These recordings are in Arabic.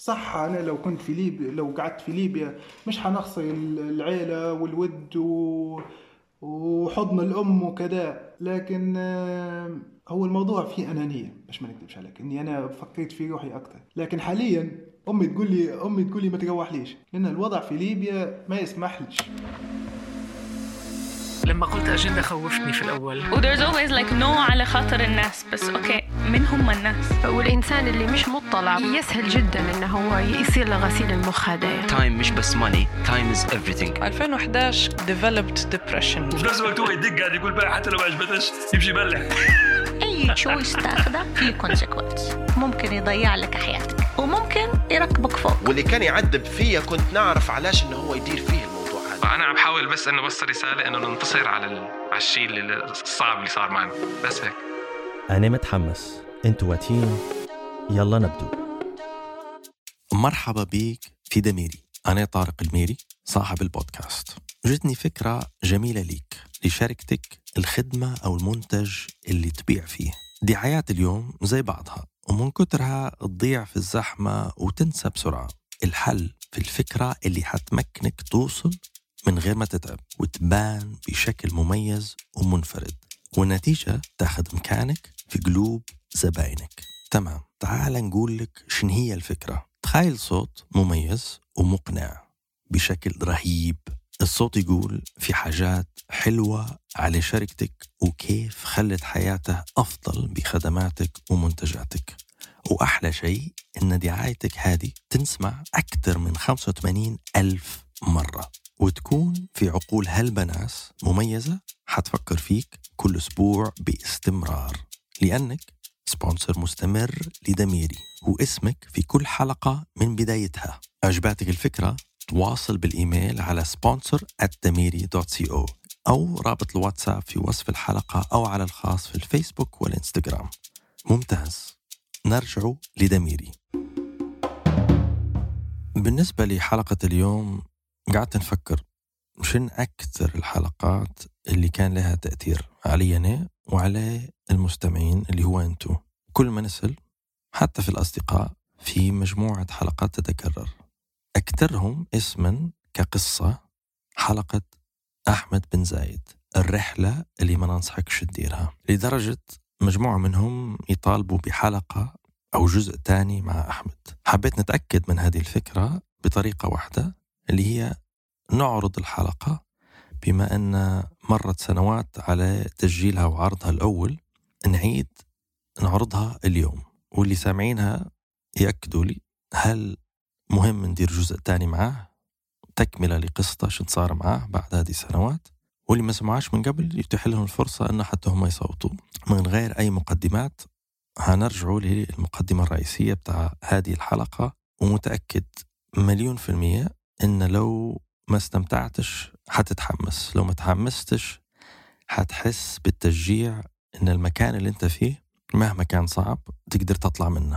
صح، أنا لو كنت في ليبيا، لو قعدت في ليبيا مش حنخسر العيلة والود وحضن الأم وكذا، لكن هو الموضوع فيه أنانية، مش ما نكذبش عليك إني أنا فكرت في روحي أكتر. لكن حاليا أمي تقول لي ما تروح ليش، لأن الوضع في ليبيا ما يسمحلش. لما قلت أجندة خوفني في الأول. there's always like no على خاطر الناس، بس أوكي من هم الناس؟ والإنسان اللي مش مطلع يسهل جدا إنه هو يصير له غسيل المخ. هذا time مش بس money, time is everything. 2011 developed depression. وفي نفس الوقت هو يدق قاعد يقول بقى حتى لو ما عجبتش يمشي يبلع. أي تشويس تاخده فيه كونسيكونس، ممكن يضيع لك حياتك وممكن يركبك فوق. واللي كان يعذب فيا كنت نعرف علاش إنه هو يدير فيه الموضوع هذا. أنا عم بحاول بس إنه بس رسالة إنه ننتصر على الشيء الصعب اللي صار معنا، بس هيك. أنا متحمس، أنتوا واتين، يلا نبدو. مرحبا بيك في دميري. أنا طارق الميري صاحب البودكاست. جتني فكرة جميلة ليك لشركتك، الخدمة أو المنتج اللي تبيع فيه. دعايات اليوم زي بعضها ومن كترها تضيع في الزحمة وتنسى بسرعة. الحل في الفكرة اللي حتمكنك توصل من غير ما تتعب وتبان بشكل مميز ومنفرد، والنتيجة تاخد مكانك في قلوب زباينك. تمام، تعال نقول لك شن هي الفكرة. تخيل صوت مميز ومقنع بشكل رهيب. الصوت يقول في حاجات حلوة على شركتك وكيف خلت حياته أفضل بخدماتك ومنتجاتك. وأحلى شيء إن دعايتك هذه تنسمع أكثر من 85,000 مرة، وتكون في عقول هالبناس مميزة حتفكر فيك كل أسبوع باستمرار، لأنك سبونسر مستمر لدميري واسمك في كل حلقة من بدايتها. أعجبتك الفكرة؟ تواصل بالإيميل على sponsor@damiri.co أو رابط الواتساب في وصف الحلقة أو على الخاص في الفيسبوك والإنستغرام. ممتاز، نرجع لدميري. بالنسبة لحلقة اليوم قعدت نفكر شن أكثر الحلقات اللي كان لها تأثير علي أنا وعلى المستمعين اللي هو أنتو. كل ما نسل حتى في الأصدقاء في مجموعة حلقات تتكرر، أكثرهم اسما كقصة حلقة أحمد بن زايد، الرحلة اللي ما ننصحكش تديرها، لدرجة مجموعة منهم يطالبوا بحلقة أو جزء تاني مع أحمد. حبيت نتأكد من هذه الفكرة بطريقة واحدة، اللي هي نعرض الحلقة بما أن مرت سنوات على تسجيلها وعرضها الأول، نعيد نعرضها اليوم. واللي سامعينها يأكدوا لي هل مهم ندير جزء تاني معاه تكملة لقصته شن صار معاه بعد هذه السنوات. واللي ما سمعاش من قبل يتيح لهم الفرصة أن حتى هم يصوتوا. من غير أي مقدمات هنرجعوا للمقدمة الرئيسية بتاع هذه الحلقة، ومتأكد 1,000,000% إن لو ما استمتعتش حتتحمس، لو ما تحمستش حتحس بالتشجيع إن المكان اللي انت فيه مهما كان صعب تقدر تطلع منه.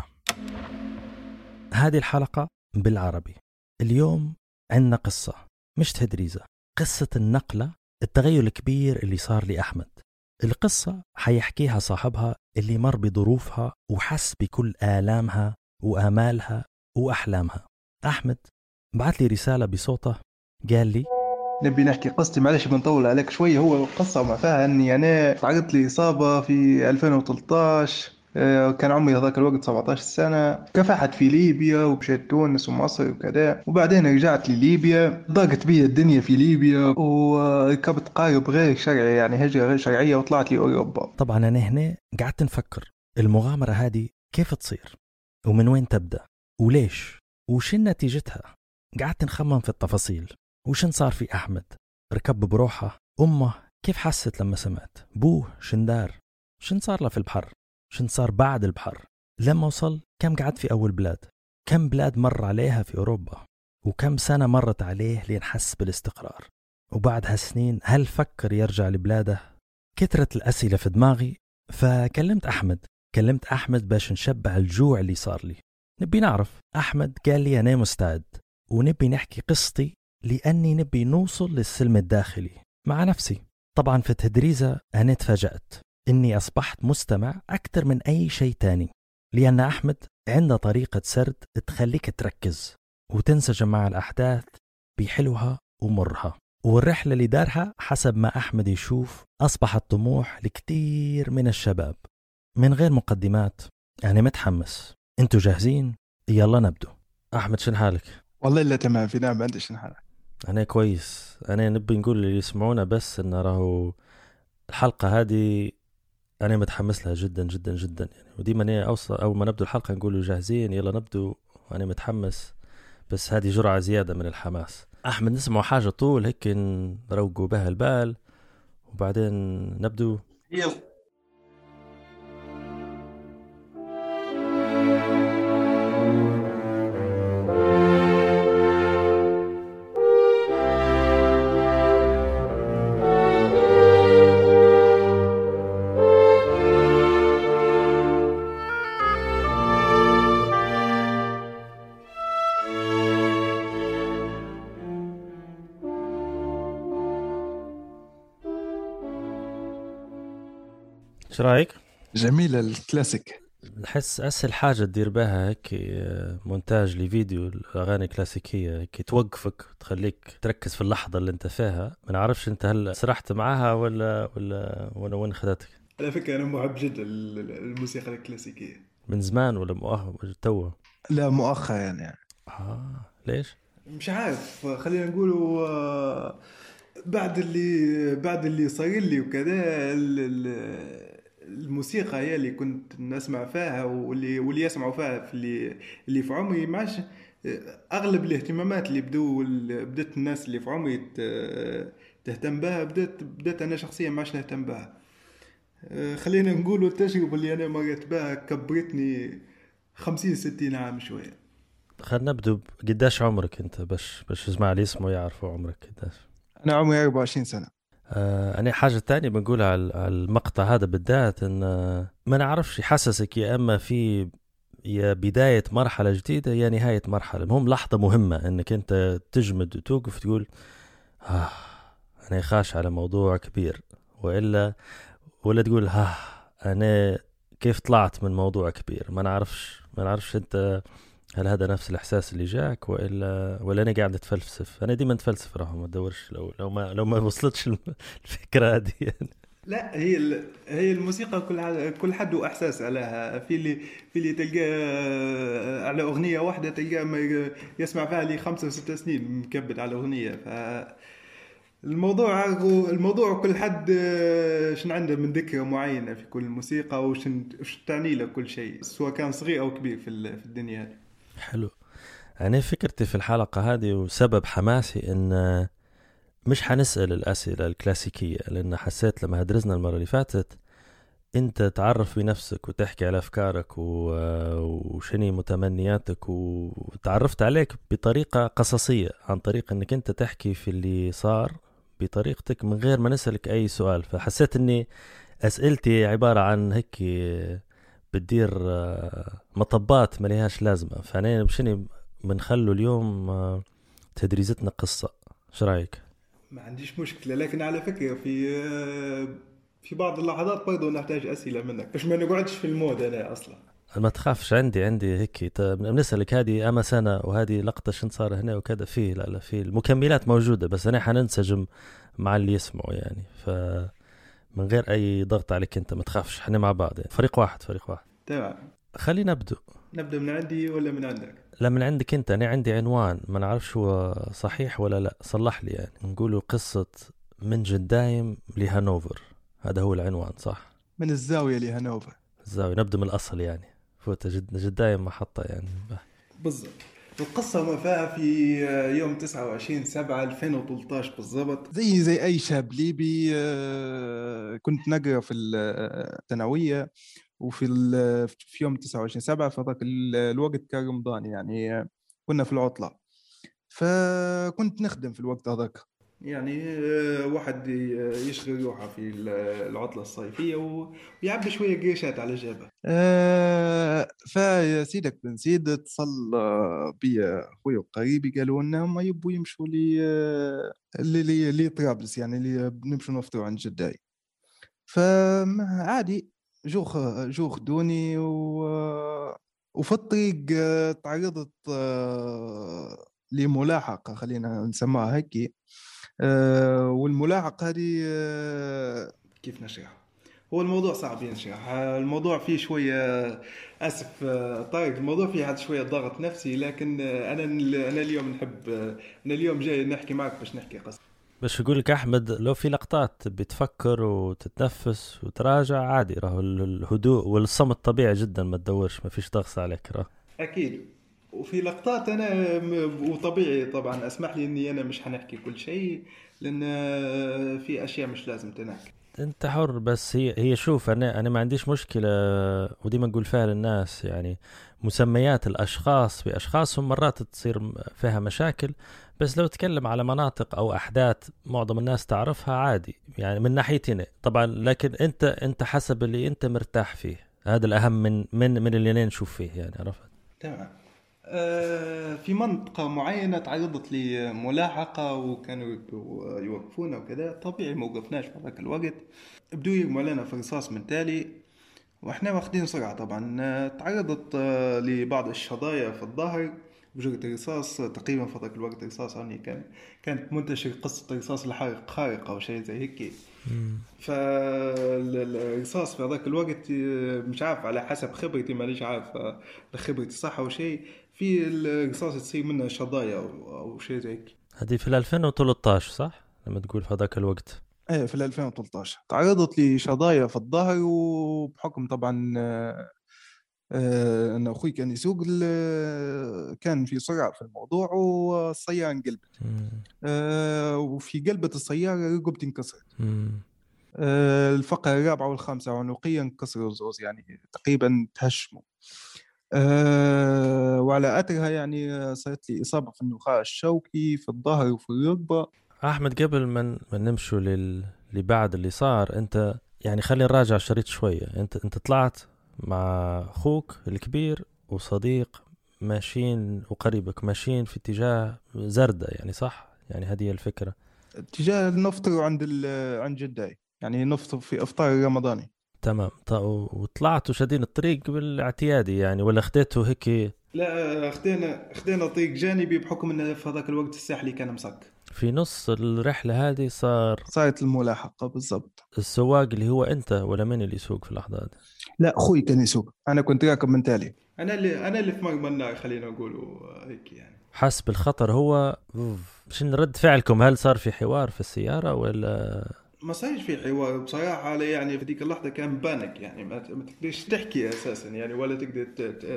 هذه الحلقة بالعربي. اليوم عندنا قصة مش تدريزة، قصة النقلة، التغير الكبير اللي صار لأحمد. القصة حيحكيها صاحبها اللي مر بظروفها وحس بكل آلامها وآمالها وأحلامها. أحمد بعت لي رسالة بصوته، قال لي نبي نحكي قصتي، معلش بنطول عليك شوي. هو القصة ما فيها أني أنا تعرضت لي إصابة في 2013، كان عمري ذاك الوقت 17 سنة، كفحت في ليبيا ومشيت تونس ومصر وكذا، وبعدين رجعت لليبيا. ضاقت بي الدنيا في ليبيا وركبت قارب غير شرعي، يعني هجرة غير شرعية، وطلعت لي أوروبا. طبعا أنا هنا قعدت نفكر المغامرة هذه كيف تصير ومن وين تبدأ وليش وشن نتيجتها. قعدت نخمم في التفاصيل، وشن صار في أحمد، ركب بروحه، أمه كيف حست لما سمعت، بوه شن دار، شن صار له في البحر، شن صار بعد البحر، لما وصل كم قعد في أول بلاد، كم بلاد مر عليها في أوروبا، وكم سنة مرت عليه لينحس بالاستقرار، وبعد هالسنين هل فكر يرجع لبلاده. كثرت الأسئلة في دماغي، فكلمت أحمد باش نشبع الجوع اللي صار لي. نبي نعرف. أحمد قال لي أنا مستعد ونبي نحكي قصتي، لأني نبي نوصل للسلم الداخلي مع نفسي. طبعا في تدريزة أنا تفاجأت إني أصبحت مستمع أكثر من أي شيء تاني، لأن أحمد عنده طريقة سرد تخليك تركز وتنسجم مع الأحداث بحلوها ومرها. والرحلة اللي دارها حسب ما أحمد يشوف أصبحت طموح لكتير من الشباب. من غير مقدمات، يعني متحمس. انتوا جاهزين؟ يلا نبدو. أحمد شن حالك؟ والله إلا تمام، في نعم. عندي شن حالك؟ أنا كويس. أنا نبي نقول اللي يسمعونا بس إن راهو الحلقة هذه أنا متحمس لها جدا جدا جدا يعني. وديما أنا أول ما نبدو الحلقة نقولوا جاهزين يلا نبدو، أنا متحمس، بس هذه جرعة زيادة من الحماس. أحمد نسمعوا حاجة طول هيك نروقوا بها البال وبعدين نبدو. يلا. شو رايك؟ جميلة الكلاسيك. نحس أسهل حاجة تدير بها هيك مونتاج لفيديو الأغاني كلاسيكية هيك توقفك تخليك تركز في اللحظة اللي انت فيها. ما نعرفش انت هل سرحت معها ولا وين خدتك؟ على فكرة أنا محب جدا الموسيقى الكلاسيكية. من زمان ولا توا؟ لا مؤخرا يعني. ليش؟ مش عارف، خلينا نقولوا بعد اللي صار لي وكذا الموسيقى هي اللي كنت نسمع فيها واللي يسمعوا فيها اللي في عمري. معش اغلب الاهتمامات اللي بدت الناس اللي في عمري تهتم بها، بدت انا شخصيا معش نهتم بها. خلينا نقولوا التجربة اللي انا مريت بها كبرتني 50-60 عام شوية. خلينا نبدو. قداش عمرك انت باش يسمع لي اسمه يعرفوا عمرك قداش؟ انا عمري 24 سنة. أنا حاجة تانية بنقولها على المقطع هذا بالذات إن ما نعرفش يحسسك يا إما في يا بداية مرحلة جديدة يا نهاية مرحلة. المهم لحظة مهمة إنك أنت تجمد وتوقف تقول أنا خاش على موضوع كبير، ولا تقول أنا كيف طلعت من موضوع كبير. ما نعرفش أنت هل هذا نفس الإحساس اللي جاك ولا أنا قاعد أتفلسف. أنا ديما أتفلسف راهم ما تدورش لو ما وصلتش الفكرة هذه يعني. لا هي الموسيقى كل حد وإحساس عليها. في اللي تلقى على أغنية واحدة تلقى يسمع فيها لي 5 و6 سنين مكبد على أغنية. الموضوع كل حد شن عنده من ذكرى معينة في كل موسيقى وش تعني له كل شيء سواء كان صغير أو كبير في الدنيا هذه. حلو. أنا فكرتي في الحلقة هذه وسبب حماسي إن مش حنسأل الأسئلة الكلاسيكية، لأن حسيت لما هدرزنا المرة اللي فاتت أنت تعرف بنفسك وتحكي على أفكارك وشني متمنياتك، وتعرفت عليك بطريقة قصصية عن طريق أنك أنت تحكي في اللي صار بطريقتك من غير ما نسألك أي سؤال. فحسيت أني أسئلتي عبارة عن هيك بتدير مطبات ما لهاش لازمة. فأنا بشني بنخلو اليوم تدريزتنا قصة. شو رأيك؟ ما عنديش مشكلة، لكن على فكرة في بعض اللحظات برضو نحتاج أسئلة منك باش ما نقعدش في المود. أنا أصلا ما تخافش، عندي هيك بنسألك هذه أما سنة وهذه لقطة شن صار هنا وكذا. فيه لا في المكملات موجودة، بس أنا حننسجم مع اللي يسمعوا يعني. من غير أي ضغط عليك أنت، ما تخافش، حنا مع بعض يعني. فريق واحد. تمام. خلينا نبدأ من عندي ولا من عندك؟ لا من عندك أنت. أنا عندي عنوان ما نعرفش هو صحيح ولا لا، صلح لي يعني. نقوله قصة من جدايم لهانوفر، هذا هو العنوان صح؟ من الزاوية لهانوفر. الزاوية نبدأ من الأصل يعني. فوت جدايم محطة يعني. بالضبط. القصة ما فيها في يوم 29/7/2013 بالضبط. زي أي شاب ليبي كنت نقرأ في الثانوية، وفي يوم 29/7 فذاك الوقت كان رمضان يعني، كنا في العطلة، فكنت نخدم في الوقت هذاك يعني. واحد يشغل روحه في العطلة الصيفية ويعبي شوية قريشات على جيبه. فيا سيدك بن سيد اتصل بي أخوي وقريبي، قالوا إنهم يبوا يمشوا لي طرابلس يعني، اللي بنمشوا نفطروا عند جداي. فعادي جو خدوني وفي الطريق تعرضت لملاحقة، خلينا نسميها هيك. والملاحقة هذه كيف نشرح؟ هو الموضوع صعب ينشرح، الموضوع فيه شوية أسف طارق، الموضوع فيه هذا شوية ضغط نفسي، لكن أنا اليوم نحب، أنا اليوم جاي نحكي معك باش نحكي قصة. باش يقول لك أحمد لو في لقطات بتفكر وتتنفس وتراجع عادي، راهو الهدوء والصمت طبيعي جدا، ما تدورش، ما فيش ضغط عليك راه. أكيد. وفي لقطات أنا وطبيعي طبعا أسمح لي إني أنا مش حنحكي كل شيء، لأن في أشياء مش لازم تنحكي. انت حر. بس هي شوف، انا ما عنديش مشكله، وديما نقول فيها للناس يعني مسميات الاشخاص باشخاصهم مرات تصير فيها مشاكل، بس لو تكلم على مناطق او احداث معظم الناس تعرفها عادي يعني من ناحيتنا طبعا، لكن انت حسب اللي انت مرتاح فيه، هذا الاهم من اللي نشوف فيه يعني، عرفت؟ تمام. في منطقة معينة تعرضت لي ملاحقة وكانوا يوقفونا وكذا، طبيعي ما وقفناش في ذاك الوقت، بدوا يرموا علينا في رصاص من تالي واحنا واخدين سرعة. طبعا تعرضت لبعض الشظايا في الظهر بجرة رصاص تقريبا في ذاك الوقت. رصاص يعني كانت منتشر قصة رصاص الحارق خارقة أو شيء زي هيك. فالرصاص في ذاك الوقت مش عارف، على حسب خبرتي ماليش عارف خبرتي صح أو شيء، في الرصاص تصير منها شظايا أو شيء زي هيك. هذه في 2013 صح لما تقول في هذاك الوقت؟ ايه في 2013 تعرضت لي شظايا في الظهر، وبحكم طبعا ان اخوي كان يسوق كان في سرعه في الموضوع والسياره انقلبت. وفي قلبة السياره رقبتي انكسرت، الفقرة الرابعة والخامسة عنقيا انكسروا الزوز، يعني تقريبا تهشموا. وعلى أثرها يعني صارت لي إصابة في النخاع الشوكي في الظهر وفي الركبة. أحمد قبل ما نمشوا اللي بعد اللي صار، أنت يعني خلي نراجع الشريط شوية. أنت طلعت مع أخوك الكبير وصديق ماشيين وقريبك ماشيين في اتجاه زردة يعني صح؟ يعني هذه الفكرة، اتجاه نفطر عند جداي، يعني نفطر في إفطار رمضاني. تمام. وطلعتوا شادين الطريق بالاعتيادي يعني، ولا خديتوا هيك؟ لا خدينا طريق جانبي بحكم ان في هذاك الوقت الساحلي كان مسك. في نص الرحلة هذه صارت الملاحقة بالضبط. السواق اللي هو أنت ولا من اللي يسوق في اللحظة هذه؟ لا أخوي كان يسوق، أنا كنت راكب من تالي. أنا اللي في مرمى النار خلينا نقوله هيك يعني. حس بالخطر هو. شنو رد فعلكم؟ هل صار في حوار في السيارة ولا؟ ما صارش في حوار بصراحة، على يعني في ديك اللحظة كان بانك يعني ما تقدرش تحكي أساسا يعني، ولا تقدر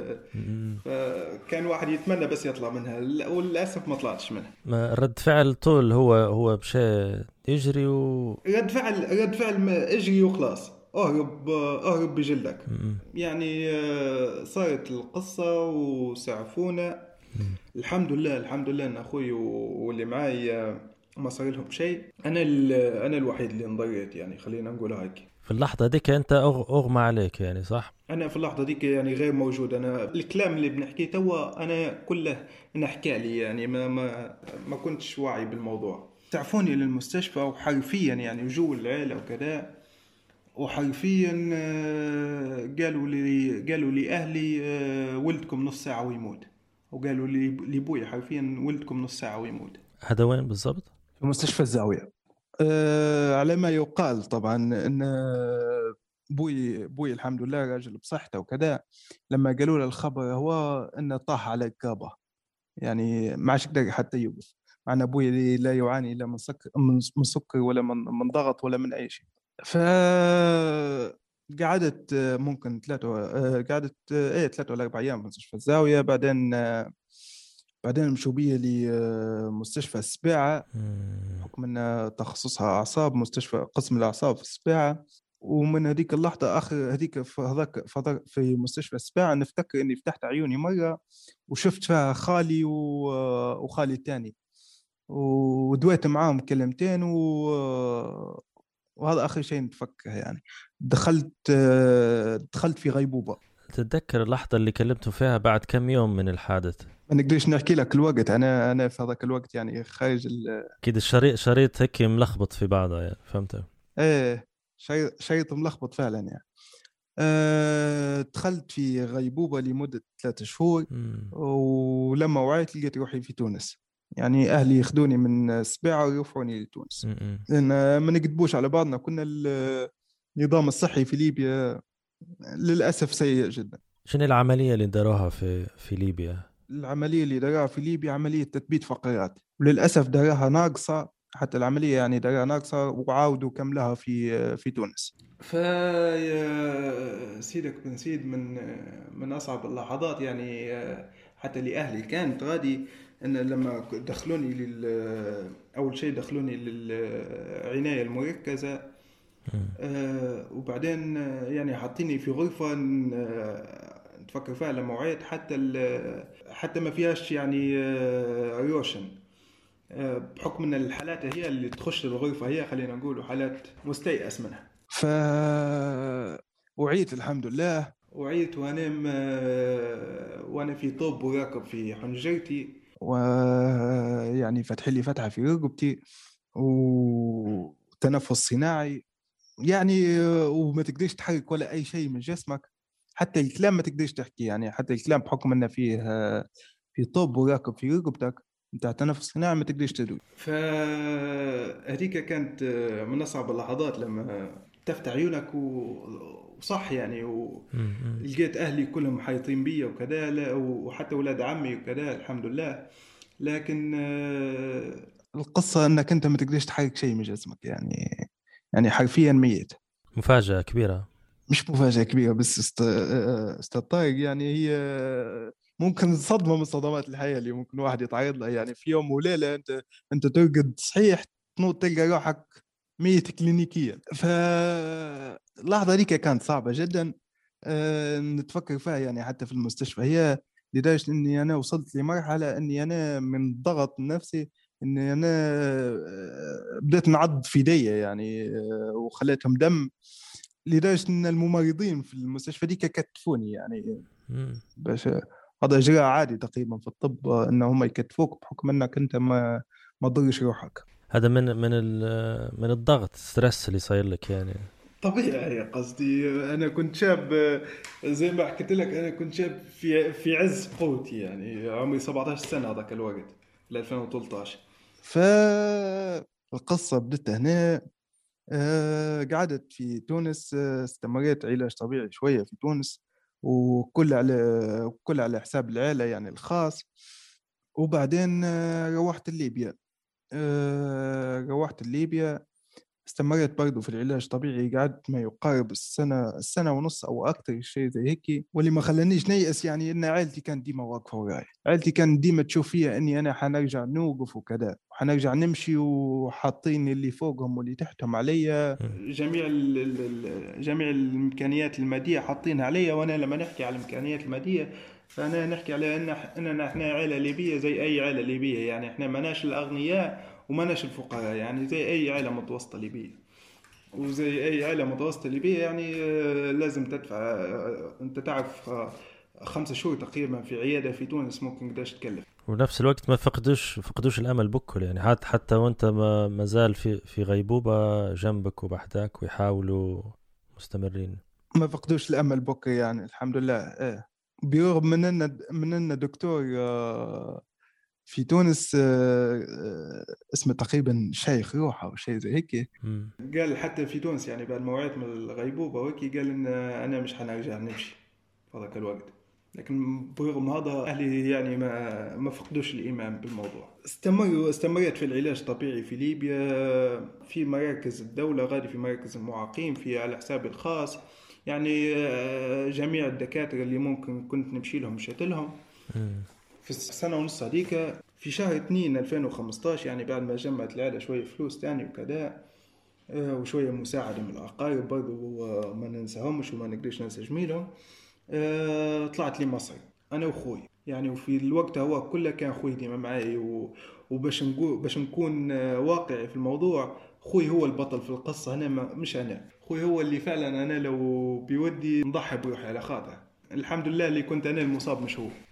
فكان واحد يتمنى بس يطلع منها، وللأسف ما طلعتش منها. ما رد فعل طول هو بشيء يجري رد فعل ما اجري وخلاص، اهرب بجلدك. يعني صارت القصة وسعفونا. الحمد لله ان اخوي واللي معي ما صار لهم شيء. انا الوحيد اللي انضريت يعني، خلينا نقول هيك. في اللحظة ديك انت اغمى عليك يعني صح؟ انا في اللحظة ديك يعني غير موجود، انا الكلام اللي بنحكيه توا انا كله نحكي لي يعني ما كنتش واعي بالموضوع. تعفوني للمستشفى وحرفيا يعني جو العيلة وكذا، وحرفيا قالوا لي اهلي ولدكم نص ساعة ويموت، وقالوا لي لبوي حرفيا ولدكم نص ساعة ويموت. هذا وين بالضبط؟ في مستشفى الزاوية. على ما يقال طبعا ان بوي الحمد لله راجل بصحته وكذا، لما قالوا له الخبر هو انه طاح على الكابة، يعني ما عادش قدر حتى يوقف. معنا بوي لا يعاني لا من سكر ولا من ضغط ولا من اي شيء. قعدت ممكن 3 ولا 4 ايام في مستشفى الزاوية. بعدين مشوا بيه لمستشفى السباعة بحكم ان تخصصها اعصاب، مستشفى قسم الاعصاب في السباعة. ومن هذيك اللحظة هذيك في مستشفى السباعة نفتكر اني فتحت عيوني مرة وشفت فيها خالي وخالي الثاني، ودويت معاهم كلمتين وهذا آخر شيء نتفكره يعني. دخلت في غيبوبة. تتذكر اللحظة اللي كلمتوا فيها بعد كم يوم من الحادث؟ ما نقدرش نحكي لك الوقت، أنا في هذاك الوقت يعني خارج كده الشريط هيك ملخبط في بعضه يعني، فهمت؟ إيه شريط ملخبط فعلا يعني. دخلت في غيبوبة لمدة 3 شهور، ولما وعيت لقيت روحي في تونس. يعني أهلي يخدوني من سباعة ويرفعوني لتونس، لأن ما نكذبوش على بعضنا، كنا النظام الصحي في ليبيا للأسف سيء جدا. شنو العملية اللي داروها في ليبيا؟ العملية اللي داروها في ليبيا عملية تثبيت فقرات، وللأسف داروها ناقصة، حتى العملية يعني داروها ناقصة وعاودوا كملها في تونس. فيا سيدك بن سيد، من أصعب اللحظات يعني حتى لأهلي كانت غادي، أن لما دخلوني أول شيء دخلوني للعناية المركزة، وبعدين يعني حاطيني في غرفة تفكر فيها لما وعيت، حتى ما فيهاش يعني روشن، بحكم ان الحالات هي اللي تخش الغرفة، هي خلينا نقول حالات مستيأس منها. وعيت الحمد لله، وعيت وانا في طب وراكب في حنجرتي، ويعني فتح لي فتحة في رقبتي وتنفس صناعي يعني، وما تقدرش تحرك ولا اي شيء من جسمك، حتى الكلام ما تقدرش تحكي يعني، حتى الكلام بحكم انه في طب وراكب في رقبتك نتاع تنفس صناعي ما تقدرش تدوي. فهذيك كانت من اصعب اللحظات لما تفتح عيونك وصح يعني، ولقيت اهلي كلهم محيطين بي وكذا، وحتى اولاد عمي وكذا الحمد لله. لكن القصه انك انت ما تقدرش تحرك شيء من جسمك، يعني حرفيا ميت. مفاجأة كبيرة. مش مفاجأة كبيرة بس استطايق يعني، هي ممكن صدمة من صدمات الحياة اللي ممكن واحد يتعرض لها يعني. في يوم وليلة انت ترقد صحيح، تنوض تلقى روحك ميت كلينيكيا. فاللحظة دي كانت صعبة جدا نتفكر فيها يعني، حتى في المستشفى. هي لدرجة اني انا وصلت لمرحلة اني انا من ضغط نفسي اني انا بدأت نعض في يدي يعني، وخليتهم دم، لدرجة ان الممرضين في المستشفى دي كتفوني يعني. باش هذا إجراء عادي تقريبا في الطب، انهم يكتفوك بحكم انك انت ما تضرش روحك. هذا من الضغط، ستريس اللي صاير لك يعني. طبيعي قصدي، انا كنت شاب زي ما حكيت لك، انا كنت شاب في عز قوتي يعني، عمري 17 سنة هذاك الوقت في 2013. فالقصة بدت هنا. قعدت في تونس، استمريت علاج طبيعي شوية في تونس، وكل على حساب العائلة يعني الخاص. وبعدين روحت ليبيا، استمرت برضو في العلاج الطبيعي، قعدت ما يقارب السنة ونص أو أكتر شيء زي هيك. واللي ما خلانيش نيأس يعني إن عائلتي كانت ديما واقفة وراي، عائلتي كانت ديما تشوف فيها إني أنا حنرجع نوقف وكذا، وحنرجع نمشي، وحاطين اللي فوقهم واللي تحتهم عليا، جميع الإمكانيات المادية حاطينها عليا. وأنا لما نحكي على الإمكانيات المادية فأنا نحكي على إننا إحنا عائلة ليبية زي أي عائلة ليبية يعني، إحنا مناش الأغنياء ومناش الفقراء يعني، زي أي عائلة متوسطة ليبية. وزي أي عائلة متوسطة ليبية يعني لازم تدفع، أنت تعرف 5 شهور تقريبا في عيادة في تونس ممكن قداش تكلف. ونفس الوقت ما فقدوش الأمل بكل يعني، حتى وانت ما زال في غيبوبة جنبك وبحدك ويحاولوا مستمرين. ما فقدوش الأمل بكل يعني الحمد لله. برغم من أن دكتور في تونس اسمه تقريبا شيخ روحه أو شيء زي هيك، قال حتى في تونس يعني بعد ما وعيت من الغيبوبة وهيك، قال إن أنا مش حنرجع نمشي في هذاك الوقت. لكن برغم هذا أهلي يعني ما فقدوش الإيمان بالموضوع. استمرت في العلاج الطبيعي في ليبيا، في مراكز الدولة، غادي في مراكز المعاقين، في على حسابي الخاص يعني. جميع الدكاترة اللي ممكن كنت نمشي لهم مشيت لهم. في السنة ونص هذيك في شهر 2 2015 يعني، بعد ما جمعت العائلة شوية فلوس تاني وكذا، وشوية مساعدة من الأقارب برضو ما ننساهمش وما نقدرش ننسى جميلهم، طلعت لي مصر أنا وخوي يعني. وفي الوقت هو كله كان خوي ديما معي، وباش نكون واقعي في الموضوع، خوي هو البطل في القصة هنا، مش أنا. خوي هو اللي فعلا أنا لو بيودي نضحي بروحي على خاطر. الحمد لله اللي كنت أنا المصاب مش هو.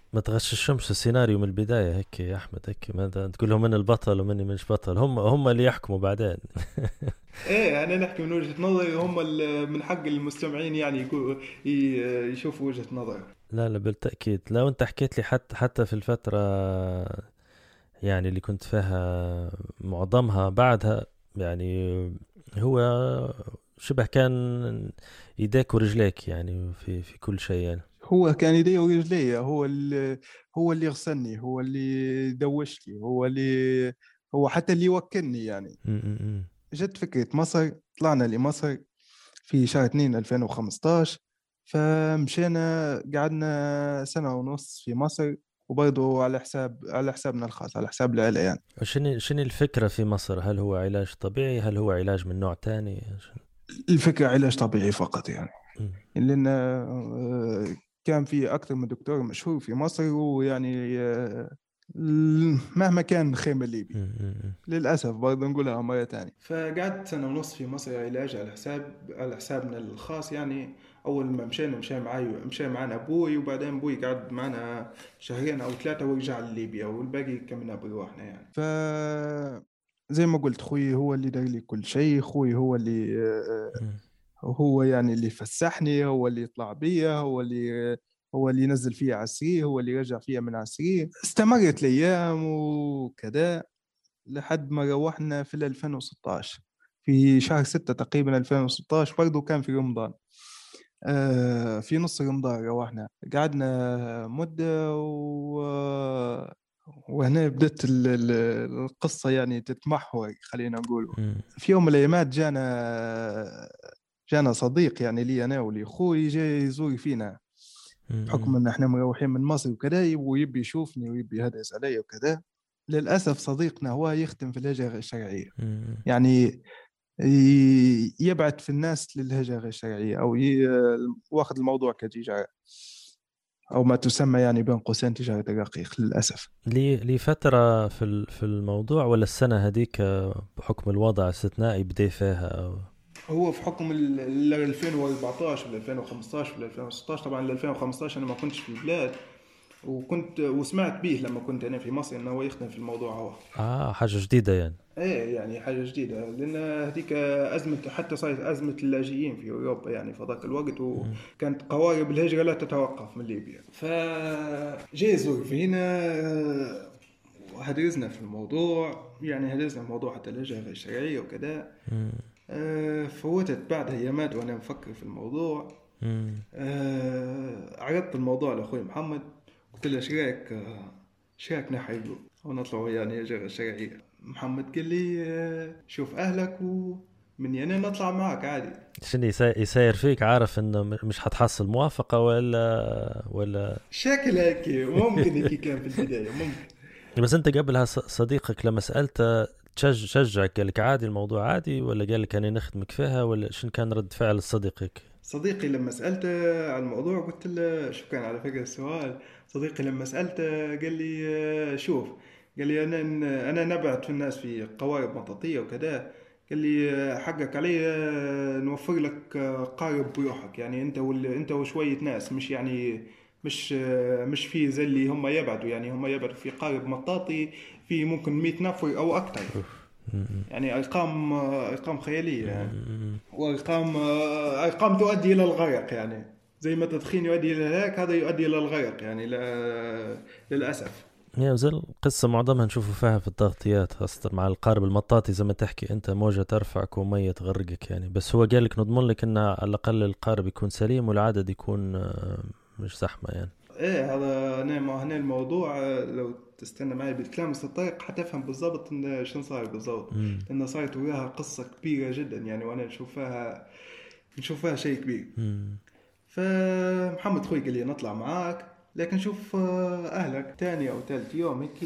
ما تغششهمش السيناريو من البداية هيك يا أحمد، هيك ما تقول لهم من البطل ومني مش بطل، هم اللي يحكموا بعدين. ايه انا نحكي من وجهة نظري، هم من حق المستمعين يعني يشوفوا وجهة نظري. لا بالتأكيد. لو أنت حكيت لي حتى في الفترة يعني اللي كنت فيها معظمها بعدها، يعني هو شبه كان يديك ورجليك يعني في كل شيء يعني. هو كان يديه ورجليه، هو اللي يغسلني، هو اللي دوش لي، هو حتى اللي يوكلني يعني. جت فكرة مصر، طلعنا لمصر في شهر 2 2015، فمشينا قعدنا سنة ونص في مصر، وبرضه على حسابنا الخاص، على حساب العائلة يعني. شنو الفكرة في مصر؟ هل هو علاج طبيعي؟ هل هو علاج من نوع تاني؟ الفكرة علاج طبيعي فقط يعني. لأن كان في أكثر من دكتور مشهور في مصر، ويعني مهما كان خيمة ليبي للأسف برضه نقولها مرة تانية. فقعدت سنة ونص في مصر علاج على حسابنا الخاص يعني. أول ما مشى معنا أبوي، وبعدين أبوي قعد معنا شهرين أو 3 ورجع لليبيا، والباقي كملنا بروحنا يعني. زي ما قلت، خوي هو اللي دار لي كل شيء، خوي هو يعني اللي فسحني، هو اللي يطلع بيا، هو اللي ينزل فيها عسري، هو اللي يرجع فيها من عسري. استمرت الأيام وكذا لحد ما روحنا في 2016، في شهر 6 تقريبا 2016، برضو كان في رمضان. في نص رمضان روحنا، قعدنا مدة وهنا بدأت القصة يعني تتمحور، خلينا نقول. في يوم من الأيام جانا صديق يعني لي أنا ولي أخوي، جاي يزور فينا بحكم أن احنا مروحين من مصر وكذا، ويبي يشوفني ويبي يهدس علي وكذا. للأسف صديقنا هو يخدم في الهجرة غير الشرعية، يعني يبعث في الناس للهجرة غير الشرعية، أو واخذ الموضوع كتجارة، أو ما تسمى يعني بين قوسين تجارة الرقيق للأسف. لي فترة في الموضوع، ولا السنة هذيك بحكم الوضع الاستثنائي بدي فيها؟ هو في حكم 2014 ولا 2015 ولا 2016. طبعا 2015 أنا ما كنتش في البلاد، وسمعت به لما كنت أنا في مصر إنه هو يخدم في الموضوع. هو حاجة جديدة يعني. ايه يعني حاجة جديدة، لأن هذيك حتى صارت أزمة اللاجئين في أوروبا يعني في ذاك الوقت، وكانت قوارب الهجرة لا تتوقف من ليبيا. فجاي يزور فينا وهدرزنا في الموضوع، يعني هدرزنا في موضوع حتى الهجرة غير الشرعية وكذا. فوتت بعد أيامات وأنا مفكر في الموضوع. عرضت الموضوع لأخوي محمد، قلت له شراك نحيله ونطلعوا يعني هجرة غير شرعية. محمد قال لي شوف أهلك ومن يعني نطلع معك عادي. شنو يساير فيك؟ عارف إنه مش هتحصل موافقة ولا شكل هيك ممكن هيك كان في البداية ممكن. بس أنت قبلها صديقك لما سألته شجعك، قال لك عادي الموضوع عادي، ولا قال لك أنا نخدمك فيها، ولا شن كان رد فعل صديقك؟ صديقي لما سألته عن الموضوع قلت له شو كان على فكرة السؤال. صديقي لما سألته قال لي شوف، قال لي أنا نبعت في الناس في قوارب مطاطية وكذا. قال لي حقك علي نوفر لك قارب بروحك، يعني أنت وشوية ناس، مش يعني مش في زي اللي هم يبعدوا، يعني هم يبعدوا في قارب مطاطي في ممكن 100 نفر أو أكتر. يعني أرقام خيالية يعني. وأرقام تؤدي إلى الغرق، يعني زي ما التدخين يؤدي إلى الهلاك، هذا يؤدي إلى الغرق يعني للأسف. زي القصة معظمها نشوفوا فيها في التغطيات، خاصة مع القارب المطاطي زي ما تحكي أنت، موجة ترفعك ومية تغرقك يعني. بس هو قال لك نضمن لك أن على الأقل القارب يكون سليم والعدد يكون مش زحمة يعني. إيه هذا هنا الموضوع. لو تستنى معي بالكلام الطريق حتفهم بالضبط إن شن صار بالضبط، لأن صارت وياها قصة كبيرة جدا يعني، وأنا نشوف فيها شيء كبير. فمحمد خوي قال لي نطلع معاك، لكن شوف أهلك. تاني أو ثالث يوم هيك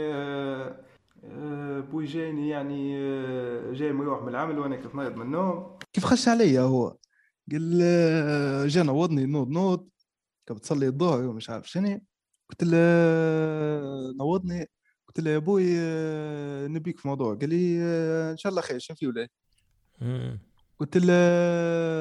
بوي جايني يعني جاي مروح من العمل، وأنا كنت مريض من النوم. كيف خش علي هو قال جانا وضني نوض كنت بتصلي الظهر ومش عارف شنو. قلت له نوضني، قلت له يا ابوي نبيك في موضوع. قال لي ان شاء الله خير، شنو في ولا؟ قلت له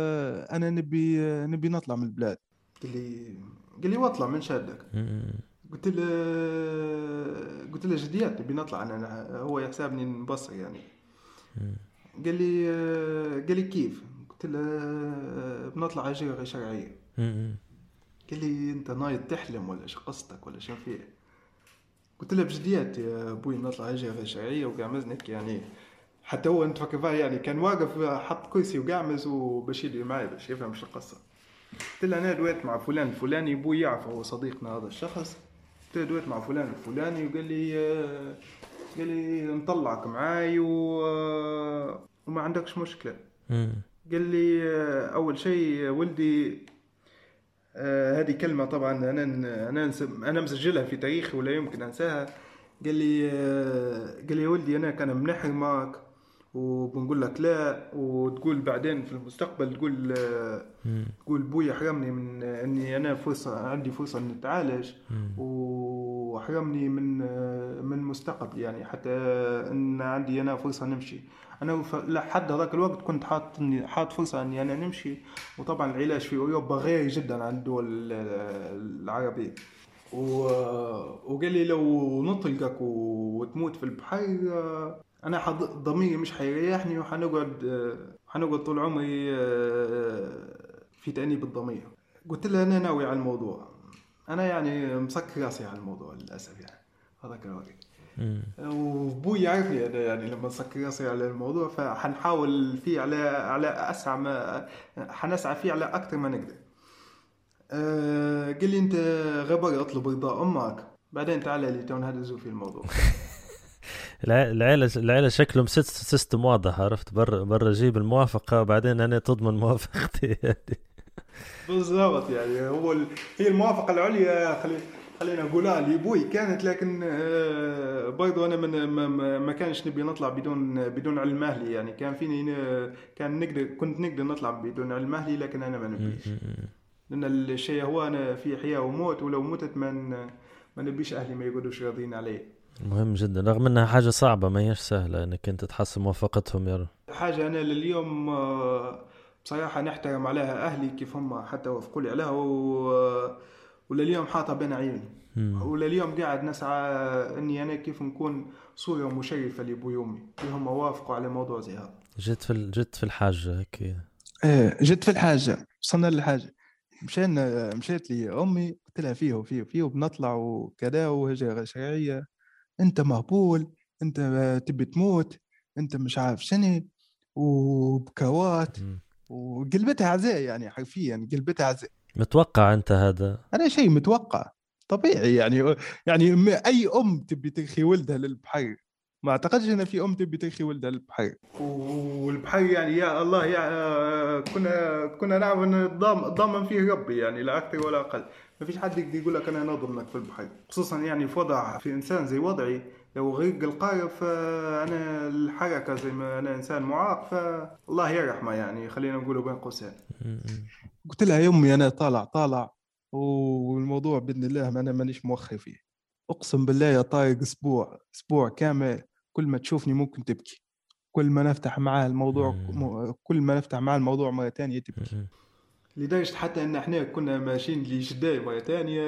انا نبي نطلع من البلاد. قال لي واطلع من شادك. قلت له جديات نبي نطلع أنا، هو يحسبني نبصر يعني. قال لي كيف؟ قلت له بنطلع هجرة غير شرعية. قال لي أنت نايض تحلم ولا شو قصتك ولا شو فيه؟ قلت له بجديات يا أبوي نطلع هجرة غير شرعية وقامزنك يعني. حتى هو أنت فكر فيها يعني، كان واقف حط كرسي وقامز وبشيل معي باش يفهم شو القصة. قلت له أنا دويت مع فلان الفلاني، أبوي يعرف هو صديقنا هذا الشخص. قلت له دويت مع فلان الفلاني وقال لي نطلعك معاي وما عندكش مشكلة. قال لي أول شيء ولدي، هذه كلمة طبعا أنا مسجلها في تاريخي ولا يمكن أنساها. قال لي ولدي أنا كان منحرمك وبنقول لك لا، وتقول بعدين في المستقبل تقول بوي حرمني من اني انا عندي فرصه ان نتعالج، وحرمني من مستقبل يعني، حتى ان عندي انا فرصه نمشي. انا لحد هذاك الوقت كنت حاط فرصه اني انا نمشي، وطبعا العلاج في اوروبا غالي جدا عن الدول العربيه. وقال لي لو نطلقك وتموت في البحر انا ضميري مش حيريحني، وحنقعد طول عمري في تأنيب الضمير. قلت له انا ناوي على الموضوع، انا يعني مسكر راسي على الموضوع للاسف يعني هذاك الوقت. وابوي يعرفني انا يعني لما مسكر راسي على الموضوع فحنحاول فيه على اسرع ما حنسعى فيه على اكثر ما نقدر. قال لي انت غبر اطلب رضا امك بعدين تعال لي تو نهدزوا في الموضوع. العيلة شكلهم سيستم واضح، عرفت؟ برا جيب الموافقة بعدين أنا تضمن موافقتي. بالضبط يعني هي الموافقة العليا خلينا نقولها لأبوي كانت، لكن برضو أنا ما كانش نبي نطلع بدون علم أهلي يعني. كان فيني كنت نقدر نطلع بدون علم أهلي، لكن أنا ما نبيش، لأن الشيء هو أنا في حياة وموت، ولو متت ما نبيش أهلي ما يقعدوش راضين علي. مهم جدا، رغم انها حاجة صعبة ما هيش سهلة انك انت تحصل موافقتهم. يا حاجة انا لليوم بصراحة نحترم عليها اهلي كيف هم حتى وافقوا لي عليها، ولليوم حاطة بين عيوني، ولليوم قاعد نسعى اني انا كيف نكون صورة مشرفة لابوي وامي، هم وافقوا على موضوع زي هذا. جيت في الحاجة هيك. جيت في الحاجة، وصلنا للحاجة، مشيت لي امي قلت لها فيه بنطلع وكذا وهجرة شرعية، انت مهبول، انت تبي تموت، انت مش عارف شنو، وبكوات وقلبتها عزاء يعني، حرفيا قلبتها عزاء. متوقع انت هذا؟ انا شيء متوقع طبيعي يعني اي ام تبي ترخي ولدها للبحر، ما اعتقدش ان في ام تبي ترخي ولدها للبحر، والبحر يعني يا الله كنا نعرف ان ضامن فيه ربي يعني، لا اكثر ولا اقل. ما فيش حد يقدر يقول لك انا نضمنك في البحر، خصوصا يعني في وضع في انسان زي وضعي، لو غرق القارب فانا الحركه زي ما انا انسان معاق فالله يرحمه يعني، خلينا نقوله بين قوسين. قلت لها يا امي انا طالع والموضوع باذن الله انا مانيش موخر فيه، اقسم بالله يا طارق اسبوع كامل كل ما تشوفني ممكن تبكي، كل ما نفتح معاه الموضوع مرة تانية تبكي. لدرجة حتى ان احنا كنا ماشيين لجداي مرة تانية،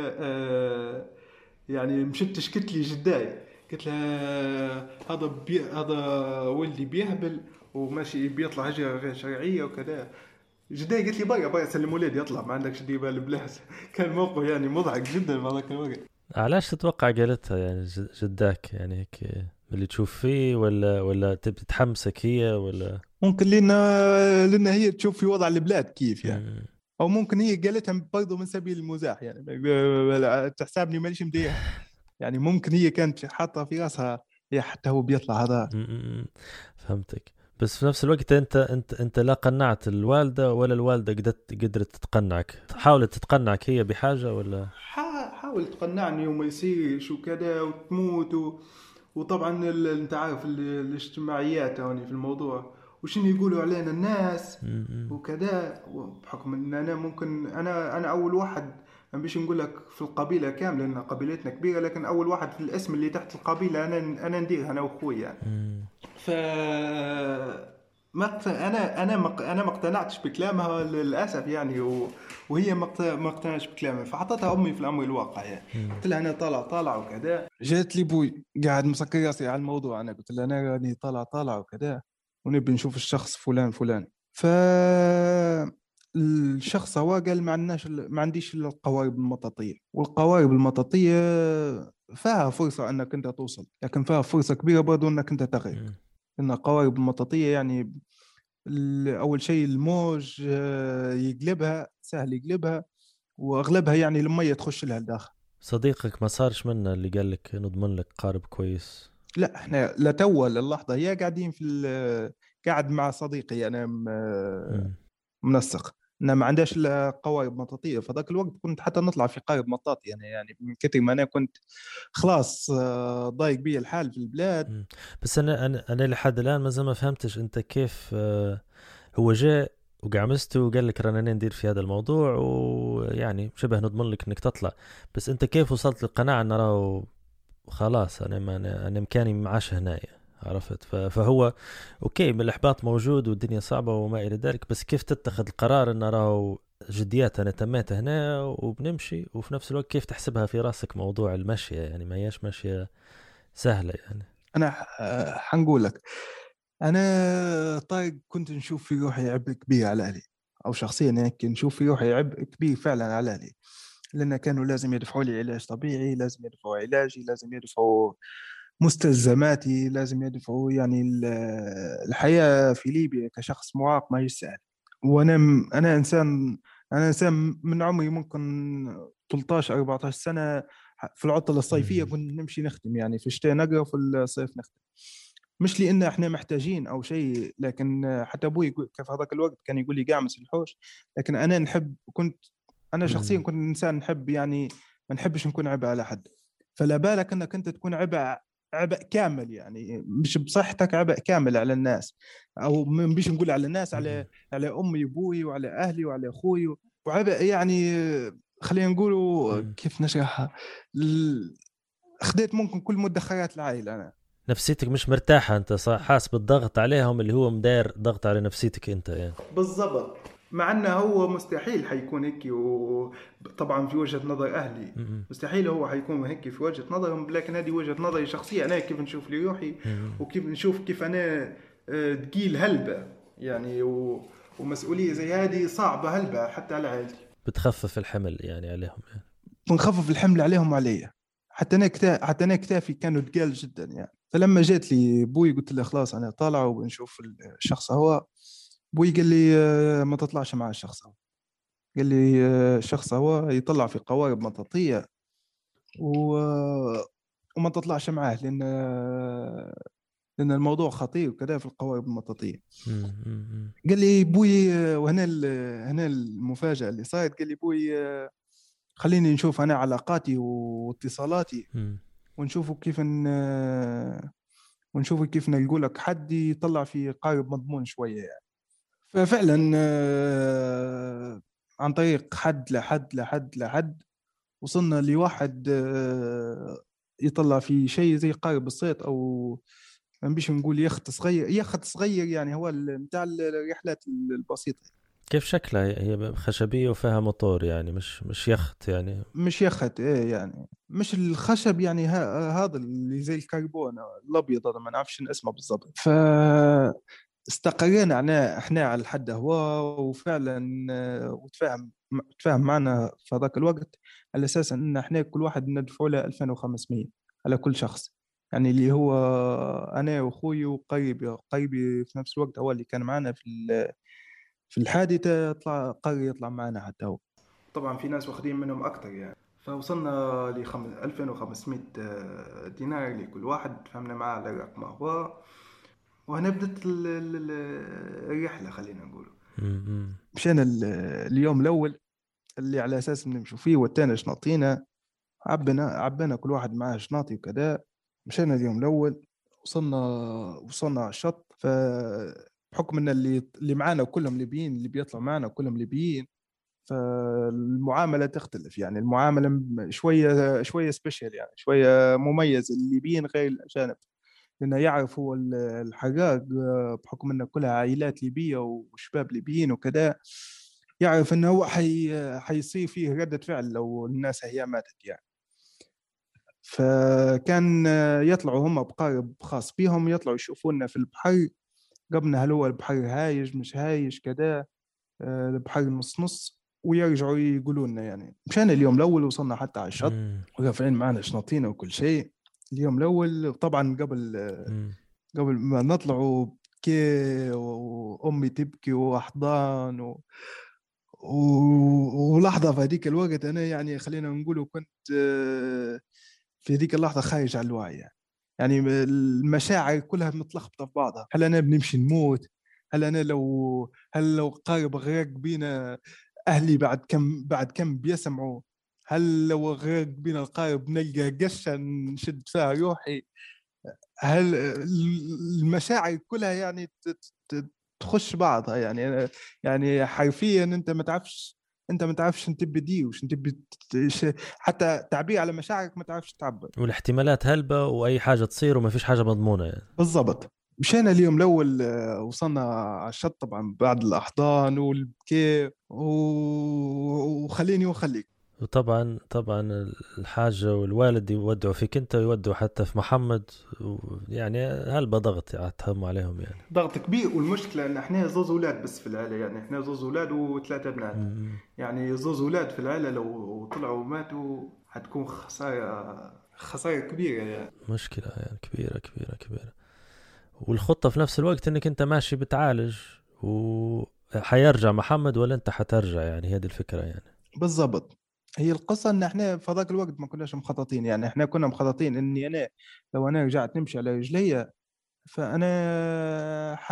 يعني مشيت تشكت لي جداي، قلت لها هذا ولدي بيهبل وماشي بيطلع هجرة غير شرعية وكذا. جداي قلت لي برا سلم ولادي يطلع، ما عندكش ديبه البلاد. كان موقف يعني مضحك جدا في هذاك الوقت. علاش تتوقع قالتها يعني جداك يعني هيك اللي تشوف فيه، ولا تبي تحمسك هي، ولا ممكن لأن هي تشوف في وضع البلاد كيف يعني، أو ممكن هي قالتها برضو من سبيل المزاح يعني، تحسبني ماليش مديح يعني، ممكن هي كانت حاطة في راسها هي حتى هو بيطلع هذا. فهمتك، بس في نفس الوقت انت لا قنعت الوالدة ولا الوالدة قدرت تقنعك؟ حاولت تقنعك هي بحاجة ولا؟ حاولت تقنعني وما يصيرش وكذا وتموت وطبعا انت عارف الاجتماعيات هوني في الموضوع وشين يقولوا علينا الناس وكذا، بحكم ان انا ممكن انا اول واحد ما بيش نقول لك في القبيله كامله لان قبيلتنا كبيره، لكن اول واحد في الاسم اللي تحت القبيله انا نديرها انا واخويا يعني. ف انا ما اقتنعتش بكلامها للاسف يعني، وهي ما اقتنعتش بكلامها، فحطتها امي في الامر الواقع يعني. قلت لها انا طالع وكذا. جات لي بوي قاعد مسكر راسي على الموضوع، انا قلت لها انا راني طالع وكذا، ونبي نشوف الشخص فلان. الشخص هو قال ما عنديش الا القوارب المطاطيه، والقوارب المطاطيه فيها فرصه انك انت توصل، لكن فيها فرصه كبيره برضو انك انت تغرق. ان القوارب المطاطيه يعني أول شيء الموج يقلبها، سهل يقلبها، وأغلبها يعني المية تخش لها الداخل. صديقك ما صارش منا اللي قال لك نضمن لك قارب كويس؟ لا احنا لا توا للحظة هي قاعدين قاعد مع صديقي أنا منسق، إنه ما عندهاش إلا قوارب مطاطية. فذاك الوقت كنت حتى نطلع في قارب مطاطي يعني من كثر ما أنا كنت خلاص ضايق بي الحال في البلاد. بس أنا لحد الآن ما زال ما فهمتش أنت كيف هو جاء وقعمسته وقال لك رانا ندير في هذا الموضوع، ويعني شبه نضمن لك انك تطلع، بس انت كيف وصلت للقناعة ان راهو خلاص انا مكاني معاش هنا، عرفت؟ فهو اوكي، من الاحباط موجود والدنيا صعبة وما الى ذلك، بس كيف تتخذ القرار ان راهو جديات انا تميت هنا وبنمشي، وفي نفس الوقت كيف تحسبها في راسك موضوع المشي؟ يعني ما هياش ماشية سهلة يعني. انا حنقول لك، انا طيب كنت نشوف في روحي عبء كبير على اهلي، او شخصيا هيك نشوف في روحي عبء كبير فعلا على اهلي، لان كانوا لازم يدفعوا لي علاج طبيعي، لازم يدفعوا علاجي، لازم يدفعوا مستلزماتي، لازم يدفعوا يعني الحياة في ليبيا كشخص معاق ما هي سهل. وانا انا انسان من عمري ممكن 13 14 سنة في العطلة الصيفية كنت نمشي نخدم، يعني في الشتاء نقرا وفي الصيف نخدم، مش لان احنا محتاجين او شيء، لكن حتى ابوي كيف هذاك الوقت كان يقول لي قاعمس الحوش، لكن انا نحب، انا شخصيا كنت انسان نحب يعني ما نحبش نكون عبء على حد. فلا بالك انك انت تكون عبء كامل، يعني مش بصحتك، عبء كامل على الناس، او مش نقول على الناس، على امي وابوي وعلى اهلي وعلى اخوي، وعبء يعني خلينا نقولوا كيف نشرحها، خديت ممكن كل مدخرات العائله. انا نفسيتك مش مرتاحة، انت حاسس بالضغط عليهم اللي هو مداير ضغط على نفسيتك انت يعني. بالضبط، مع انه هو مستحيل حيكون هيك، وطبعا في وجهة نظر اهلي مستحيل هو حيكون هيك في وجهة نظرهم، لكن هذه وجهة نظري شخصية انا كيف نشوف لي روحي، وكيف نشوف كيف انا ثقيل هلبة يعني، ومسؤولية زي هذه صعبة هلبة حتى على عائلتي. بتخفف الحمل يعني عليهم يعني. بنخفف الحمل عليهم وعليا، حتى انا كتافي كانوا ثقال جدا يعني. فلما جات لي بوي قلت له خلاص انا طالع وبنشوف الشخص هو. بوي قال لي ما تطلعش مع الشخص هو، قال لي الشخص هو يطلع في قوارب مطاطية وما تطلعش معاه، لأن الموضوع خطير وكذا في القوارب المطاطية. قال لي بوي، وهنا هنا المفاجأة اللي صارت، قال لي بوي خليني نشوف أنا علاقاتي واتصالاتي ونشوفوا كيف نلقوا لك حد يطلع في قارب مضمون شوية يعني. ففعلا عن طريق حد لحد وصلنا لواحد يطلع في شيء زي قارب الصيد، او ما بيش نقول يخت صغير يعني، هو بتاع الرحلات البسيطة. كيف شكلها؟ هي خشبية وفيها موتور يعني، مش يخت يعني، مش يخت ايه يعني، مش الخشب يعني، هذا اللي زي الكربون الابيض، هذا ما نعرفش اسمه بالضبط. استقرينا احنا على الحد هو، وفعلا وتفاهم معنا في هذاك الوقت على اساس ان احنا كل واحد ندفع له 2500 على كل شخص، يعني اللي هو انا واخوي وقريبي في نفس الوقت هو اللي كان معنا في الحادثه، قرر يطلع معنا حتى هو. طبعا في ناس واخدين منهم اكثر يعني، فوصلنا ل 2500 دينار لكل واحد، فهمنا معاه على الرقم هو، وهنا بدت الرحلة خلينا نقول. مشينا اليوم الأول اللي على أساس نمشوا فيه، والتاني شنطينا عبنا كل واحد معاه شناطي وكذا. مشينا اليوم الأول، وصلنا على الشط، فبحكم أن اللي معانا كلهم ليبيين، اللي بيطلعوا معانا كلهم ليبيين، فالمعاملة تختلف يعني، المعاملة شوية سبيشال يعني، شوية مميز، الليبيين غير الأجانب. لأنه يعرف هو الحقائق بحكم أن كلها عائلات ليبية وشباب ليبيين وكذا، يعرف أنه هو حيصير فيه ردة فعل لو الناس هي ماتت يعني. فكان يطلعوا هم بقارب خاص بيهم، يطلعوا يشوفونا في البحر قبلنا هل هو البحر هايج مش هايج كذا، البحر نص نص، ويرجعوا يقولوا لنا يعني. مشان اليوم الأول وصلنا حتى على الشط وقافلين معنا شنطينا وكل شيء. اليوم الأول طبعا قبل ما نطلعوا بكي وأمي تبكي وأحضان ولحظة في هذيك الوقت أنا يعني خلينا نقوله كنت في هذيك اللحظة خارج على الوعي يعني المشاعر كلها متلخبطة في بعضها. هل أنا بنمشي نموت؟ هل لو قارب غرق بينا أهلي بعد كم بيسمعوا؟ هل لو غرق بينا القارب نلقى قشة نشد فيها روحي؟ هل المشاعر كلها يعني تخش بعضها يعني حرفيا انت ما تعرفش انت بدي وش انت حتى تعبير على مشاعرك ما تعرفش تعبر، والاحتمالات هلبة واي حاجة تصير وما فيش حاجة مضمونة يعني. بالضبط. مشينا اليوم الاول وصلنا على الشط طبعا بعد الاحضان والبكي وخليني وخليك، وطبعا الحاجة والوالد يودعوا فيك انت ويودعوا حتى في محمد، يعني هلبة ضغط يعتهم عليهم يعني ضغط كبير. والمشكلة ان احنا زوز اولاد بس في العائلة، يعني احنا زوز اولاد وثلاثة بنات يعني زوز اولاد في العائلة لو طلعوا وماتوا حتكون خسارة كبيرة يعني. مشكلة يعني كبيرة. والخطة في نفس الوقت انك انت ماشي بتعالج وحيرجع محمد ولا انت حترجع، يعني هذه الفكرة يعني. بالضبط. هي القصة ان احنا في ذاك الوقت ما كناش مخططين، يعني احنا كنا مخططين اني انا لو انا رجعت نمشي على رجلي فانا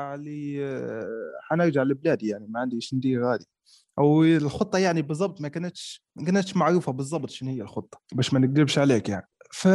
حنرجع لبلادي، يعني ما عنديش ندير غادي. او الخطة يعني بالضبط ما كانتش معروفة بالضبط شنو هي الخطة باش ما نكذبش عليك يعني.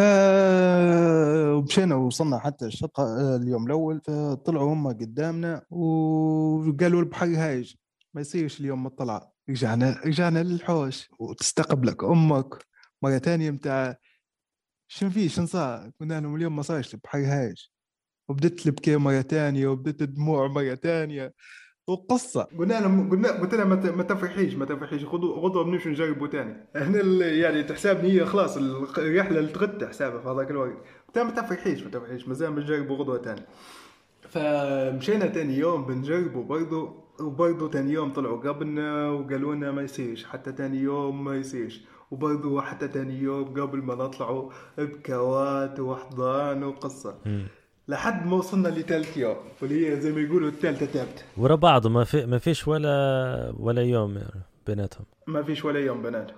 ومشينا وصلنا حتى الشط اليوم الاول، فطلعوا هم قدامنا وقالوا البحر هايج ما يصيرش اليوم الطلعة. رجعنا للحوش وتستقبلك امك مرة تانية متاع شنو صار؟ قلنا لهم اليوم ما صارش البحر هايج، وبدت لبكي مرة تانية وبدت الدموع مرة تانية وقصة. قلت لها ما تفرحيش غدوة بنمشي نجربوا تاني. احنا يعني تحسابني هي خلاص الرحلة اللي تغدى حسابها في هذاك الوقت. قلت لها ما تفرحيش مازال بنجربوا غدوة تاني. فمشينا تاني يوم بنجربوا وبرضو تاني يوم طلعوا قبلنا وقالوا لنا ما يصيرش، حتى تاني يوم ما يصيرش، وبرضو حتى تاني يوم قبل ما نطلعوا بكوات وحضان وقصة لحد ما وصلنا لثالث يوم، واللي هي زي ما يقولوا الثالثة تابت ورا بعض. ما فيش ولا يوم يعني بيناتهم، ما فيش ولا يوم بيناتهم.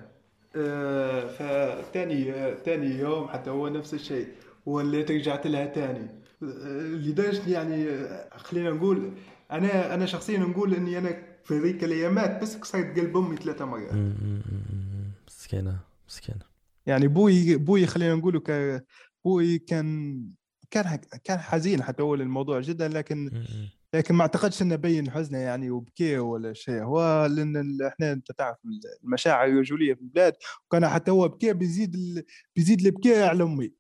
فتاني يوم حتى هو نفس الشيء، وليت رجعت لها تاني لدرجة يعني خلينا نقول أنا شخصيا نقول إني أنا في ذيك الأيامات بس كسرت قلب أمي 3 مرات. مسكينة يعني بوي خلينا نقوله بوي كان حزين حتى أول الموضوع جدا، لكن ما اعتقدش انه بين حزنه يعني وبكي ولا شيء. هو لان احنا انت تعرف المشاعر الرجوليه في البلاد، وكان حتى هو بكي بيزيد البكي على امي،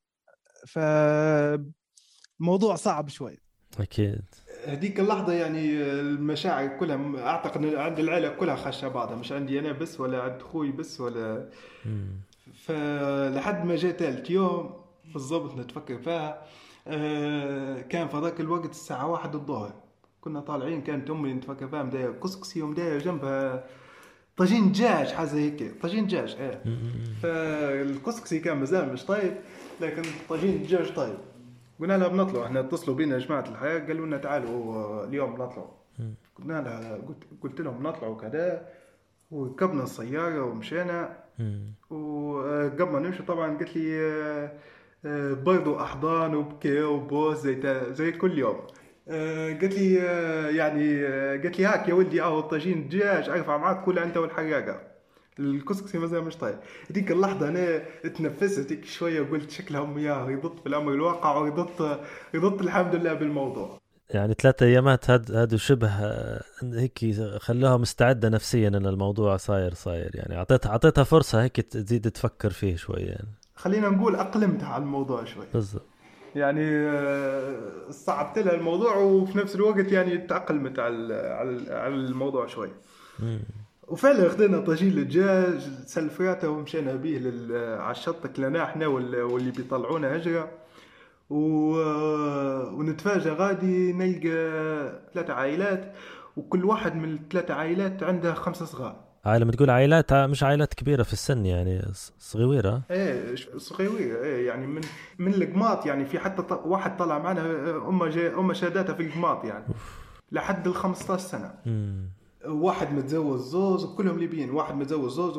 فالموضوع صعب شوي اكيد. هذيك اللحظه يعني المشاعر كلها اعتقد عند العائله كلها خاشه بعضها، مش عندي انا بس ولا عند اخوي بس ولا فلحد ما جاء ثالث يوم بالضبط نتفكر فيها. كان في ذاك الوقت الساعه 1 الظهر، كنا طالعين، كانت امي نتفكر فيها مداير كسكسي ومداير جنبها طاجين دجاج حاجه هيك، طاجين دجاج فالكسكسي كان مازال مش طيب لكن طاجين الدجاج طيب. قلنا لها بنطلع، احنا اتصلوا بينا يا جماعه الحياه قالوا لنا تعالوا اليوم نطلعوا. قلنا لها قلت لهم نطلعوا كذا، وركبنا السياره ومشينا. وقبل ما نمشي طبعا قلت لي برضو احضان وبكي وبوز زي كل يوم. قلت لي يعني قلت لي هاك يا ولدي طاجين دجاج ارفع معاك كل انت والحراقه، الكسكسي مازال مش طايب. هذيك اللحظه انا اتنفست هيك شويه وقلت شكلهم يا يضط في الامر الواقع ويضط الحمد لله بالموضوع. يعني 3 أيامات هادو شبه هيك خلوها مستعدة نفسيا ان الموضوع صاير يعني عطيتها فرصة هيك تزيد تفكر فيه شوية يعني. خلينا نقول اقلمتها على الموضوع شوي. بالضبط. يعني صعبت لها الموضوع، وفي نفس الوقت يعني تأقلمت على الموضوع شوي. وفعلا خدنا طاجين الدجاج سلفراته ومشينا به على الشط كلنا احنا واللي بيطلعونا هجرة. ونتفاجأ غادي نلقى 3 عائلات، وكل واحد من ال3 عائلات عنده 5 صغار. لما تقول عائلات مش عائلات كبيرة في السن، يعني صغيرة. ايه صغيرة، ايه يعني من القماط، يعني في حتى واحد طلع معنا أمه شهاداتها في القماط يعني لحد 15 سنة. واحد متزوج زوز وكلهم ليبيين، واحد متزوج زوز،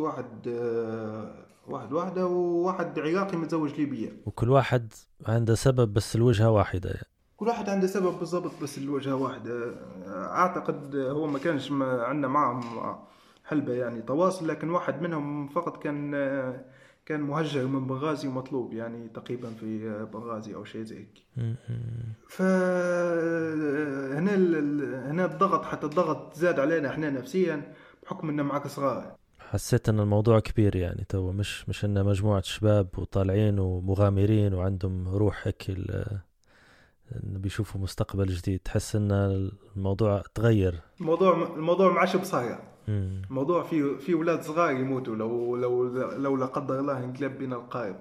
واحدة، وواحد عراقي متزوج ليبية. وكل واحد عنده سبب بس الوجهة واحدة يعني. كل واحد عنده سبب بالضبط بس الوجهة واحدة. أعتقد هو ما كانش عندنا معهم حلبة يعني تواصل، لكن واحد منهم فقط كان مهجر من بنغازي ومطلوب يعني تقريبا في بنغازي أو شيء زي هيك. هنا الضغط، حتى الضغط زاد علينا احنا نفسيا بحكم إنه معك صغار. حسيت ان الموضوع كبير يعني، تو مش إنه مجموعة شباب وطالعين ومغامرين وعندهم روح هيك إنه بيشوفوا مستقبل جديد. تحس إن الموضوع تغير. الموضوع معش بصايا. الموضوع في أولاد صغار يموتوا لو لا قدر الله انقلب بنا القائد.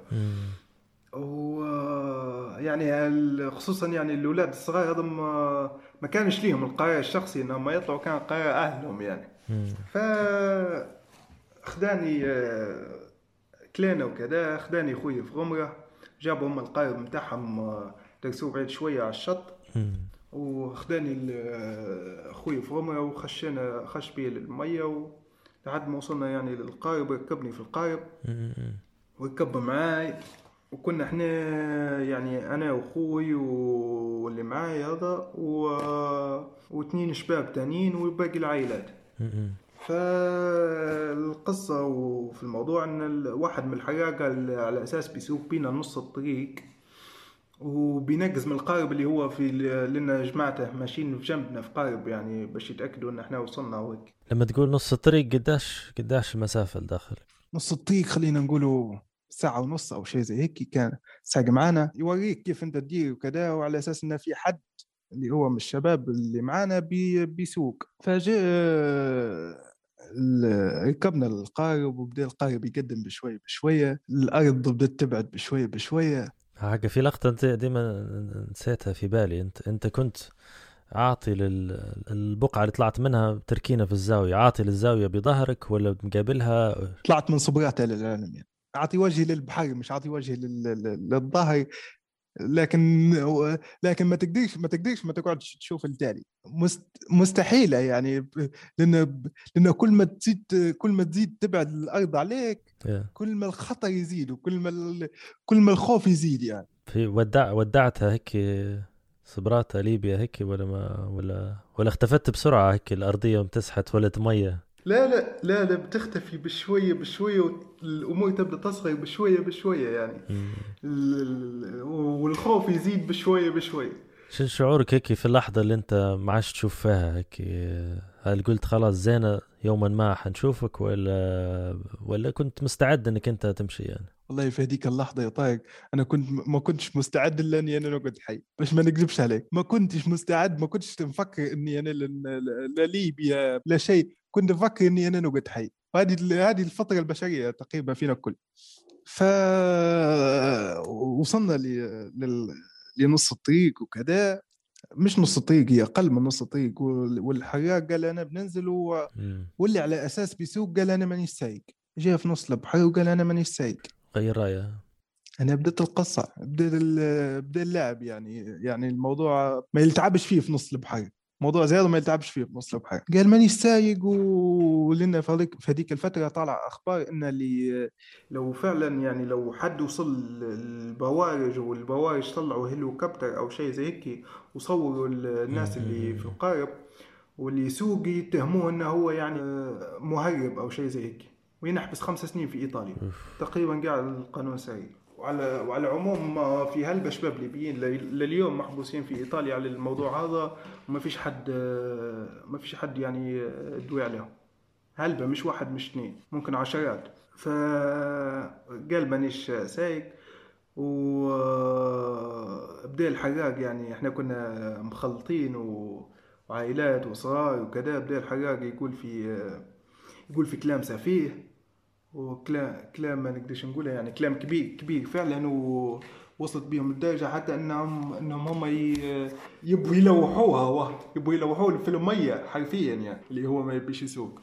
يعني خصوصا يعني الأولاد الصغار هذا ما كانش ليهم القرار الشخصي إنهم يطلعوا، كان قرار أهلهم يعني. خداني كلينا وكذا، خداني أخوي في غمرة، جابوا هم القائد متاعهم درسوه بعيد شوية على الشط. وخداني أخوي في غمرة خش بيه للمية لحد ما وصلنا يعني للقارب، ركبني في القارب وركب معاي. وكنا احنا يعني انا واخوي واللي معاي هذا و2 شباب تانيين وباقي العائلات. فالقصة وفي الموضوع ان واحد من الحراقة على اساس بيسوق بينا نص الطريق وبينقز من القارب اللي هو في لنا جماعته ماشيين في جنبنا في قارب يعني باش يتأكدوا ان احنا وصلنا وهيك. لما تقول نص الطريق قداش المسافة الداخل؟ نص الطريق خلينا نقولوا 1.5 ساعة أو شيء زي هيك. كان ساق معانا يوريك كيف انت تدير وكذا، وعلى اساس انه في حد اللي هو من الشباب اللي معانا بيسوق. فجاء ركبنا القارب وبدأ القارب يقدم بشوية بشوية، الأرض بدأت تبعد بشوية بشوية. حاجة في لقطة انت ديما نسيتها في بالي، انت كنت عاطي للبقعة اللي طلعت منها تركينة في الزاوية، عاطي للزاوية بظهرك ولا مقابلها؟ طلعت من صبراتها للعالم يعني، عاطي وجهي للبحر مش عاطي وجهي للظهر. لكن ما تقدرش ما تقعدش تشوف التالي، مستحيلة يعني. لأن كل ما تزيد تبعد الأرض عليك كل ما الخطر يزيد وكل ما الخوف يزيد يعني. في ودعتها هيك صبراتها ليبيا هيك ولا اختفت بسرعة هيك الأرضية ومتسحت ولد مية؟ لا بتختفي بشوية بشوية والأمور تبدأ تصغر بشوية بشوية يعني. والخوف يزيد بشوية بشوية. شو شعورك هيك في اللحظة اللي انت ما عادش تشوف فيها هيك؟ هل قلت خلاص زينة يوما ما حنشوفك ولا كنت مستعد انك انت تمشي يعني؟ والله في هذيك اللحظة يا طارق أنا ما كنتش مستعد إلا إني أنا نقعد حي، باش ما نكذبش عليك. ما كنتش مستعد، ما كنتش نفكر إني أنا لا ليبيا لا شيء، كنت أفكر إني أنا نقعد حي. هذه الفترة البشرية تقريبا فينا الكل. وصلنا لنص الطريق وكذا، مش نص الطريق، هي أقل من نص الطريق. والحراق قال أنا بننزل واللي على أساس بيسوق قال أنا مانيش سايق. جاء في نص البحر وقال أنا مانيش سايق. غير رأيه. أنا بدأت القصة، بدأ اللعب يعني الموضوع ما يلتعبش فيه في نص البحر، موضوع زيادة ما يلتعبش فيه في نص البحر. قال مانيش سايق. ولنا في هذيك الفترة طالع أخبار إن اللي لو فعلا يعني لو حد وصل البوارج والبوارج طلعوا هليكوبتر أو شيء زي هيك وصوروا الناس اللي في القارب واللي يسوق يتهموه إنه هو يعني مهرب أو شيء زي هيك وينحبس 5 سنين في إيطاليا تقريبا. قاعد القانون ساري. وعلى العموم في هلبة شباب ليبيين لليوم محبوسين في إيطاليا على الموضوع هذا، وما فيش حد يعني دوي عليهم. هلبة مش 1 مش 2 ممكن 10. فقال مانيش سايق وبدأ بدأ الحقاق يعني إحنا كنا مخلطين وعائلات وصغار وكذا. بدأ الحقاق يقول في كلام سفيه وكلام ما نقدرش نقوله، يعني كلام كبير فعلا، ووصلت بهم الدرجة حتى انهم هم يبوا يلوحوه الفيلم مية حرفيا، يعني اللي هو ما يبيش يسوق.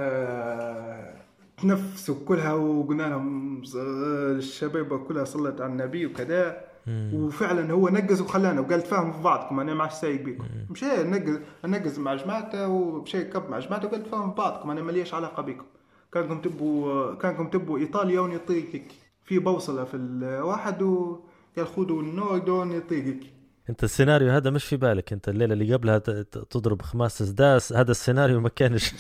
تنفسوا كلها وقلنا لهم الشباب كلها صلت على النبي وكذا، وفعلا هو نقز وخلانا وقال تفاهموا في بعضكم، انا ما عادش سايق بيكم. مشى نقز مع جماعته ومشى كب مع جماعته وقال تفاهموا في بعضكم، انا ماليش علاقة بيكم. كانكم تبوا إيطاليا ونطيقك في بوصلة في الواحد وقال خذوا النوردون يطيقك. انت السيناريو هذا مش في بالك انت الليلة اللي قبلها تضرب خماس سداس؟ هذا السيناريو ما كانش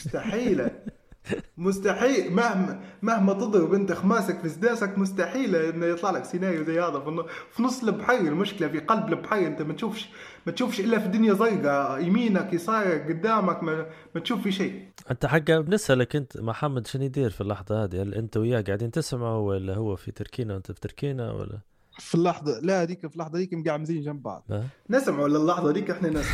مستحيل مهما تضرب انت خماسك في سداسك مستحيل انه يطلع لك سيناريو زي هذا في نص البحر. المشكلة في قلب البحر، انت ما تشوفش الا في الدنيا زرقاء، يمينك يسارك قدامك ما تشوف في شيء. انت حقا بنسألك انت محمد شنو يدير في اللحظة هذه؟ هل انت وياه قاعدين تسمعوا ولا هو في تركينا وانت في تركينا ولا في اللحظة؟ لا هذيك في اللحظة هذيك مقعمزين جنب بعض نسمعوا للحظة هذيك احنا نسمع.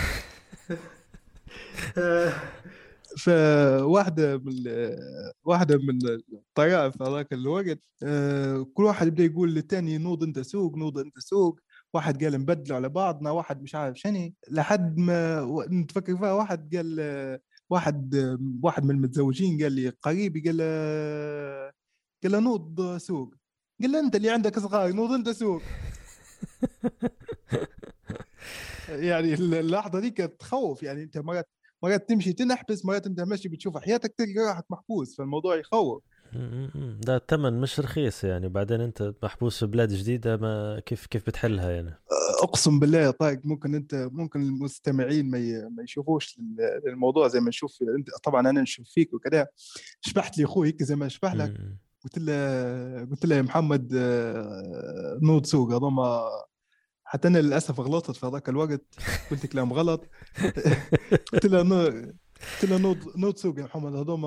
فواحدة من الطرائف هذاك الوقت كل واحد يبدأ يقول للتاني نوض انت سوق. واحد قال نبدلوا على بعضنا، واحد مش عارف شني، لحد ما نتفكر فيها واحد قال واحد من المتزوجين قال لي قريبي قال له نوض سوق. قال له انت اللي عندك صغار نوض انت سوق. يعني اللحظة دي كانت تخوف، يعني انت مرات تمشي تنحبس، مرات انت ماشي بتشوف حياتك تلقى راحك محبوس، فالموضوع يخوف. ده الثمن مش رخيص يعني. بعدين انت محبوس في بلاد جديدة، ما كيف بتحلها يعني؟ اقسم بالله يا طارق ممكن المستمعين ما يشوفوش الموضوع زي ما نشوف انت. طبعا انا نشوف فيك وكذا، شبحت لي اخوي هيك زي ما شبح لك. قلت له يا محمد نوض سوق. هذا حتى انا للاسف غلطت في هذاك الوقت، قلت كلام غلط. قلت له نوض سوق يا محمد. هذا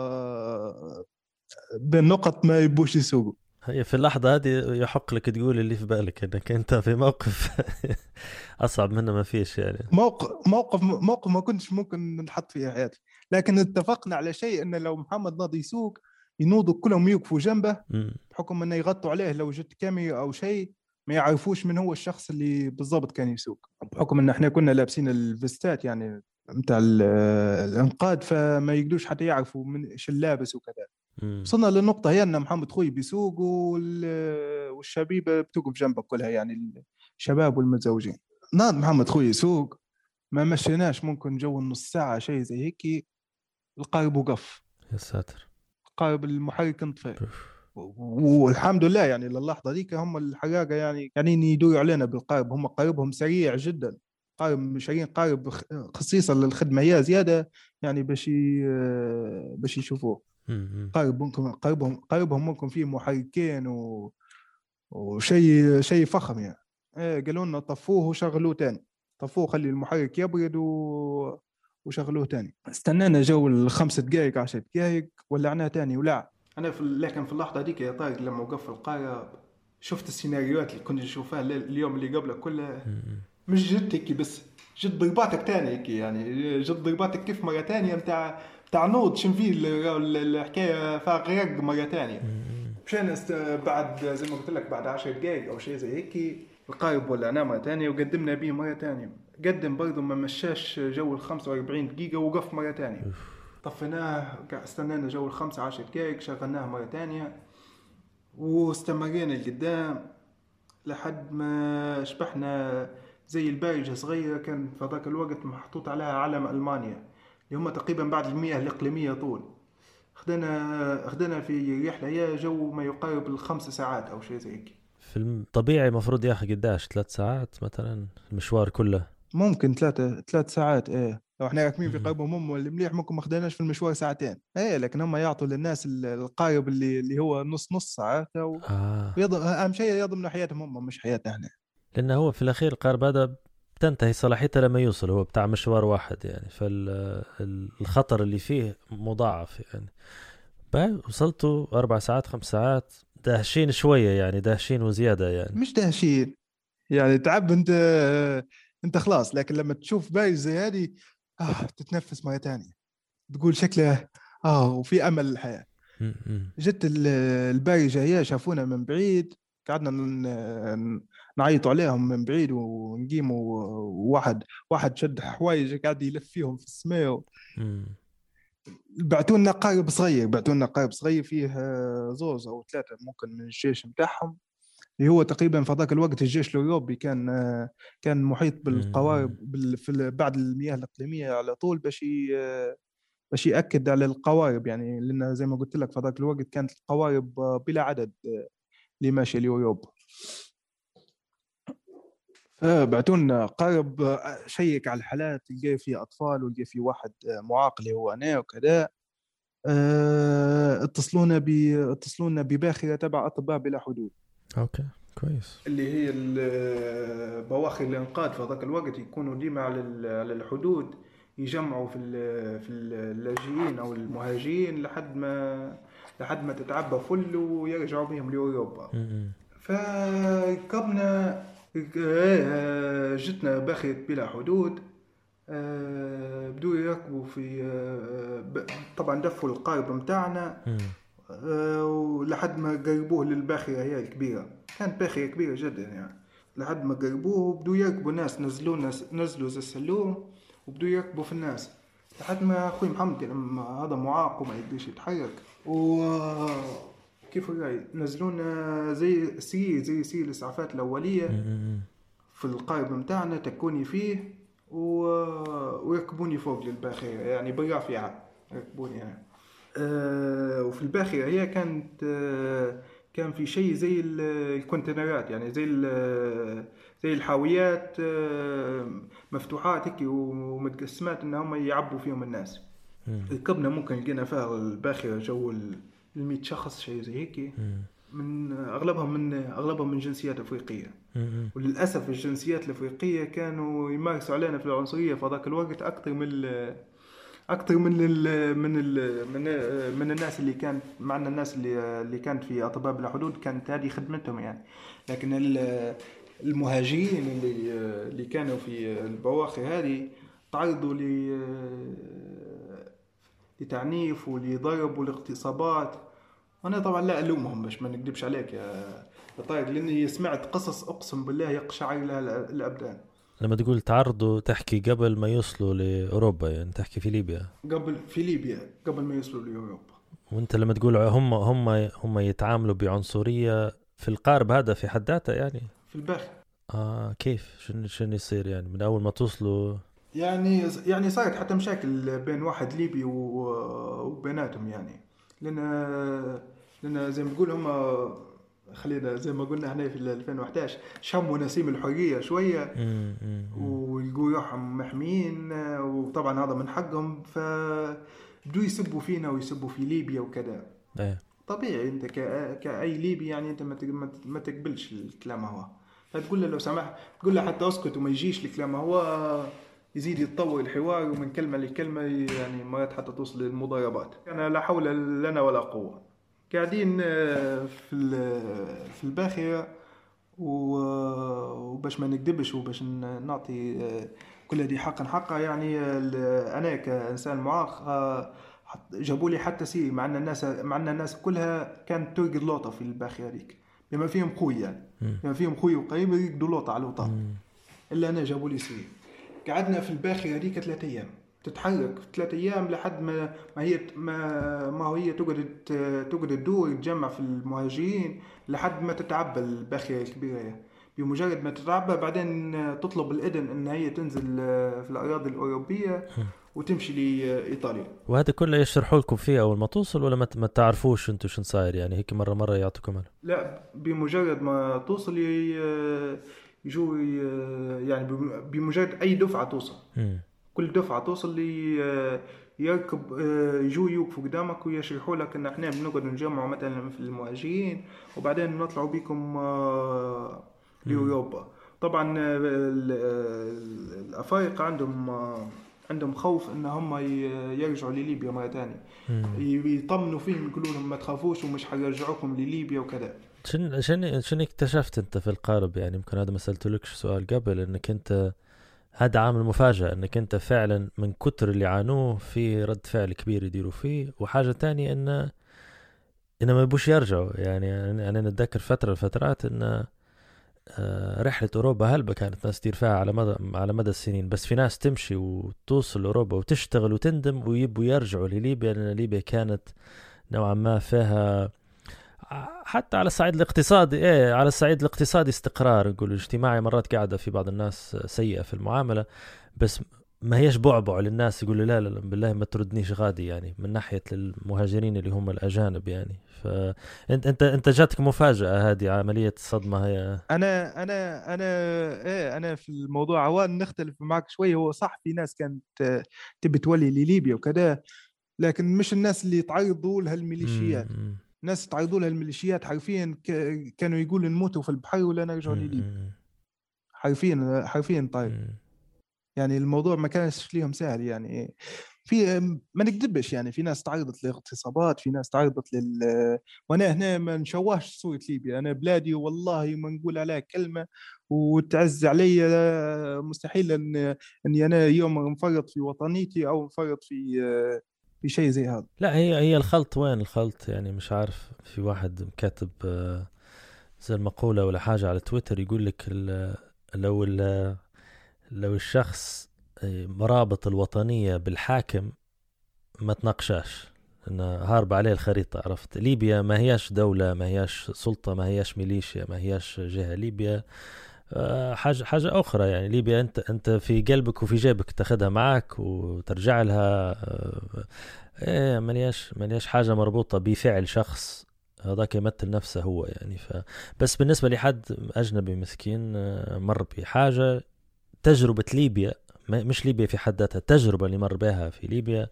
بين نقط ما يبوش يسوقوا. هي في اللحظة هذه يحق لك تقول اللي في بالك، انك انت في موقف اصعب منه ما فيش يعني. موقف ما كنتش ممكن نحط فيه حياتي، لكن اتفقنا على شيء انه لو محمد ناضي يسوق ينوضوا كلهم يوقفوا جنبه، بحكم انه يغطوا عليه لو جت كاميرا او شيء ما يعرفوش من هو الشخص اللي بالضبط كان يسوق، بحكم ان احنا كنا لابسين الفيستات يعني متاع الانقاذ، فما يقدوش حتى يعرفوا من ايش اللابس وكذا. وصلنا للنقطة هي ان محمد خوي بيسوق والشبيبة بتوقف جنبه كلها، يعني الشباب والمتزوجين. ناض محمد خوي يسوق، ما مشيناش ممكن جو نص ساعة شيء زي هيك، القارب وقف. يا ساتر. القارب المحرك انطفى، والحمد لله يعني للحظة ديك هم الحقاقة يعني يدوروا علينا بالقارب. هم قاربهم سريع جدا، قارب مشارين قارب خصيصا للخدمة هي زيادة يعني باش يشوفوه. قاربهم ممكن فيه محركين وشيء فخم يعني. قالوا لنا طفوه وشغلوه تاني، طفوه خلي المحرك يبرد وشغلوه تاني. استنانا جو 5 دقائق 10 دقائق ولعناه تاني ولع. انا لكن في اللحظه هذيك يا طارق لما وقف القارب شفت السيناريوهات اللي كنت نشوفها اليوم اللي قبله كلها، مش جد هيك بس جد ضرباتك تاني هيك، يعني جد ضرباتك كيف مره تانية بتاع نوض شنفيل الحكايه فغرق مره تانية. مشان بعد زي ما قلت لك بعد 10 دقائق او شيء زي هيك القارب ولعناه مره تانية وقدمنا به مره تانية. قدم برضه ما مشاش جو 45 دقيقه ووقف مره تانية. طفيناه، استنينا جو 15 دقائق، شغلناه مرة تانية واستمرينا لقدام لحد ما شبحنا زي البارجة صغيرة كان في ذاك الوقت محطوط عليها علم ألمانيا اللي هم تقريبا بعد المياه الإقليمية طول. خدنا في رحلة هي جو ما يقارب 5 ساعات أو شيء زي هيك. في الطبيعي مفروض ياخد قداش 3 ساعات مثلا المشوار كله؟ ممكن 3 ساعات. لو احنا راكبين في قاربهم اللي مليح ممكن ما خدناش في المشوار 2 ساعات. لكن هم يعطوا للناس القارب اللي هو نص ساعات اهم شيء يضمنوا حياتهم هم مش حياتنا احنا، لانه هو في الاخير القارب هذا تنتهي صلاحيته لما يوصل، هو بتاع مشوار واحد يعني، فالخطر اللي فيه مضاعف يعني. وصلتوا 4 ساعات 5 ساعات داهشين شوية يعني، داهشين وزيادة يعني. مش داهشين يعني تعب انت خلاص، لكن لما تشوف باي زي هذه تتنفس مرة تانية، تقول شكله وفي امل الحياة. جت البايجة هي شافونا من بعيد، قعدنا نعيط عليهم من بعيد ونقيموا، واحد شد حوايج قاعد يلف فيهم في السماء. بعتونا قارب صغير فيه 2 أو 3 ممكن من الجيش متاعهم، اللي هو تقريبا في ذاك الوقت الجيش الأوروبي كان محيط بالقوارب بعد المياه الإقليمية على طول، باش يأكد على القوارب، يعني لأن زي ما قلت لك في ذاك الوقت كانت القوارب بلا عدد اللي ماشية لأوروبا. فبعتونا قارب شيك على الحالات، لقى فيه أطفال ولقى فيه واحد معاق اللي هو أنا وكذا. اتصلونا بباخرة تبع أطباء بلا حدود. اوكي كويس. اللي هي بواخر الإنقاذ في ذاك الوقت يكونوا ديما على الحدود، يجمعوا في اللاجئين أو المهاجرين لحد ما تتعبى فل ويرجعوا بهم لأوروبا. فقبنا جتنا باخرة بلا حدود، بدو يركبوا في طبعا دفوا القارب متاعنا ولحد ما قربوه للباخرة هي الكبيرة، كانت باخرة كبيرة جدا يعني. لحد ما قربوه بدو يركبوا ناس، نزلوا زي السلوم وبدو يركبوا في الناس، لحد ما أخوي محمد لما هذا معاق وما يقدرش يتحرك، وكيف رأي نزلونا زي سرير الإسعافات الأولية في القارب متاعنا، تكوني فيه ويركبوني فوق للباخرة، يعني بالرافعة يركبوني يعني. وفي الباخرة هي كان في شيء زي الكونتينرات، يعني زي الحاويات مفتوحات هيك ومتقسمات ان هم يعبوا فيهم الناس. ركبنا ممكن لقينا فيها الباخرة جو 100 شخص شيء زي هيك، من اغلبهم من جنسيات افريقيه. وللاسف الجنسيات الافريقيه كانوا يمارسوا علينا في العنصريه في ذاك الوقت اكثر من الناس اللي كانت معنا، الناس اللي كانت في اطباء بلا حدود كانت هذه خدمتهم يعني. لكن المهاجرين اللي كانوا في البواخر هذه تعرضوا لتعنيف ولضرب ولاغتصابات. أنا طبعا لا ألومهم باش ما نكذبش عليك يا طارق، لأني سمعت قصص أقسم بالله يقشعر لها الأبدان. لما تقول تعرضوا تحكي قبل ما يوصلوا لأوروبا، يعني تحكي في ليبيا؟ قبل ما يوصلوا لأوروبا. وانت لما تقول هم يتعاملوا بعنصرية في القارب هذا في حد ذاته يعني في الباخر. كيف شنو يصير يعني من أول ما توصلوا؟ يعني صارت حتى مشاكل بين واحد ليبي وبيناتهم يعني، لأن زي ما نقول هم خلينا زي ما قلنا احنا في 2011 شموا نسيم الحرية شوية ويلقوا روحهم محميين، وطبعا هذا من حقهم، فبدوا يسبوا فينا ويسبوا في ليبيا وكذا. طبيعي انت كأي ليبي يعني انت ما تقبلش الكلام هو، فتقول له لو سمحت، تقول له حتى اسكت وما يجيش الكلام هو، يزيد يتطور الحوار ومن كلمة لكلمة يعني مرات حتى توصل للمضاربات. أنا لا حول لنا ولا قوة، قاعدين في الباخرة وباش ما نكذبش وباش نعطي كل دي حقا يعني. أنا كإنسان معاق جابوا لي حتى سيري معنا الناس كلها كانت ترقد لوطة في الباخرة هذيك، بما فيهم خوي يعني بما فيهم خوي وقريب يرقدوا لوطة على لوطة، إلا أنا جابوا لي سيري. قعدنا في الباخرة هذيك 3 أيام تتحرك، 3 أيام لحد ما هي تقعد تدور تجمع في المهاجرين لحد ما تتعبى الباخرة الكبيرة. بمجرد ما تتعبى بعدين تطلب الإذن إن هي تنزل في الأراضي الأوروبية وتمشي لإيطاليا. وهذا كله يشرحوا لكم فيه أول ما توصل ولا ما تعرفوش أنتوا شن صاير يعني هيك مرة يعطوكم أنا؟ لا، بمجرد ما توصل يجوا يعني بمجرد أي دفعة توصل، كل دفعة توصل يركب يجوا يوقفوا قدامك ويشرحوا لك إن إحنا بنقعد نجمع مثلا في المهاجرين وبعدين نطلعوا بكم لأوروبا. طبعا الأفارقة عندهم خوف إن هم يرجعوا لليبيا مرة تانية، يطمنوا فيهم يقولوا لهم ما تخافوش ومش حيرجعوكم لليبيا وكذا. شن اكتشفت انت في القارب؟ يعني يمكن هذا ما سألتلكش سؤال قبل، انك انت هذا عامل مفاجأة انك انت فعلا من كتر اللي عانوه في رد فعل كبير يديروا فيه. وحاجة تانية ان ما يبوش يرجعوا. يعني انا نتذكر فترة الفترات ان رحلة أوروبا هلبة كانت ناس تدير فيها على مدى السنين، بس في ناس تمشي وتوصل أوروبا وتشتغل وتندم ويبوا يرجعوا لليبيا، لأن ليبيا كانت نوعا ما فيها حتى على الصعيد الاقتصادي على الصعيد الاقتصادي استقرار، نقول الاجتماعي مرات قاعدة في بعض الناس سيئة في المعاملة، بس ما هيش بعبع للناس يقولوا لا بالله ما تردنيش غادي، يعني من ناحية المهاجرين اللي هم الأجانب. يعني فأنت جاتك مفاجأة هذه عملية الصدمة هي؟ أنا في الموضوع عوان نختلف معك شوي. هو صح في ناس كانت تبي تولي لليبيا وكذا، لكن مش الناس اللي تعرضوا لها الميليشيات. ناس تعرضوا لها الميليشيات حرفيا كانوا يقولوا نموتوا في البحر ولا نرجعوا لليبيا، حرفيا. طيب يعني الموضوع ما كانش ليهم سهل. يعني في ما نكذبش، يعني في ناس تعرضت لاغتصابات، في ناس تعرضت وانا هنا ما نشوهش صورة ليبيا، انا بلادي والله ما نقول عليها كلمة وتعز علي. مستحيل اني انا يوم نفرط في وطنيتي او نفرط في شيء زي هذا. لا هي الخلط. وين الخلط؟ يعني مش عارف. في واحد كاتب زي المقولة ولا حاجة على تويتر يقول لك لو الشخص مرابط الوطنية بالحاكم ما تناقشاش، انه هارب عليه الخريطة. عرفت؟ ليبيا ما هياش دولة، ما هياش سلطة، ما هياش ميليشيا، ما هياش جهة. ليبيا حاجة أخرى. يعني ليبيا أنت في قلبك وفي جيبك، تاخدها معك وترجع لها. ملياش حاجة مربوطة بفعل شخص هذاك يمثل نفسه هو. يعني بس بالنسبة لحد أجنبي مسكين مر بحاجة، تجربة ليبيا، مش ليبيا في حد ذاتها، التجربة اللي مر بها في ليبيا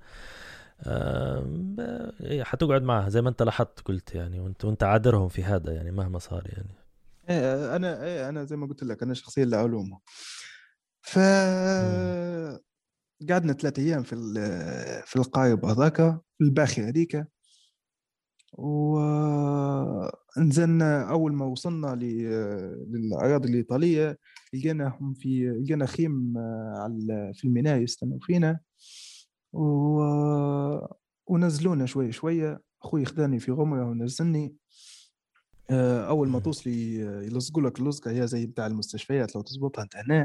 حتقعد معها زي ما أنت لاحظت قلت. يعني وأنت عادرهم في هذا، يعني مهما صار. يعني أنا زي ما قلت لك أنا شخصيا لا ألومه. قعدنا 3 أيام في القارب هذاك، في الباخرة هذيك، ونزلنا. أول ما وصلنا للأراضي الإيطالية لقينا خيم في الميناء يستنوا فينا، ونزلونا شوية. أخوي خداني في غمرة ونزلني. أول ما توصلي يلصقوا لك اللصقة هي زي بتاع المستشفيات لو تزبطها أنت هنا،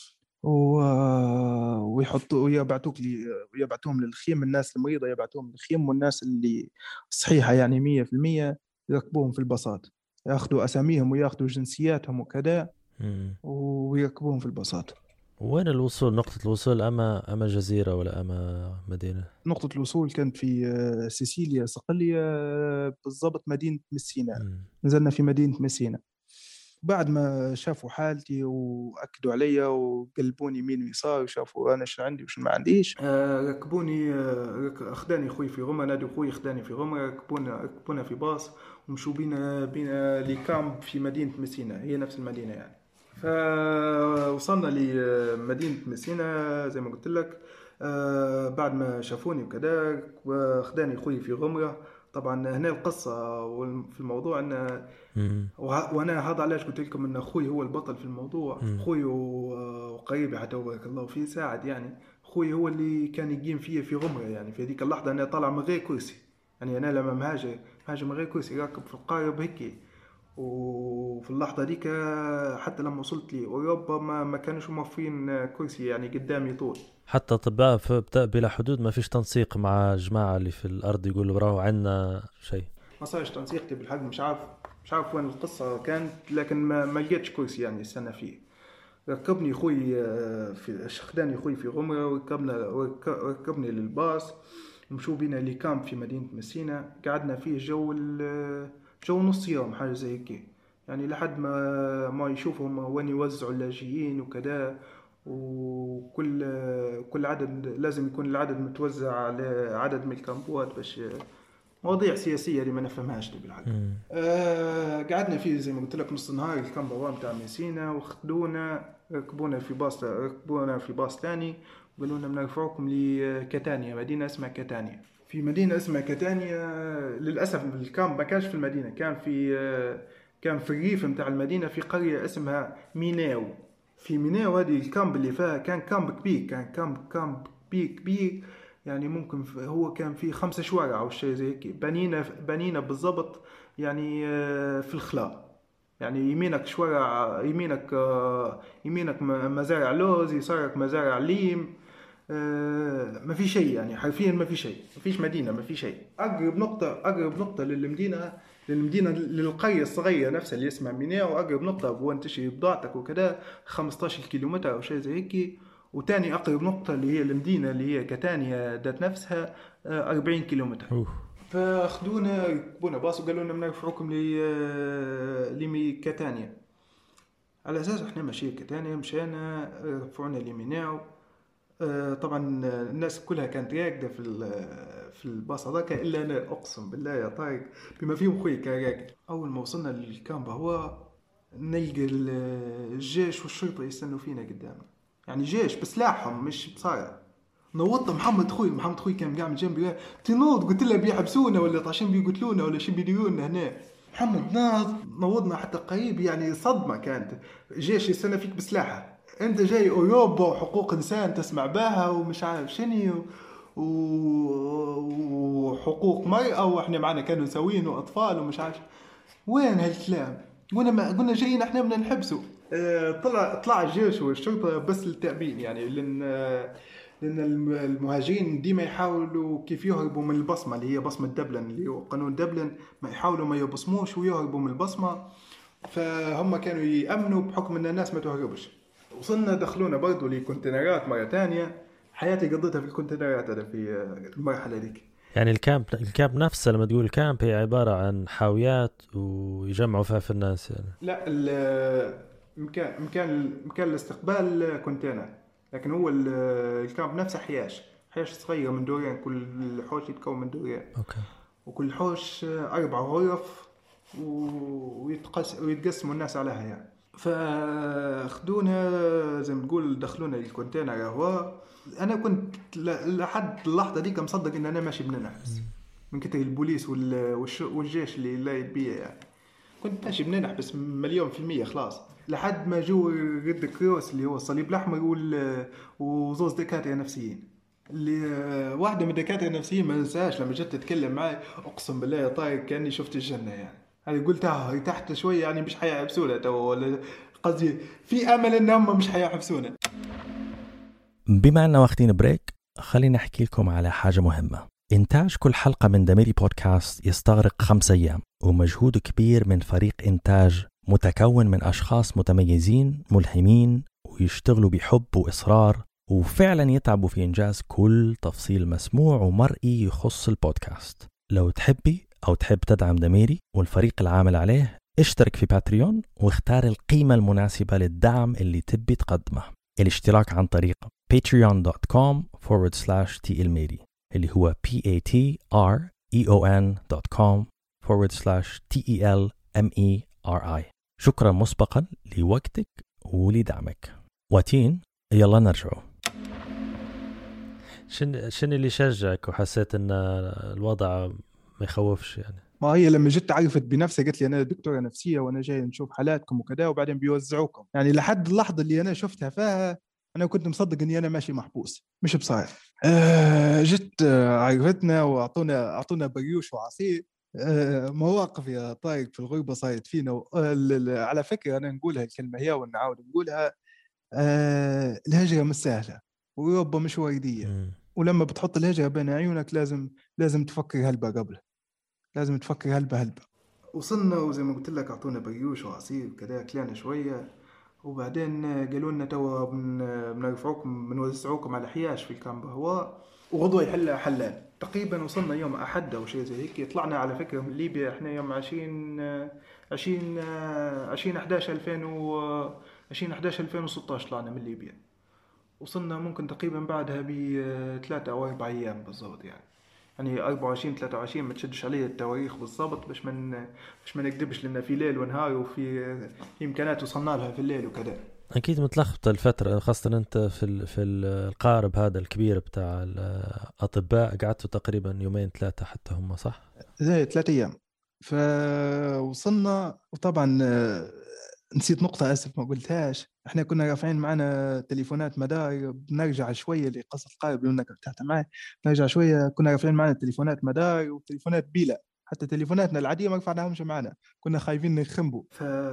ويحطوا ويبعتوهم للخيم. الناس المريضة يبعتوهم للخيم، والناس اللي صحيحة يعني 100% يركبوهم في الباصات، ياخدوا أساميهم وياخدوا جنسياتهم وكذا ويركبوهم في الباصات. وين الوصول؟ نقطة الوصول أما جزيرة ولا أما مدينة؟ نقطة الوصول كانت في سيسيليا، صقلية بالضبط، مدينة مسينا. نزلنا في مدينة مسينا. بعد ما شافوا حالتي وأكدوا علي وقلبوني يمين ويسار وشافوا أنا شو عندي وشو ما عنديش، ركبوني. أخداني أخوي في غمرة، نادي أخوي خداني في غمرة، ركبونا في باص ومشوا بينا لكامب في مدينة مسينا، هي نفس المدينة يعني. فوصلنا لمدينة مسينا زي ما قلت لك. بعد ما شافوني وكذا خداني أخوي في غمرة. طبعا هنا القصة في الموضوع أن وأنا هذا علاش قلت لكم أن أخوي هو البطل في الموضوع. أخوي وقريبي حتى بارك الله فيه ساعد. يعني أخوي هو اللي كان يقيم فيه في غمرة. يعني في هذيك اللحظة أنا طالع من غير كرسي، يعني أنا لما مهاجر من غير كرسي، راكب في القارب هيك. وفي اللحظة ديك حتى لما وصلت لي أوروبا ما كانوش موفرين كرسي يعني قدامي طول. حتى أطباء بلا حدود ما فيش تنسيق مع جماعة اللي في الأرض يقولوا براهو عندنا شيء. ما صارش تنسيق بالحق. مش عارف وين القصة كانت، لكن ما لقيتش كرسي يعني السنة فيه. ركبني أخوي خداني أخوي في غمرة وركبني للباص ومشوا بينا لكامب في مدينة مسينا. قعدنا فيه جو نص يوم حاجة زي كي، يعني لحد ما يشوفهم وين يوزعوا اللاجئين وكذا. وكل عدد لازم يكون العدد متوزع على عدد من الكامبوات، باش مواضيع سياسية اللي ما نفهمهاش بالحق. قعدنا فيه زي ما قلت لك نص نهار الكامب متاع مسينا، وخدونا ركبونا في باص ثاني وقالوا لنا بنرفعكم لكاتانيا، مدينة اسمها كاتانيا. في مدينة اسمها كاتانيا للأسف الكامب ما كانش في المدينة، كان في الريف متاع المدينة في قرية اسمها ميناو. في ميناو هذه الكامب اللي فيها كان كامب كبير، كان كامب كبير يعني ممكن هو كان فيه 5 شوارع أو شيء زي هيك، بنينا بالضبط يعني في الخلاء. يعني يمينك شوارع، يمينك مزارع لوز، يسارك مزارع ليم، ما في شيء يعني حرفيا ما في شيء، ما فيش مدينة، ما في شيء. أقرب نقطة للمدينة للقرية الصغيرة نفسها اللي اسمها ميناو، وأقرب نقطة وين تشي بضاعتك وكذا 15 كيلومتر أو شيء زي هيك. وتاني أقرب نقطة اللي هي المدينة اللي هي كتانيا ذات نفسها 40 كيلومتر. فاخدونا ركبونا باص وقالوا لنا بنرفعوكم لكتانيا. على أساس إحنا ماشيين كتانيا، مشينا رفعونا لميناو. طبعا الناس كلها كانت راقدة في الباص هذاك إلا أنا، أقسم بالله يا طارق بما فيهم خوي كان راقد. أول ما وصلنا للكامب هو نلقى الجيش والشرطة يستنوا فينا قدامنا، يعني جيش بسلاحهم مش بصارة. نوضت محمد خوي كان قاعد جنبي، تنوض قلت له بيحبسونا ولا طاشين بيقتلونا ولا شي بيديرونا هنا. محمد نوضنا حتى قريب، يعني صدمة كانت. جيش يستنى فيك بسلاحه، انت جاي اوروبا وحقوق انسان تسمع بها ومش عارف شنو وحقوق مرأة واحنا معنا كانوا سوين واطفال ومش عارف وين هالكلام. قلنا جايين احنا بدنا نحبسوا. طلع الجيش والشرطة بس للتأمين، يعني لأن المهاجرين ديما يحاولوا كيف يهربوا من البصمة اللي هي بصمة دبلن، اللي هو قانون دبلن، ما يحاولوا ما يبصموش ويهربوا من البصمة. فهم كانوا يأمنوا بحكم أن الناس ما تهربش. وصلنا دخلونا برضو لكونتينرات مرة تانية. حياتي قضيتها في الكونتينرات هذا في المرحلة ديك. يعني الكامب نفسه لما تقول الكامب هي عبارة عن حاويات ويجمعوا فيها في الناس يعني. لا، مكان الاستقبال كونتينر، لكن هو الكامب نفسه حياش صغيرة من دورين، كل حوش يتكون من دورين. أوكي. وكل حوش 4 غرف ويتقسموا الناس عليها يعني. فاخدونا زي ما تقول دخلونا الكونتينر. هو انا كنت لحد اللحظه دي مصدق ان انا ماشي بننحبس من كتر البوليس والجيش اللي لايد بيا يعني. كنت ماشي بننحبس 100% خلاص، لحد ما جو ريد كروس اللي هو الصليب الاحمر وزوز دكاتره نفسيين. اللي واحده من الدكاتره النفسيين ما انساش لما جت تتكلم معي، اقسم بالله يا طارق كاني شفت الجنه يعني. هذه قلتها تحت شويه يعني مش حيحبسونا تو، ولا قصدي في امل انهم مش حيحبسونا. بما أننا واخدين بريك، خلينا أحكي لكم على حاجة مهمة. إنتاج كل حلقة من دميري بودكاست يستغرق 5 أيام، ومجهود كبير من فريق إنتاج متكون من أشخاص متميزين ملهمين ويشتغلوا بحب وإصرار، وفعلا يتعبوا في إنجاز كل تفصيل مسموع ومرئي يخص البودكاست. لو تحبي أو تحب تدعم دميري والفريق العامل عليه، اشترك في باتريون واختار القيمة المناسبة للدعم اللي تبي تقدمه. الاشتراك عن طريق patreon.com/TLMeri اللي هو patreon.com/TELMERI. شكرا مسبقا لوقتك ولدعمك. واتين يلا نرجعوا. شن اللي شجعك وحسيت ان الوضع ما يخوفش يعني؟ ما هي لما جيت عرفت بنفسي قلت لي أنا دكتورة نفسية وأنا جاي نشوف حالاتكم وكذا، وبعدين بيوزعوكم. يعني لحد اللحظة اللي أنا شفتها فيها أنا كنت مصدق إني أنا ماشي محبوس مش بصحيح. جيت عرفتنا وأعطونا بريوش وعصير. مواقف يا طارق في الغربة صارت فينا. على فكرة أنا نقولها الكلمة هي ونعاود نقولها، الهجرة مش سهلة وأوروبا مش وردية. ولما بتحط الهجرة بين عيونك لازم تفكر هلبة قبله، لازم تفكر هلبة. وصلنا وزي ما قلت لك أعطونا بريوش وعصير وكذا، كلينا شوية وبعدين قالوا لنا توا بنرفعوكم بنوزعوكم على حياش في الكامب هو وغضوة يحلها حلال. تقريبا وصلنا يوم أحد أو شيء زي هيك. طلعنا على فكرة من ليبيا إحنا يوم 20/11/2016 طلعنا من ليبيا. وصلنا ممكن تقريبا بعدها ب3 أو 4 أيام بالضبط يعني 24-23 ما تشدش عليه التواريخ بالضبط باش ما نكذبش، لنا في ليل ونهار وفي إمكانات وصلنا لها في الليل وكذا. أكيد متلخبطة الفترة، خاصة أنت في القارب هذا الكبير بتاع الأطباء قعدتوا تقريبا 2-3 حتى هم صح؟ زي 3 أيام فوصلنا وطبعا نسيت نقطة، آسف ما قلتهاش. احنا كنا رافعين معنا تليفونات مدار، بنرجع شوية لقصة القارب لأنك فتحت معي، نرجع شوية. كنا رافعين معنا تليفونات مدار وتليفونات بيلا، حتى تليفوناتنا العادية ما رفعناهمش معنا، كنا خايفين نخنبوا.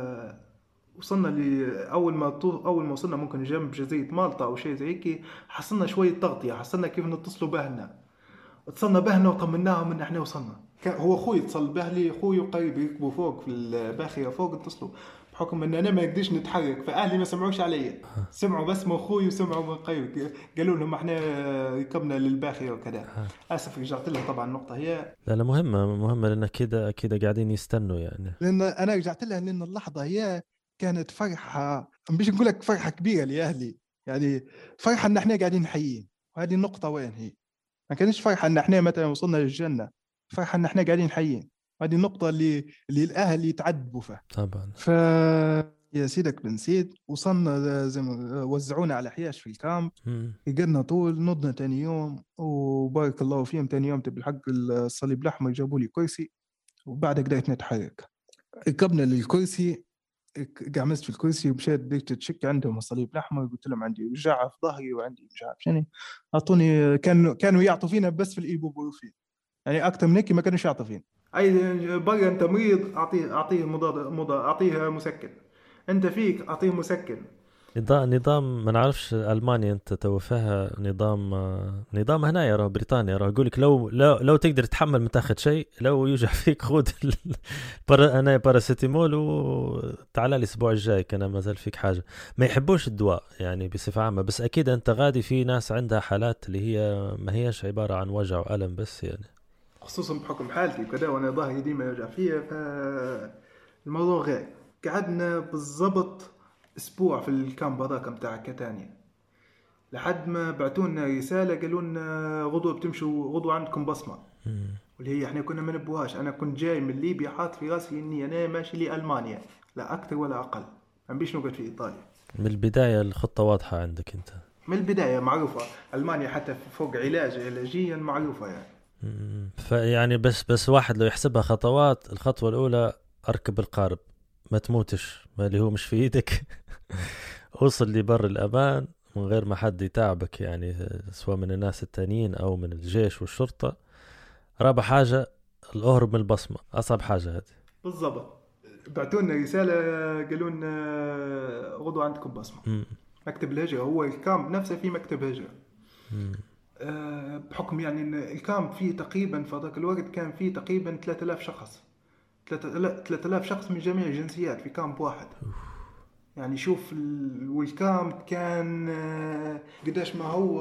وصلنا لأول ما وصلنا ممكن جنب جزيرة مالطا أو شيء زي هيك، حصلنا شوية تغطية، حصلنا كيف نتصلوا بأهلنا. اتصلنا بأهلنا وطمناهم إن إحنا وصلنا. هو أخوي اتصل بأهلي، أخوي وقريب يركبوا فوق في الباخرة فوق، اتصلوا بحكم إن أنا ما يقدرش نتحرك، فأهلي ما سمعوش علي، سمعوا بس من أخوي وسمعوا من قريب، قالوا لهم إحنا ركبنا للباخرة وكذا. آسف رجعت لها طبعا النقطة هي لا مهمة لأن كده قاعدين يستنوا يعني. لأن أنا رجعت لها لأن اللحظة هي كانت فرحة، مش نقول لك فرحة كبيرة لأهلي، يعني فرحة إن إحنا قاعدين حيين. وهذه النقطة وين هي؟ ما كانش فرحة إن إحنا مثلا وصلنا للجنة، فرحة إن إحنا قاعدين حيين. هذه النقطة اللي الأهل يتعذبوا فيها طبعا. يا سيدك بن سيد وصلنا زي ما وزعونا على حياش في الكامب. قلنا طول نضنا تاني يوم، وبارك الله فيهم تاني يوم بالحق الصليب الأحمر جابوا لي كرسي، وبعد قدرت نتحرك. ركبنا للكرسي، قعمت في الكرسي ومشيت بديت تشك عندهم الصليب الأحمر، قلت لهم عندي وجع في ظهري وعندي مش عارف شنو. أعطوني، كانوا يعطوا فينا بس في الإيبوبروفين، يعني أكتر من هيك ما كانوش يعطوا فينا. أي بقى أنت مريض أعطيه مضاد أعطيه مسكن، أنت فيك أعطيه مسكن. نظام ما نعرفش ألمانيا أنت توفاها نظام هنا يا بريطانيا يقولك لو تقدر تتحمل ما تاخذ شيء، لو يوجع فيك خذ أنا باراسيتامول وتعال الأسبوع الجاي كان ما زال فيك حاجة. ما يحبوش الدواء يعني بصفة عامة، بس أكيد أنت غادي في ناس عندها حالات اللي هي ما هيش عبارة عن وجع وألم بس يعني، خصوصا بحكم حالتي وكذا وأنا ظهري ديما يوجع فيها، فالموضوع غير. قعدنا بالضبط أسبوع في الكامب هذاك متاع كتانيا، لحد ما بعتونا رسالة قالوا لنا غدوة بتمشوا، غدوة عندكم بصمة، واللي هي احنا كنا ما نبوهاش. أنا كنت جاي من ليبيا حاط في راسي إني أنا ماشي لألمانيا، لا أكثر ولا أقل، ما بيش نقعد في إيطاليا. من البداية الخطة واضحة عندك أنت، من البداية معروفة ألمانيا حتى فوق علاجيا معروفة يعني. فيعني بس واحد لو يحسبها خطوات، الخطوة الأولى أركب القارب ما تموتش، ما اللي هو مش في ايدك اوصل لبر الأمان من غير ما حد يتعبك يعني، سواء من الناس التانيين أو من الجيش والشرطة. رابع حاجة الأهرب من البصمة، أصعب حاجة هذه بالضبط. بعتونا رسالة قالوا لنا غدوة عندكم بصمة. مكتب الهجرة، هو الكامب نفسه في مكتب هجرة. بحكم يعني إن الكامب فيه تقريبا في ذاك الوقت كان فيه تقريبا 3000 شخص، 3000 شخص من جميع الجنسيات في كامب واحد. يعني شوف والكامب كان قداش ما هو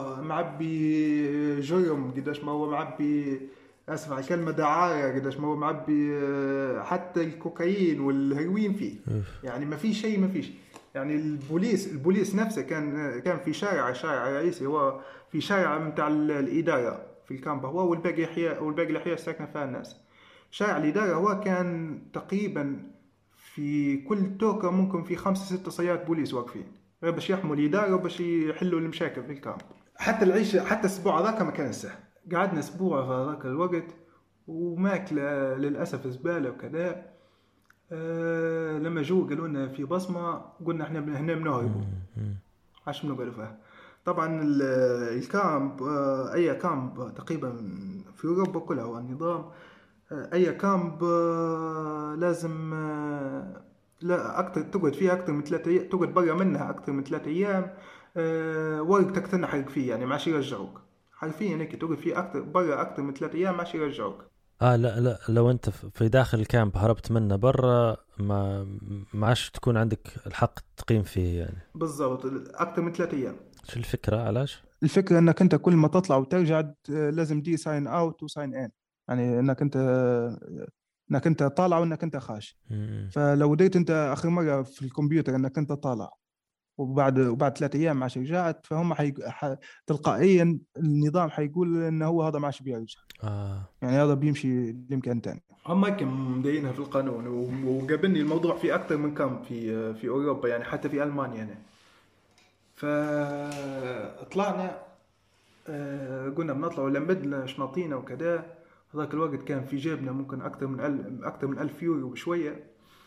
معبي جرم، قداش ما هو معبي، اسف على الكلمة، دعاية، قداش ما هو معبي حتى الكوكايين والهيروين فيه. يعني ما في شيء، ما فيش يعني. البوليس نفسه كان في شارع رئيسي، هو في شارع متاع الإدارة في الكامب هو، والباقي الأحياء ساكنة فيها الناس. شارع الإدارة هو كان تقريبا في كل توكة ممكن في 5-6 سيارات بوليس واقفين غير باش يحموا الإدارة وباش يحلوا المشاكل في الكامب. حتى العيش، حتى الأسبوع هذاك ما كان سهل. قعدنا أسبوع في هذاك الوقت وماكلة للأسف زبالة وكذا. لما جو قالوا لنا في بصمة، قلنا احنا هنا بنهربوا. عاش منو قالوا فيها. طبعا الكامب، أي كامب تقريبا في أوروبا كلها هو النظام، أي كامب لازم لا أكتر تقعد فيها أكتر من 3 أيام، تقعد برا منها أكتر من 3 أيام، ورقتك تنحرق فيه يعني، ماشي يرجعوك حرفيا هيك. تقعد فيه أكتر برا أكتر من 3 أيام ماشي يرجعوك. لا لو أنت في داخل الكامب هربت منه برا، ما عادش تكون عندك الحق تقيم فيه يعني. بالضبط، أكتر من 3 أيام. شو الفكرة؟ علاش؟ الفكرة أنك أنت كل ما تطلع وترجع لازم دي ساين أوت وساين إن، يعني انك انت طالع وانك انت خاش. فلو ديت انت اخر مره في الكمبيوتر انك انت طالع وبعد 3 ايام عشان رجعت، فهم تلقائيا النظام حيقول انه هو هذا ماشي بيرجع. يعني هذا بيمشي لمكان تاني. هم كم مدينها في القانون. وقابلني الموضوع في اكثر من كامب في اوروبا يعني، حتى في المانيا يعني. فطلعنا، قلنا بنطلع ولمدنا شنطينا وكذا، هذاك الوقت كان في جيبنا ممكن أكثر من 1000 يورو بشوية.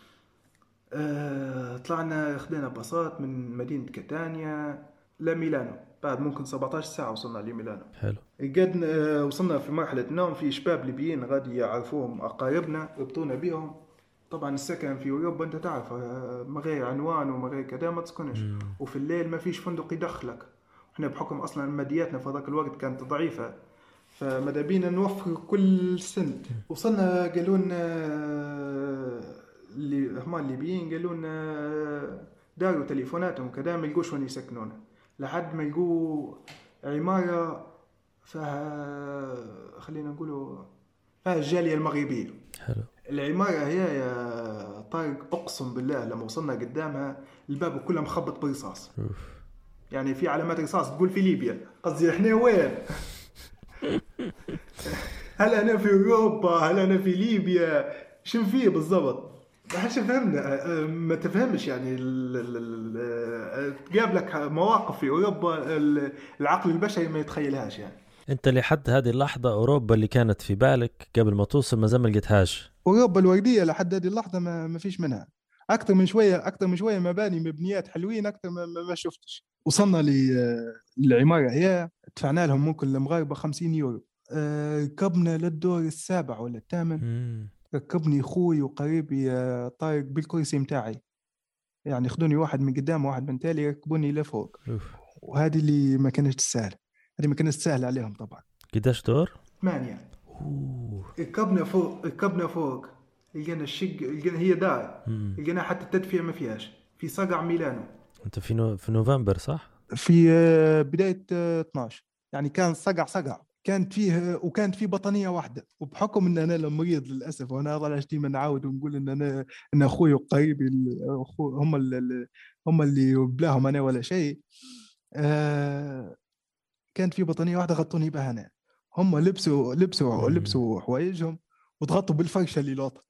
طلعنا خدينا باصات من مدينة كاتانيا لميلانو، بعد ممكن 17 ساعة وصلنا لميلانو. حلو. قد وصلنا في مرحلة نوم في شباب ليبيين غادي يعرفوهم أقاربنا ربطونا بيهم. طبعا السكن في أوروبا أنت تعرف ما غير عنوان وما غير كذا ما تسكنش، وفي الليل ما فيش فندق يدخلك. احنا بحكم أصلا مادياتنا في ذاك الوقت كانت ضعيفة، فماذا بينا نوفر كل سنة. وصلنا قالوا لنا اللي هما الليبيين قالوا لنا داروا تليفوناتهم كذا ما يلقوش وين يسكنونا، لحد ما يلقوا عمارة فيها خلينا نقولوا فيها الجالية المغربية. حلو. العمارة هي يا طارق أقسم بالله لما وصلنا قدامها الباب كله مخبط برصاص. يعني في علامات رصاص تقول في ليبيا، قصدي احنا وين؟ هل أنا في أوروبا؟ هل أنا في ليبيا؟ شن فيه بالضبط؟ ما حدش فهمنا، ما تفهمش يعني تقابلك مواقف في أوروبا العقل البشري ما يتخيلهاش. يعني أنت لحد هذه اللحظة أوروبا اللي كانت في بالك قبل ما توصل ما زال ما لقيتهاش. أوروبا الوردية لحد هذه اللحظة ما فيش منها. أكثر من شوية مبنيات حلوين أكثر ما شفتش. وصلنا للعمارة هي دفعنا لهم ممكن المغاربة 50 يورو. ركبنا للدور السابع ولا الثامن. ركبني أخوي وقريبي طارق بالكرسي متاعي، يعني خدوني واحد من قدام واحد من تالي ركبوني لفوق. وهذه اللي ما كانت سهلة، هذه ما كانت سهلة عليهم طبعا. قداش دور؟ 8. ركبنا فوق لقينا لقينا هي دار، لقينا حتى التدفئة ما فيهاش، في صقع ميلانو. أنت في نوفمبر صح؟ في بداية 12، يعني كان صقع كانت فيه بطانية واحدة. وبحكم ان انا مريض للاسف، وانا علاش ديما نعاود ونقول ان اخوي وقريبي هم اللي بلاهم انا ولا شيء. كانت في بطانية واحدة غطوني بها انا. هم لبسوا حوايجهم وتغطوا بالفرشة اللي لوطة.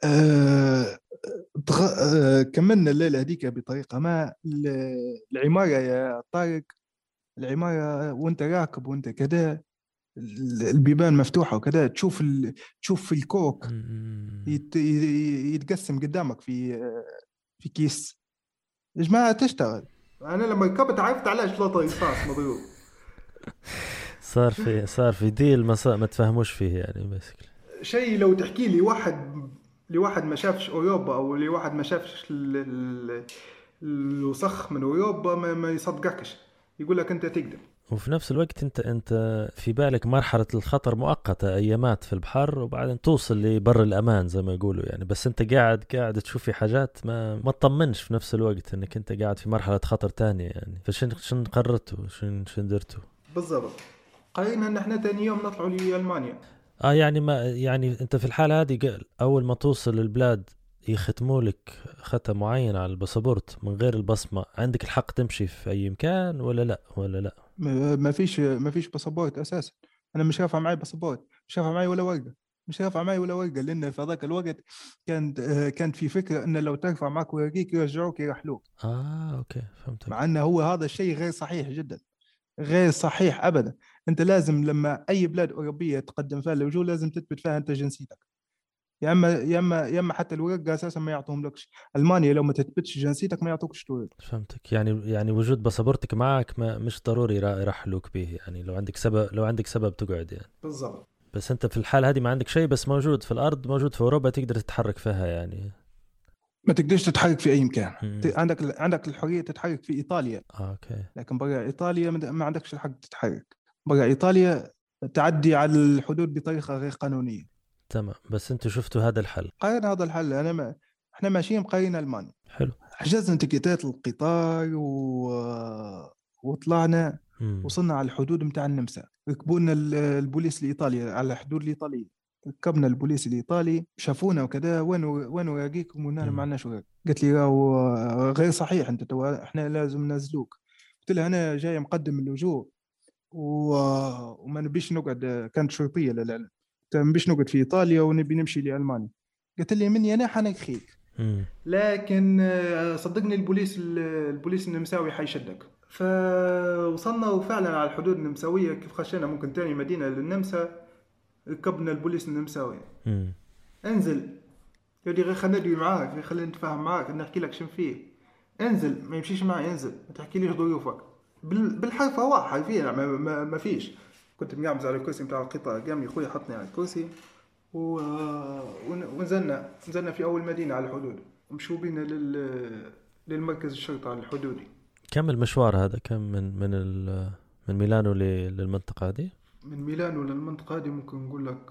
كملنا الليلة هذيك بطريقة ما. العمارة يا طارق، العمارة وانت راكب وانت كذا البيبان مفتوحة وكذا تشوف في الكوك يتقسم قدامك في كيس. يا جماعة تشتغل. أنا لما ركبت عرفت علاش لوطة رصاص مضروب. صار في ديل ما تفهموش فيه يعني. بس شيء لو تحكي لي لواحد ما شافش أوروبا أو لواحد ما شافش الوسخ من أوروبا ما يصدقكش، يقول لك أنت تقدر. وفي نفس الوقت انت في بالك مرحلة الخطر مؤقتة ايامات في البحر، وبعدين توصل لبر الامان زي ما يقولوا يعني. بس انت قاعد تشوف في حاجات ما تطمنش في نفس الوقت انك انت قاعد في مرحلة خطر تانية يعني. فشن قررتوا شن درتوا بالضبط؟ قررنا ان احنا تاني يوم نطلعوا لألمانيا. يعني انت في الحالة هذه اول ما توصل للبلاد يختموا لك ختم معين على الباسبورت من غير البصمة، عندك الحق تمشي في أي مكان ولا لا؟ ما فيش باسبورت أساسا. أنا مش رافع معي باسبورت، مش رافع معي ولا ورقة، لأن في ذاك الوقت كانت في فكرة أن لو ترفع معك ورقيك يرجعوك يرحلوك. أوكي فهمت. مع أنه هو هذا الشيء غير صحيح جدا، غير صحيح أبدا. أنت لازم لما أي بلاد أوروبية تقدم فيها اللجوء لازم تثبت فيها أنت جنسيتك. يا اما حتى الورقه اساسا ما يعطوهم لكش. المانيا لو ما تثبتش جنسيتك ما يعطوكش الورقه. فهمتك. يعني وجود باسبورتك معك مش ضروري يرحلوك به يعني. لو عندك سبب تقعد يعني. بالضبط. بس انت في الحاله هذه ما عندك شيء، بس موجود في الارض، موجود في اوروبا، تقدر تتحرك فيها يعني. ما تقدرش تتحرك في اي مكان. عندك الحريه تتحرك في ايطاليا. اوكي. لكن برا ايطاليا ما عندكش الحق تتحرك. برا ايطاليا تعدي على الحدود بطريقه غير قانونيه. تمام. بس انتوا شفتوا هذا الحل؟ قرينا هذا الحل. احنا ماشيين قرينا ألمانيا. حلو. حجزنا تيكيتات القطار وطلعنا. وصلنا على الحدود متاع النمسا. ركبونا البوليس الإيطالي على الحدود الإيطالية. ركبنا البوليس الإيطالي، شافونا وكذا، وين وراقيكم؟ ونا ما عندناش وراق. قلت لي راهو غير صحيح، احنا لازم ننزلوك. قلت لها انا جاي مقدم اللجوء وما نبيش نقعد. كانت شرطية للعلم. باش نقعد في إيطاليا ونبي نمشي لألمانيا. قلت لي مني أنا حنخيك، لكن صدقني البوليس النمساوي حيشدك. فوصلنا وفعلا على الحدود النمساوية. كيف خشينا ممكن تاني مدينة للنمسا، ركبنا البوليس النمساوي. انزل يودي غير خلينا ندوي معاك، غير خلينا نتفاهم معاك، نحكي لك شنو فيه. انزل ما يمشيش معي، انزل ما تحكي ليش ظروفك بالحرف واحد حرفيا. ما فيش. كنت مقعمز على الكرسي متاع القطار، قام لي خويا حطني على الكرسي ونزلنا في اول مدينه على الحدود، ومشوا بينا للمركز الشرطه الحدودي. كم المشوار هذا؟ كم من ميلانو للمنطقه هذه؟ من ميلانو للمنطقه هذه ممكن نقول لك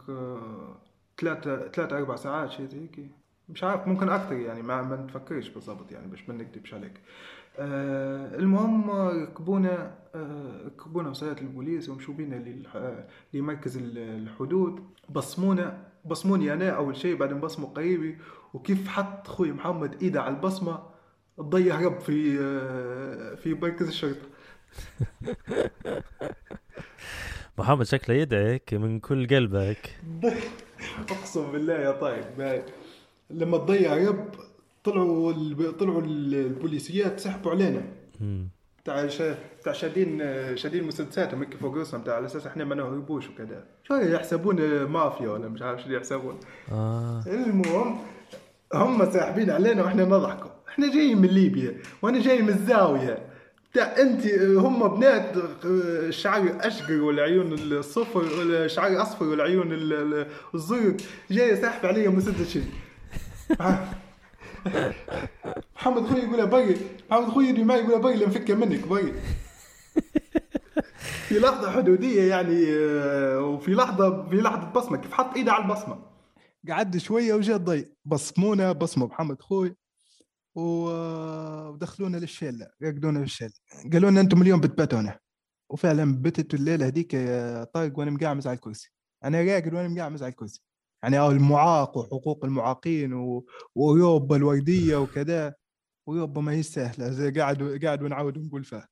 3-4 ساعات شيء هيك، مش عارف، ممكن اكثر يعني، ما نتفكرش بالضبط يعني باش ما نكذبش عليك. المهم ركبونا وسيارة البوليس ومشوا بينا لمركز الحدود. بصموني انا اول شيء، بعدين بصموا قريبي، وكيف حط خوي محمد ايده على البصمه تضيع رب في مركز الشرطه. محمد شكله يدعك من كل قلبك. اقسم بالله يا طيب، لما تضيع رب طلعوا البوليسيات سحبوا علينا تاع شادين مسدساتهم هيك فوق راسهم، تاع على اساس احنا ما نهربوش وكذا. شو يحسبون مافيا ولا مش عارف شو يحسبون. المهم هم ساحبين علينا واحنا نضحكوا. احنا جايين من ليبيا وانا جاي من الزاويه تاع انت، هم بنات الشعر اشقر والعيون الصفر، ولا شعر اصفر والعيون الزرق، جاي ساحب علي مسدس شيء. محمد خوي يقول بقي، محمد خوي يدي معي يقول بقي لنفكه منك بقي. في لحظه حدوديه يعني، وفي لحظه بصمه، كيف حط ايده على البصمه. قعد شويه وجا ضي بصمونا بصمه محمد خوي، ودخلونا للشله، يقدونا للشله، قالوا لنا انتم اليوم بتباتوا هنا. وفعلا بتت الليله هذيك يا طارق وانا مقعمز على الكرسي. انا راقد وانا مقعمز على الكرسي يعني، المعاق وحقوق المعاقين ويوبا الورديه وكذا، ويوبا ما هي سهله زي قاعد ونعود ونقول فيها.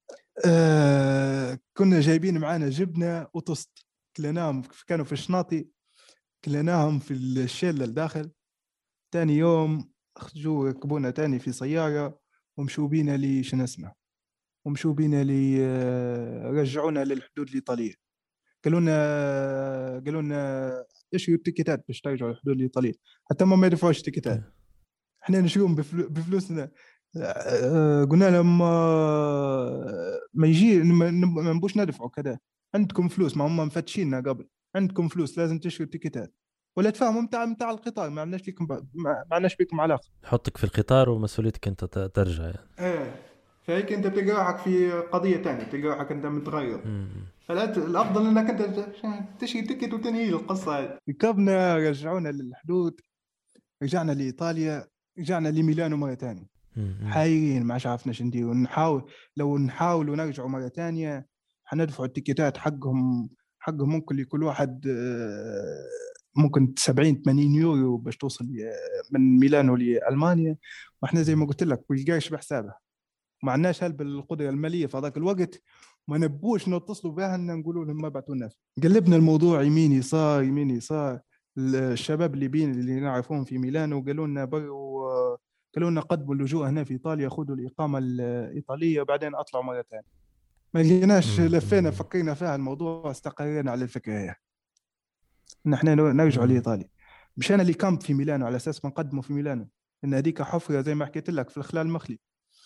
كنا جايبين معانا جبنه وطست، كلناهم كانوا في الشناطي، كلناهم في الشله الداخل. تاني يوم اخرجوا ركبونا تاني في سياره ومشوا بينا لشنو اسمه، ومشوا بينا رجعونا للحدود الإيطالية. قالوا لنا اشتروا التيكيتات باش ترجعوا للحدود الإيطالية، حتى ما يدفعوش تيكيتات، احنا نشتريهم بفلوسنا. قلنا لهم ما يجي ما نبوش ندفعوا كذا، عندكم فلوس، ما هم مفتشيننا قبل، عندكم فلوس لازم تشتروا التيكيتات ولا تفهموا متاع القطار، ما عندناش بكم علاقة. حطك في القطار ومسؤوليتك انت ترجع يعني. فهيك انت بتلقى روحك في قضيه ثانيه، بتلقى روحك انت متغير. الافضل انك انت تشتري تيكت وتنهي القصه هذه. ركبنا، رجعونا للحدود، رجعنا لايطاليا، رجعنا لميلانو مره ثانيه، حايرين ما عرفناش ندير. نحاول ونرجعوا مره ثانيه، حندفعوا التيكيتات حقهم ممكن لكل واحد ممكن 70-80 يورو باش توصل من ميلانو لألمانيا، واحنا زي ما قلت لك بالقرش بحسابه، ما عندناش بالقدره الماليه في هذاك الوقت، ما نبوش نتصلوا بها نقولوا لهم ما بعتوا لنا. قلبنا الموضوع يمين يسار. الشباب الليبيين اللي نعرفهم في ميلانو قالوا لنا قدموا اللجوء هنا في ايطاليا، خذوا الاقامه الايطاليه وبعدين اطلعوا مره ثانيه. ما لقيناش، لفينا فكرنا فيها الموضوع، استقرينا على الفكره هي ان احنا نرجع لايطاليا. مشينا اللي كامب في ميلانو على اساس ما نقدموا في ميلانو، ان هذيك حفره زي ما حكيت لك في الخلال المخلي.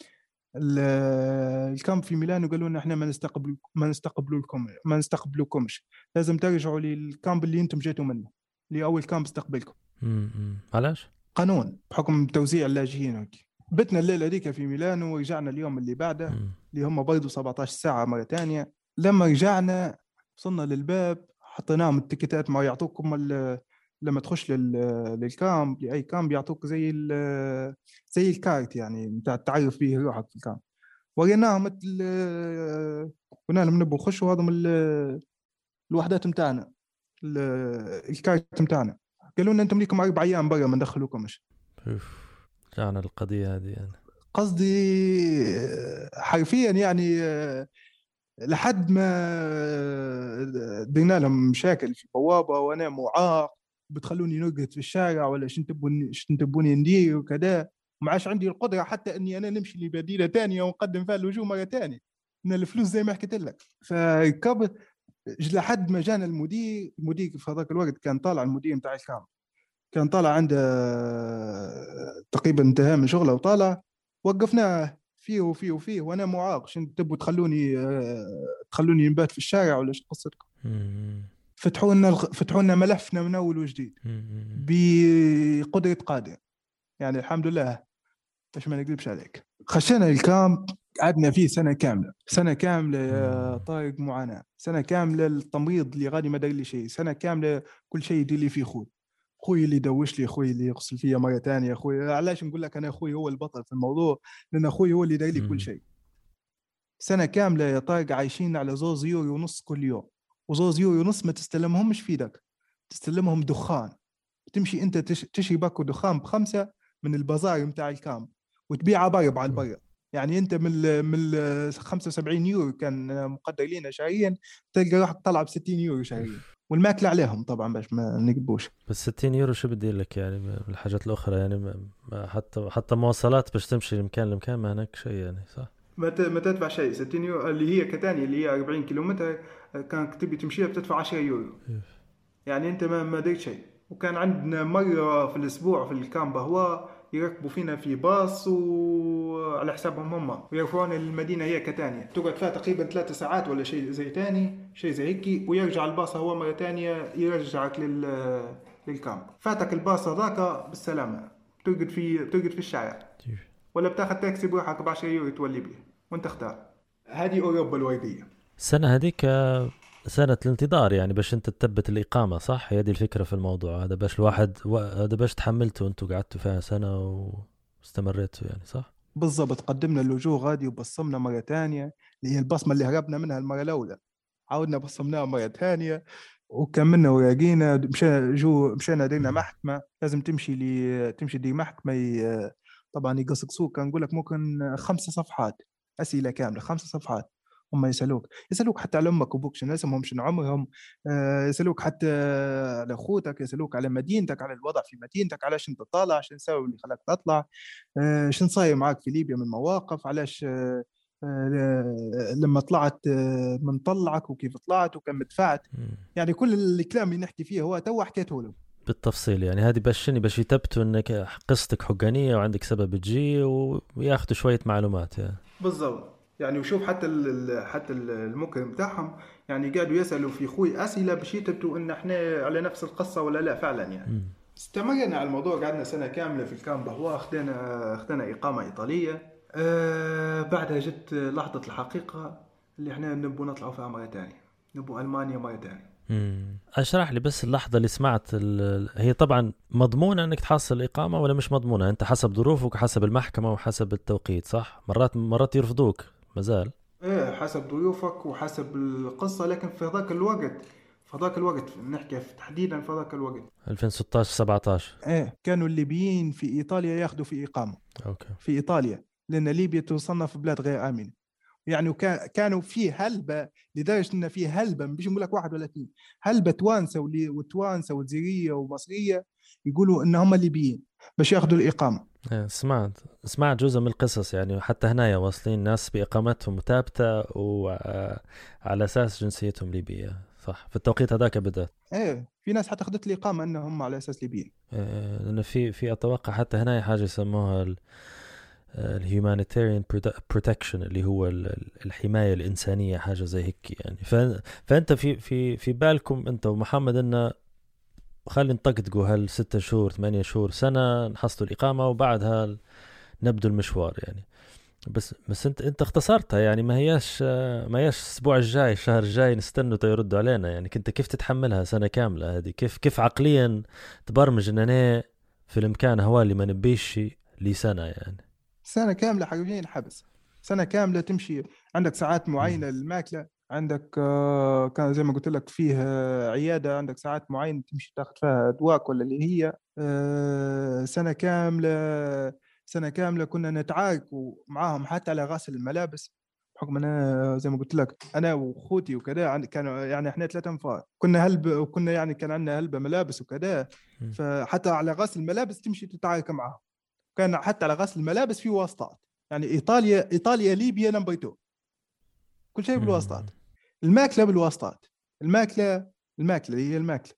الكامب في ميلانو قالوا لنا احنا ما نستقبلكمش، لازم ترجعوا للكامب اللي انتم جيتوا منه، اللي اول كامب استقبلكم. علاش؟ قانون بحكم توزيع اللاجئين. بتنا الليله هذيك في ميلانو، ورجعنا اليوم اللي بعده اللي هم برضو 17 ساعه مره ثانيه. لما رجعنا وصلنا للباب، حطيناهم التيكيتات، ما يعطوكم لما تخش للكامب، لاي كامب يعطوك زي الكارت يعني نتاع تعرف به روحك في الكامب. وريناهم قلنا لهم نبغوا نخشوا هذم الوحدات نتاعنا، الكارت نتاعنا. قالوا لنا انتم ليكم 4 ايام برا ما ندخلوكمش. جانا القضيه هذه يعني. قصدي حرفيا يعني لحد ما درنا لهم مشاكل في البوابه، وانا معاق بتخلوني نرقد في الشارع ولا شنو تبوني ندير وكذا، ما عادش عندي القدره حتى اني انا نمشي لمدينه ثانيه ونقدم فيها اللجوء مره ثانيه من الفلوس زي ما حكيت لك. فركبت لحد ما جانا المدير في هذاك الوقت كان طالع المدير متاع الكامب، كان طالع عنده تقريبا انتهى من شغله وطالع، وقفناه فيه وانا معاق، شنو تبوا تخلوني نبات في الشارع ولا ايش قصتكم؟ فتحوا لنا ملفنا من اول وجديد بقدرة قادر. يعني الحمد لله باش ما نقلبش عليك. خشينا الكامب، قعدنا فيه سنة كاملة يا طارق، معاناة سنة كاملة. التمريض اللي غادي ما دار لي شيء، سنة كاملة كل شيء يدير لي فيه خوي اللي يدوش لي، خوي اللي يغسل فيا مرة تانية، خوي. علاش نقول لك أنا خوي هو البطل في الموضوع؟ لأن خوي هو اللي داير لي كل شيء. سنة كاملة يا طارق عايشين على 2.5 يورو كل يوم، و2.5 يورو ما تستلمهمش في يدك، تستلمهم دخان. تمشي أنت تشري باكو دخان ب5 من البازار متاع الكامب وتبيعها برا على البرا. يعني أنت من 75 يورو كان مقدر لينا شهريا، تلقى روحك طلع ب60 يورو شهريا، والماكل عليهم طبعا باش ما نقبوش. بس 60 يورو شو بدي لك يعني الحاجات الأخرى؟ يعني حتى مواصلات باش تمشي لمكان لمكان ما هناك شيء يعني، صح؟ ما تدفع شيء. 60 يورو اللي هي كتانية اللي هي 40 كيلومتر كان تبي تمشيها بتدفع 10 يورو. يعني أنت ما درت شيء. وكان عندنا مرة في الأسبوع في الكامب هو يركبوا فينا في باص وعلى حسابهم هم ويرفعونا للمدينة هي كتانية، تقعد فيها تقريبا 3 ساعات ولا شيء زي هيك، ويرجع الباص هو مرة تانية يرجعك للكامب. فاتك الباص هذاك بالسلامة، ترقد في الشارع، ولا بتاخد تاكسي بروحك ب10 يورو تولي بيه وانت اختار. هذه أوروبا الوردية. السنة هذيك سنة الانتظار يعني باش انت تثبت الإقامة، صح؟ هذه الفكرة في الموضوع هذا، باش الواحد هذا باش تحملته وانتوا قعدتوا فيها سنة واستمريتوا يعني، صح؟ بالضبط. قدمنا اللجوء غادي وبصمنا مرة تانية، اللي هي البصمة اللي هربنا منها المرة الأولى، عاودنا بصمناها مرة تانية وكملنا وراقينا. مشينا دينا محكمة، لازم تمشي دي محكمة. طبعا يقصقصوك، كان نقول لك ممكن 5 صفحات أسئلة كاملة، 5 صفحات. هم يسألوك حتى على أمك وبوك شنو اسمهم، شنو عمرهم، يسألوك حتى على أخوتك، يسألوك على مدينتك، على الوضع في مدينتك، علاش أنت طالع، شنو سوي اللي خلاك تطلع، شنو صاير معك في ليبيا من مواقف، علاش لما طلعت من طلعك وكيف طلعت وكم دفعت. يعني كل الكلام اللي نحكي فيه هو تو حكيته له بالتفصيل. يعني هذه باش يثبتوا انك قصتك حقانية وعندك سبب تجي، وياخذوا شوية معلومات يعني. بالضبط. يعني وشوف حتى المكرم بتاعهم يعني قاعدوا يسألوا في خوي أسئلة باش يثبتوا إن إحنا على نفس القصة ولا لا فعلا يعني. استمرنا على الموضوع، قعدنا سنة كاملة في الكامب هو، أخذنا إقامة إيطالية. بعدها جت لحظة الحقيقة اللي إحنا نبوا نطلعوا فيها مرة تانية، نبوا ألمانيا مرة تانية. اشرح لي بس اللحظة اللي سمعت هي طبعا مضمونة انك تحصل اقامة ولا مش مضمونة؟ انت حسب ظروفك وحسب المحكمة وحسب التوقيت، صح؟ مرات يرفضوك مازال. حسب ظروفك وحسب القصة. لكن في ذاك الوقت نحكي تحديدا في ذاك الوقت 2016-17 كانوا الليبيين في إيطاليا ياخذوا في إقامة. في إيطاليا، لأن ليبيا تصنف بلاد غير آمنة يعني. كانوا فيه هلبة لدرجة إن فيه هلبة، مش نقول لك 1 ولا 2 هلبة، توانسة وجزائرية ومصرية يقولوا إن هم ليبيين باش ياخذوا الإقامة. سمعت جزء من القصص يعني. حتى هنايا واصلين ناس بإقامتهم ثابتة وعلى أساس جنسيتهم ليبية، صح؟ في التوقيت هذاك بدأت في ناس حتى أخذت الإقامة إنهم على أساس ليبيين. لأن في أتوقع حتى هنايا حاجة يسموها الهيومانيتاريان بروتكشن، اللي هو الحماية الإنسانية، حاجة زي هيك يعني. فأنت في بالكم أنت ومحمد أن خلي نطقطقوا 6 شهور 8 شهور سنة نحصلوا الإقامة وبعدها نبدو المشوار يعني. بس أنت اختصرتها يعني، ما هياش الأسبوع الجاي الشهر الجاي نستنوا تيردوا علينا يعني. كنت كيف تتحملها سنة كاملة هذه؟ كيف عقليا تبرمج أن أنا في الإمكان هوالي ما نبيش لي سنة يعني؟ سنة كاملة حرفيا حبس، سنة كاملة تمشي عندك ساعات معينة للماكلة، عندك كان زي ما قلت لك فيه عيادة، عندك ساعات معينة تمشي تاخذ فيها دواك ولا اللي هي. سنة كاملة كنا نتعارك معاهم حتى على غسل الملابس، بحكم أنا زي ما قلت لك أنا وأخوتي وكذا كانوا يعني إحنا 3 أنفار، كنا هلبة وكنا يعني كان عندنا هلبة ملابس وكذا. فحتى على غسل الملابس تمشي تتعارك معاهم. كان حتى على غسل الملابس في واسطات يعني. إيطاليا ليبيا نمبر 2، كل شيء بالواسطات. الماكلة بالواسطات، الماكله هي الماكله،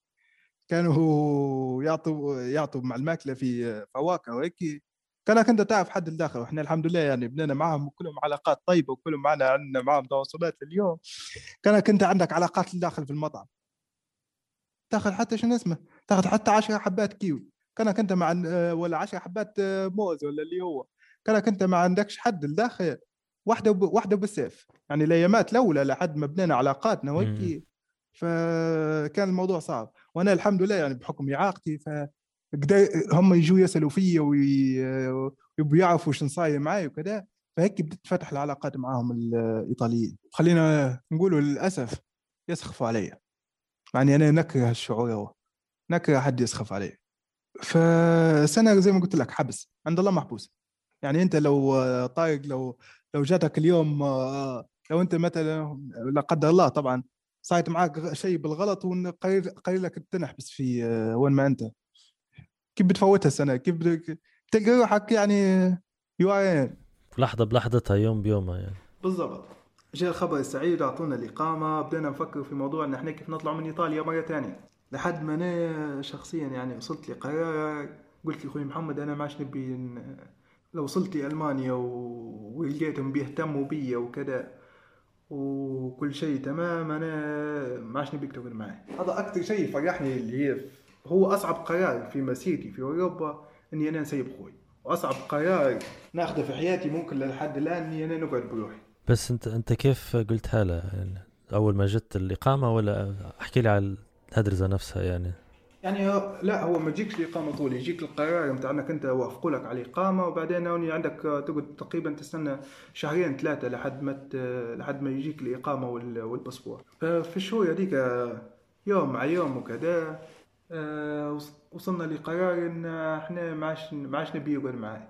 كانوا يعطوا مع الماكله في فواكه وهيك. كنت تعرف حد الداخل، واحنا الحمد لله يعني بنينا معهم وكلهم علاقات طيبه، وكلهم عندنا معهم تواصلات في اليوم. كنت عندك علاقات الداخل في المطعم، تاخذ حتى شنو اسمه، تاخذ حتى 10 حبات كيوي. كنت مع ولا 10 حبات موز ولا اللي هو. كنت ما عندكش حد الداخل، واحده بالسيف يعني الايامات الاولى لحد ما بنينا علاقاتنا وهيك. فكان الموضوع صعب، وانا الحمد لله يعني بحكم اعاقتي هم يجوا يسالوا فيا ويبوا يعرفوا شو صاير معي وكذا. فهيك بدت تفتح العلاقات معهم الايطاليين. خلينا نقولوا للاسف يسخفوا علي، يعني انا نكره هالشعور، هو نكره حد يسخف علي. فسنه زي ما قلت لك حبس عند الله محبوس. يعني انت لو طارق لو جاتك اليوم، لو انت مثلا لا قدر الله طبعا صايت معاك شيء بالغلط وقرر لك تنحبس في وين ما انت، كيف بتفوتها السنه؟ كيف تلقى روحك يعني يوعين لحظه بلحظتها يوم بيومها يعني. بالضبط. جاء الخبر السعيد، اعطونا الاقامه، بدينا نفكر في موضوع ان احنا كيف نطلع من ايطاليا مره ثانيه. لحد ما انا شخصيا يعني وصلت لقرار، قلت لاخوي محمد انا ما عادش نبي لو وصلت المانيا ولقيتهم بيهتموا بي وكذا وكل شيء تمام، انا ما عادش نبي تقعد معي. هذا اكثر شيء فرحني، اللي هو اصعب قرار في مسيرتي في اوروبا اني انا نسيب اخوي، واصعب قرار ناخذه في حياتي ممكن لحد الان اني انا نقعد بروحي. بس انت كيف قلتها له يعني اول ما جت الاقامه، ولا احكي لي على الهدرزه نفسها يعني لا هو ما يجيكش الإقامة طول، يجيك القرار متاع انك انت وافقوا لك على الإقامة، وبعدين هوني عندك تقعد تقريبا تستنى 2-3 لحد ما يجيك الإقامة والباسبور. ففي الشهور هذيك يوم مع يوم وكذا وصلنا لقرار ان احنا ما عادش نبي يقعد معي.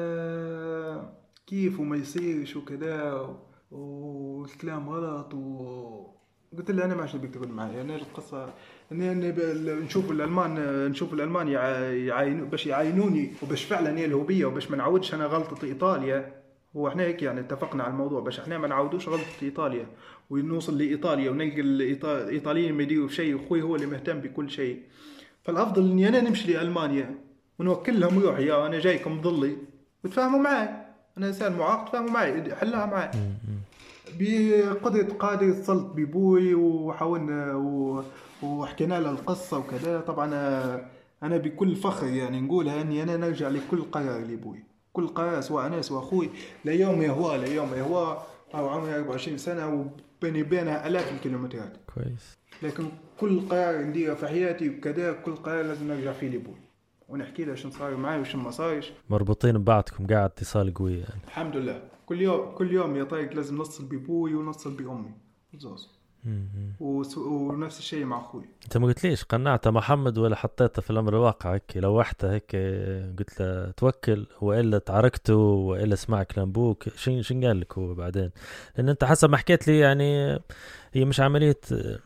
فكيف وما يصيرش وكذا والكلام غلط قلت له انا ما عادش نبيك تقعد معي. انا القصه اني نشوف الالمان يعاينوا باش يعاينوني وباش فعلا يلهوا بيا وباش ما نعودش انا غلطه ايطاليا. هو احنا هيك يعني اتفقنا على الموضوع باش احنا ما نعودوش غلطه ايطاليا، ونوصل لايطاليا ونلقى الايطاليين ما يديروا شيء واخوي هو اللي مهتم بكل شيء. فالافضل اني انا نمشي لالمانيا ونوكل لهم روحي، يا انا جايكم ضلي وتفاهموا معي، انا انسان معاق تفاهموا معي حلها معي. بقدرة قادر اتصلت ببوي وحاولنا وحكينا له القصة وكذا. طبعا أنا بكل فخر يعني نقولها أني أنا نرجع لكل قرار لبوي، كل قرار سواء أنا سواء أخوي. لا يوم يهوى أو عمري 24 سنة وبيني بينها آلاف الكيلومترات كويس، لكن كل قرار نديره في حياتي وكذا كل قرار لازم نرجع فيه لبوي ونحكي له شنو صار معي وشنو ما صارش. مربوطين ببعضكم، قاعد اتصال قوي يعني. الحمد لله كل يوم يا طارق لازم نصل ببوي ونصل بأمي زوز. ونفس الشيء مع أخوي. أنت ما قلت ليش قنعته محمد ولا حطيته في الأمر الواقع هيك لوحته هيك قلت له توكل وإلا تعركته وإلا اسمع كلام بوك؟ شن قال لك هو بعدين؟ لأن أنت حسب ما حكيت لي يعني هي مش عملية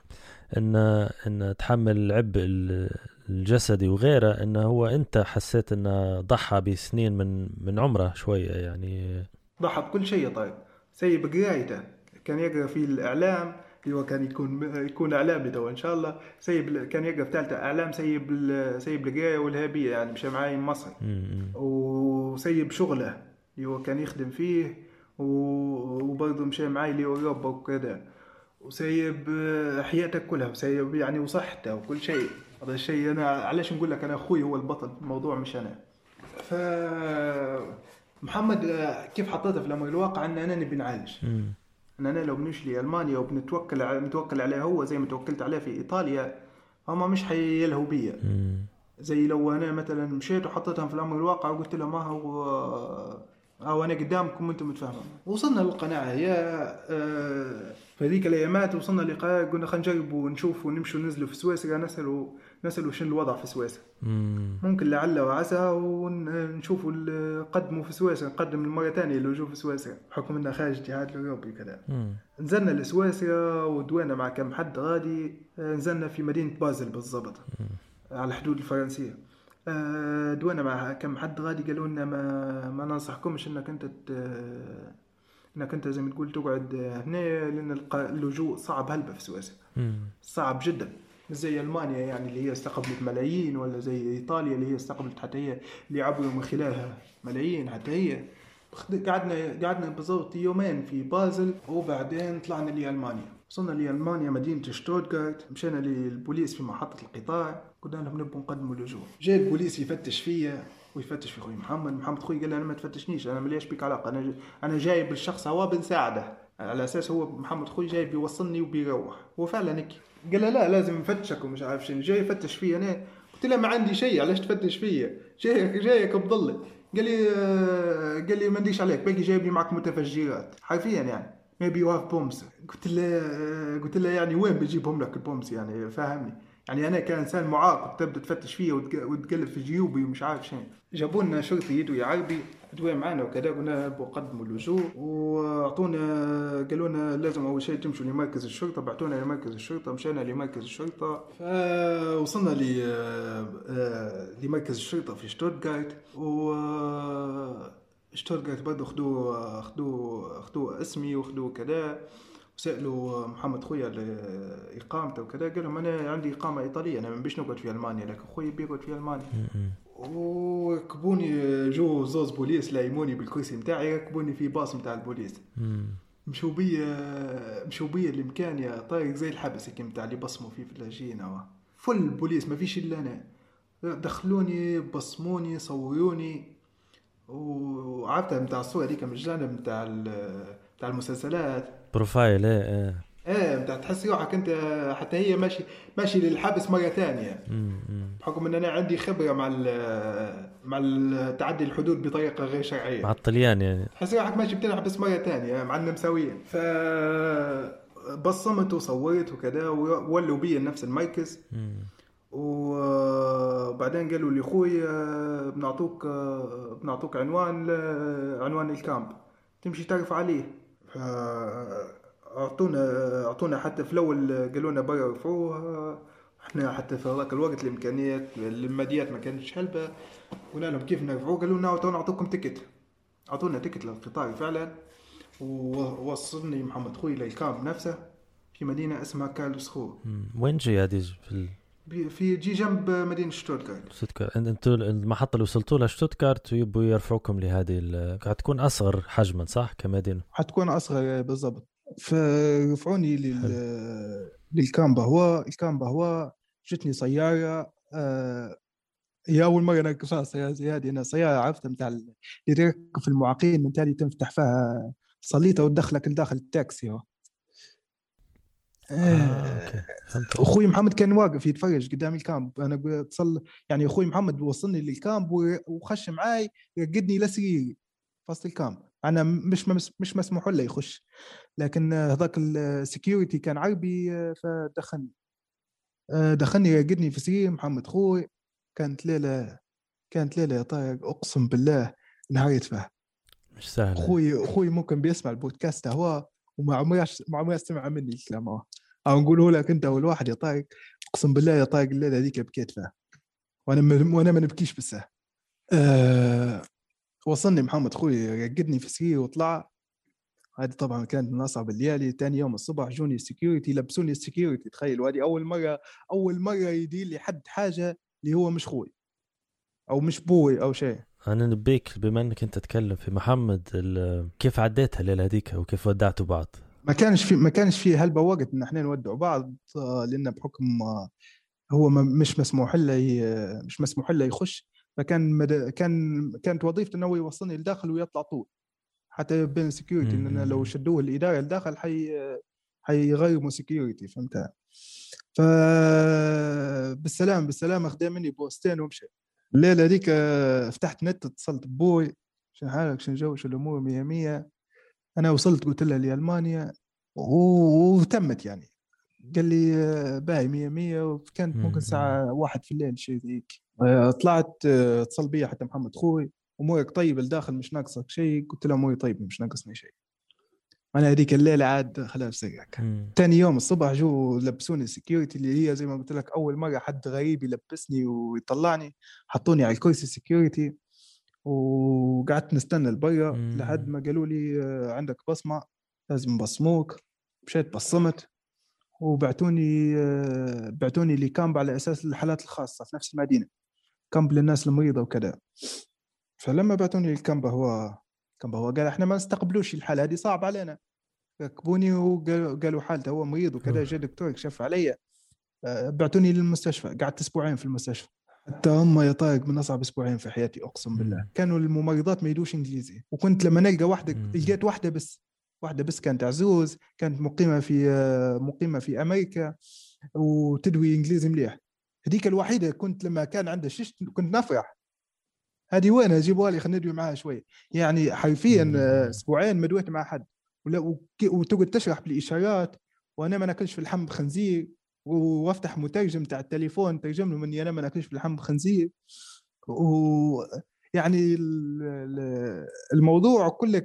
إن تحمل العبء الجسدي وغيره، إنه هو أنت حسيت إنه ضحى بسنين من عمره شوية يعني. ضحى بكل شيء. طيب سيب قرايته، كان يقرأ في الإعلام اللي هو كان يكون إعلام لتو إن شاء الله. كان يقرأ في ثالثة إعلام، سيب القراية والهابية يعني مشى معاي مصر. وسيب شغله اللي هو كان يخدم فيه وبرضه مشى معاي لأوروبا وكذا، وسيب حياتك كلها وسيب يعني وصحته وكل شيء. هذا الشيء أنا علاش نقول لك أنا أخوي هو البطل الموضوع مش أنا. محمد كيف حطيته في الأمر الواقع أن أنا نبي نعالج، أن أنا لو بنمشي لألمانيا وبنتوكل عليه هو زي ما توكلت عليه في إيطاليا، هما مش حيلهوا بيا. زي لو أنا مثلا مشيت وحطيتهم في الأمر الواقع وقلت له ما هو أنا قدامكم وأنتم متفاهمين. وصلنا للقناعة يا في هذيك الأيامات، وصلنا لقرار قلنا خلينا نجرب ونشوف ونمشي وننزلوا في سويسرا نسألوا شنو الوضع في سويسرا. ممكن لعل وعسى ونشوفوا نقدموا في سويسرا، نقدم المرة ثانية لو جو في سويسرا بحكم انها خارج الاتحاد الأوروبي كذا. نزلنا لسويسرا ودوينا مع كم حد غادي، نزلنا في مدينة بازل بالضبط على الحدود الفرنسية. دوينا مع كم حد غادي قالوا لنا ما ننصحكمش انك انت انك انت زي ما تقول تقعد هنا، لان اللجوء صعب هلبة في سويسرا، صعب جدا، مش زي المانيا يعني اللي هي استقبلت ملايين، ولا زي ايطاليا اللي هي استقبلت حتى هي اللي عبروا من خلالها ملايين. حتى هي قعدنا بالضبط يومين في بازل، وبعدين طلعنا لألمانيا. وصلنا لألمانيا مدينة شتوتغارت، مشينا للبوليس في محطة القطار، قلنا لهم نبغى نقدموا لجوء. جاء البوليس يفتش فيا ويفتش في خوي محمد خوي قال لي انا ما تفتشنيش، انا مليش بيك علاقه، انا جايب الشخص هو بنساعده على اساس هو محمد خوي جاي بيوصلني وبيروح. هو فعلا هيك قال له لا لازم نفتشك ومش عارف شنو، جاي يفتش فيا انا. قلت له ما عندي شيء، علاش تفتش فيا؟ جايك بضلي. قال لي ما نديش عليك، باقي جايب لي معك متفجرات حرفيا يعني maybe you have bombs. قلت له يعني وين بجيبهم لك البومس يعني فاهمني؟ يعني انا كانسان معاق تبدا تفتش فيه وتقلب في جيوبي ومش عارف شيء. جابوا لنا شرطي يدوي عربي ادوي معنا وكذا، قلنا بقدموا اللجوء، واعطونا قالوا لنا لازم اول شيء تمشوا لمركز الشرطه. بعتونا لمركز الشرطه، مشينا لمركز الشرطه، فوصلنا لمركز الشرطه في شتوتغارت. و شتوتغارت برضه خدوا اسمي وخدوا كذا، وسألوا محمد خويا على إقامته وكذا. قال لهم أنا عندي إقامة إيطالية، أنا ما بيش نقعد في ألمانيا، لكن خويا بيقعد في ألمانيا. وركبوني جو زوز بوليس لايموني بالكرسي متاعي، ركبوني في باص متاع البوليس. مشوا بيا لمكان يا طارق زي الحبس هيك متاع اللي بصموا فيه في اللاجئين، فل بوليس ما فيش إلا أنا. دخلوني بصموني صوروني، وعرفتها متاع الصورة ديك من الجانب متاع المسلسلات بروفايل. متاع تحس روحك انت حتى هي ماشي للحبس مرة ثانية، بحكم ان انا عندي خبرة مع التعدي الحدود بطريقة غير شرعية مع الطليان يعني، تحس روحك ماشي بتلحبس مرة ثانية مع النمساويين. بصمت وصورت وكذا، وولوا بي نفس المركز. وبعدين قالوا لي خوي بنعطوك عنوان الكامب تمشي تعرف عليه. اعطونا حتى في الاول قالوا لنا برا رفعوها، احنا حتى في هذاك الوقت الامكانيات الماديات ما كانتش هلبة. قلنا لهم كيف نرفعوه؟ قالوا لنا نعطوكم تيكت. اعطونا تيكت للقطار فعلا، ووصلني محمد خوي للكامب نفسه في مدينه اسمها كارلسخو. وين جي هذه في جي جنب مدينة شتوتغارت. انتوا المحطة اللي وصلتوا لها شتوتغارت ويبوا يرفعوكم لهذه هتكون أصغر حجما صح كمدينة؟ هتكون أصغر بالضبط. فرفعوني للكامبا. هو جتني سيارة، هي أول مرة نركب سيارة زي هذه. أنا سيارة عرفتها متاع اللي تركب في المعاقين من تالي تفتح فيها صليتها وتدخلك لداخل التاكسي. اخوي محمد كان واقف يتفرج قدام الكامب. انا اتصل يعني اخوي محمد وصلني للكامب وخش معاي يقدني لسريري فاست الكامب. انا مش مسموح له يخش، لكن هذاك السكيورتي كان عربي دخلني يقدني في سرير محمد خوي. كانت ليله يا طارق اقسم بالله نهايه فيها مش سهل. اخوي ممكن بيسمع البودكاست هو وما عمري استمع مني الكلام او نقوله لك انت اول واحد يا طارق. اقسم بالله يا طارق الليله هذيك بكيت فيها وانا ما نبكيش بس. وصلني محمد خوي رقدني في سرير وطلع. هذه طبعا كانت من اصعب الليالي. ثاني يوم الصبح جوني السكيورتي لبسوني السكيورتي. تخيل هذه اول مره يدير لي حد حاجه اللي هو مش خوي او مش بوي او شيء. انا نبيك بما انك انت تتكلم في محمد كيف عديتها الليله هذيك وكيف ودعتوا بعض؟ ما كانش فيه هلبة وقت ان احنا نودعوا بعض، لان بحكم هو مش مسموح له يخش. فكان كانت وظيفته انه يوصلني لداخل ويطلع طول حتى بين سكيورتي، اننا لو شدوه الاداره لداخل حيغيروا سكيورتي فهمت. بالسلامه خدام مني بوستين ومشي. الليله هذيك فتحت نت اتصلت بوي شنو حالك شنو جو شو الامور 100. انا وصلت قلت له لألمانيا وتمت يعني. قال لي باهي 100 وكانت ممكن الساعه 1 في الليل شيء ذيك. طلعت اتصل بي حتى محمد خوي امورك طيب الداخل مش ناقصك شيء؟ قلت له اموري طيب مش ناقصني شيء. انا هذيك الليله عاد خلاص سرقك. ثاني يوم الصبح جو لبسوني سكيورتي اللي هي زي ما قلت لك اول مره حد غريب يلبسني ويطلعني. حطوني على الكرسي سكيورتي وقعدت نستنى البيا لحد ما قالوا لي عندك بصمة لازم نبصموك. مشيت بصمت وبعتوني لي كامب على أساس الحالات الخاصة في نفس المدينة، كامب للناس المريضة وكذا. فلما بعتوني الكامب هو قال احنا ما نستقبلوش الحالة هذه، صعب علينا. ركبوني وقالوا حالته هو مريض وكذا. جاء دكتور كشف علي، بعتوني للمستشفى. قعدت أسبوعين في المستشفى. حتى هم يا طارق من أصعب أسبوعين في حياتي أقسم بالله. كانوا الممرضات ما يدوش إنجليزي، وكنت لما نلقى لقيت واحدة بس كانت عزوز، كانت مقيمة في أمريكا وتدوي إنجليزي مليح. هذيك الوحيدة كنت لما كان عندها شيش كنت نفرح، هذه وين أجيبها لي خلينا ندوي معها شوي. يعني حرفيا أسبوعين ما دويت مع حد، وتقعد تشرح بالإشارات وأنا ما ناكلش في اللحم خنزير، وافتح مترجم تاع التليفون ترجم له مني انا ما ناكلش باللحم خنزير. ويعني الموضوع كله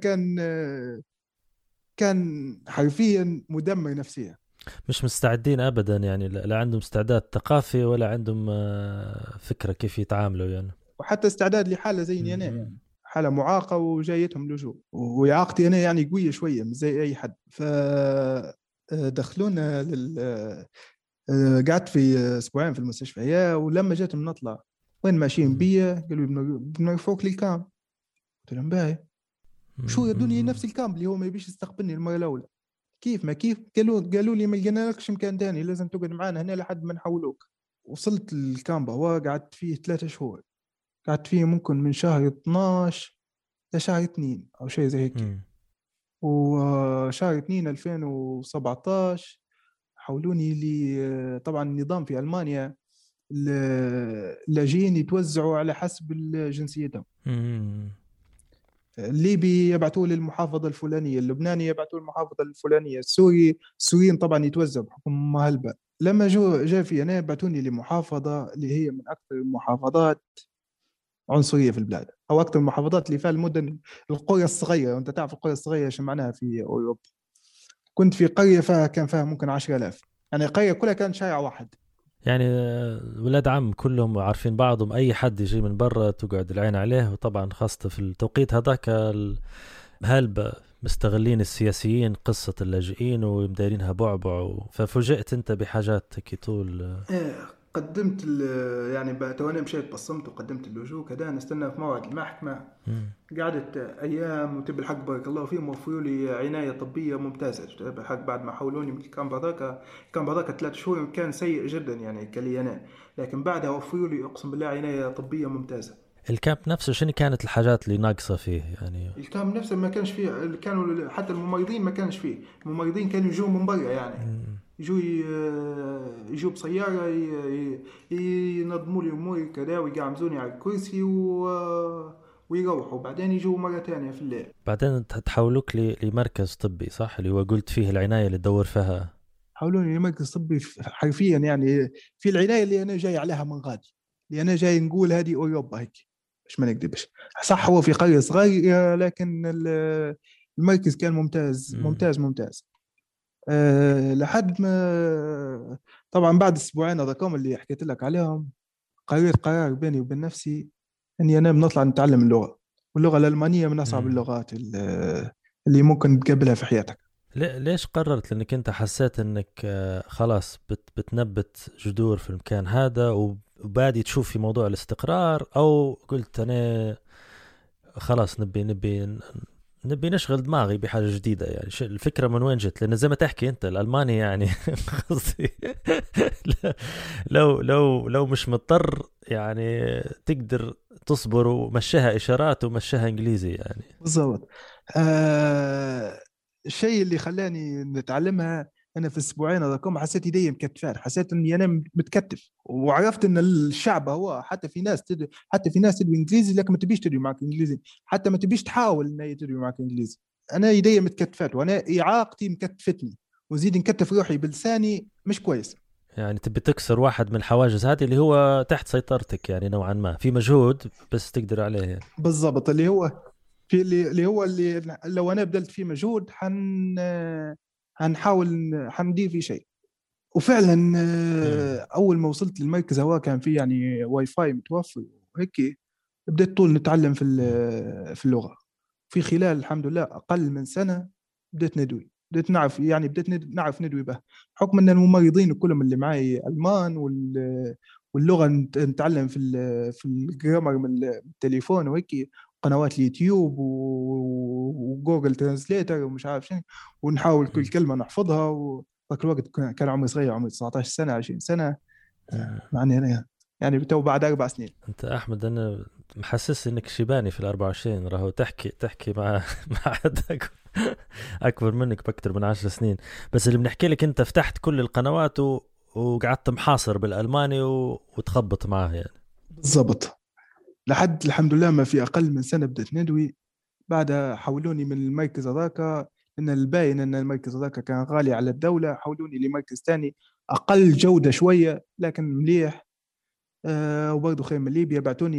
كان حرفيا مدمر نفسيا. مش مستعدين ابدا، يعني لا عندهم استعداد ثقافي ولا عندهم فكره كيف يتعاملوا يعني، وحتى استعداد لحاله زي انا يعني حاله معاقه وجايتهم لجوء، وإعاقتي انا يعني قويه شويه مش زي اي حد. فدخلونا قعدت في أسبوعين في المستشفى. ولما جيت من نطلع وين ماشيين بيا قالوا بنرفعوك للكام. قلت لهم باهي. شو يدوني نفس الكام اللي هو ما يبيش يستقبلني المرة الأولى. كيف ما كيف قالوا لي ما لقينا لكش مكان تاني، لازم تقعد معنا هنا لحد ما نحولوك. وصلت الكامبا وقعدت فيه 3 شهور. قعدت فيه ممكن من شهر 12 لشهر 2 أو شيء زي هيك. وشهر 2 2017 حولوني لي. طبعا النظام في ألمانيا اللاجئين يتوزعوا على حسب جنسيتهم. الليبي يبعثوه للمحافظة الفلانية، اللبناني يبعثوه للمحافظة الفلانية، السوريين طبعا يتوزعوا بحكم مهلبة. لما جاء في أنا بعثوني لمحافظة اللي هي من أكثر المحافظات عنصرية في البلاد، أو أكثر المحافظات اللي فيها المدن القرية الصغيرة. وأنت تعرف القرية الصغيرة شو معناها في أوروبا. كنت في قرية كان فيها ممكن 10,000، يعني القرية كلها كان شارع واحد. يعني ولاد عم كلهم عارفين بعضهم، أي حد يجي من برا تقعد العين عليه. وطبعا خاصة في التوقيت هذاك هلبة مستغلين السياسيين قصة اللاجئين ومدارينها بعبع. ففوجئت أنت بحاجات طول قدمت يعني تواني مشيت بصمت وقدمت اللجوء كذا. نستنى في موعد المحكمة. قعدت أيام وتب الحق بارك الله فيهم وفروا لي عناية طبية ممتازة. تب الحق بعد ما حولوني من الكامب هذاك 3 شهور كان سيء جدا يعني كلي أنا، لكن بعدها وفروا لي أقسم بالله عناية طبية ممتازة. الكامب نفسه شنو كانت الحاجات اللي ناقصة فيه يعني؟ الكامب نفسه ما كانش فيه، كانوا حتى الممرضين ما كانش فيه. الممرضين كانوا يجوا من برا يعني يجوا بسيارة ينظموا لي أموري كذا ويقعمزوني على الكرسي ويروحوا، بعدين يجوا مرة تانية في الليل. بعدين تحولوك لمركز طبي صح، اللي هو قلت فيه العناية اللي تدور فيها. حولوني لمركز طبي حرفيا يعني في العناية اللي أنا جاي عليها من غادي، اللي أنا جاي نقول هذه أوروبا هيك مش ما نكذبش. صح هو في قرية صغيرة لكن المركز كان ممتاز ممتاز. لحد ما طبعا بعد أسبوعين هذاكم اللي حكيت لك عليهم قررت قرار بيني وبين نفسي أني أنا بنطلع نتعلم اللغة. واللغة الألمانية من أصعب اللغات اللي ممكن تقابلها في حياتك. ليش قررت؟ لأنك أنت حسيت أنك خلاص بتنبت جذور في المكان هذا وبادي تشوف في موضوع الاستقرار، أو قلت أنا خلاص نبي نشغل دماغي بحاجة جديدة؟ يعني الفكرة من وين جت؟ لأن زي ما تحكي أنت الألماني يعني قصدي لو مش مضطر يعني تقدر تصبر ومشيها إشارات ومشيها إنجليزي يعني. بالضبط. الشيء اللي خلاني نتعلمها أنا في أسبوعين هذاكم حسيت يدي مكتفات، حسيت إني أنا متكتف، وعرفت إن الشعب هو حتى في ناس تدوي إنجليزي لكن ما تبيش تدوي معك إنجليزي، حتى ما تبيش تحاول إن تدوي معك إنجليزي. أنا يدي متكتفات وأنا إعاقتي مكتفتني وزيد نكتف روحي بلساني مش كويس. يعني تبي تكسر واحد من الحواجز هذه اللي هو تحت سيطرتك يعني نوعا ما، في مجهود بس تقدر عليه يعني. بالضبط، اللي هو اللي لو أنا بدلت فيه مجهود هنحاول هندير فيه شيء. وفعلا أول ما وصلت للمركز هو كان فيه يعني واي فاي متوفر وهيك، بديت طول نتعلم في اللغة. في خلال الحمد لله أقل من سنة بديت ندوي، بديت نعرف يعني بديت نعرف ندوي به، حكم أن الممرضين كلهم اللي معي ألمان، واللغة نتعلم في الجرامر من التليفون وهيك، قنوات اليوتيوب وجوجل ترانسليتر ومش عارف شنو، ونحاول كل كلمة نحفظها. وذاك الوقت كان عمري صغير، عمري 19 سنة 20 سنة معني أنا يعني بتو بعد 4 سنين. أنت أحمد أنا محسس إنك شيباني في 24، راهو تحكي مع حد أكبر منك بأكتر من 10 سنين. بس اللي بنحكي لك أنت فتحت كل القنوات وقعدت محاصر بالألماني وتخبط معاه يعني. بالضبط، لحد الحمد لله ما في أقل من سنة بدأت ندوي. بعدها حولوني من المركز هذاك، لأن الباين أن المركز هذاك كان غالي على الدولة، حولوني لمركز تاني أقل جودة شوية لكن مليح، وبرضه خير من ليبيا. بعتوني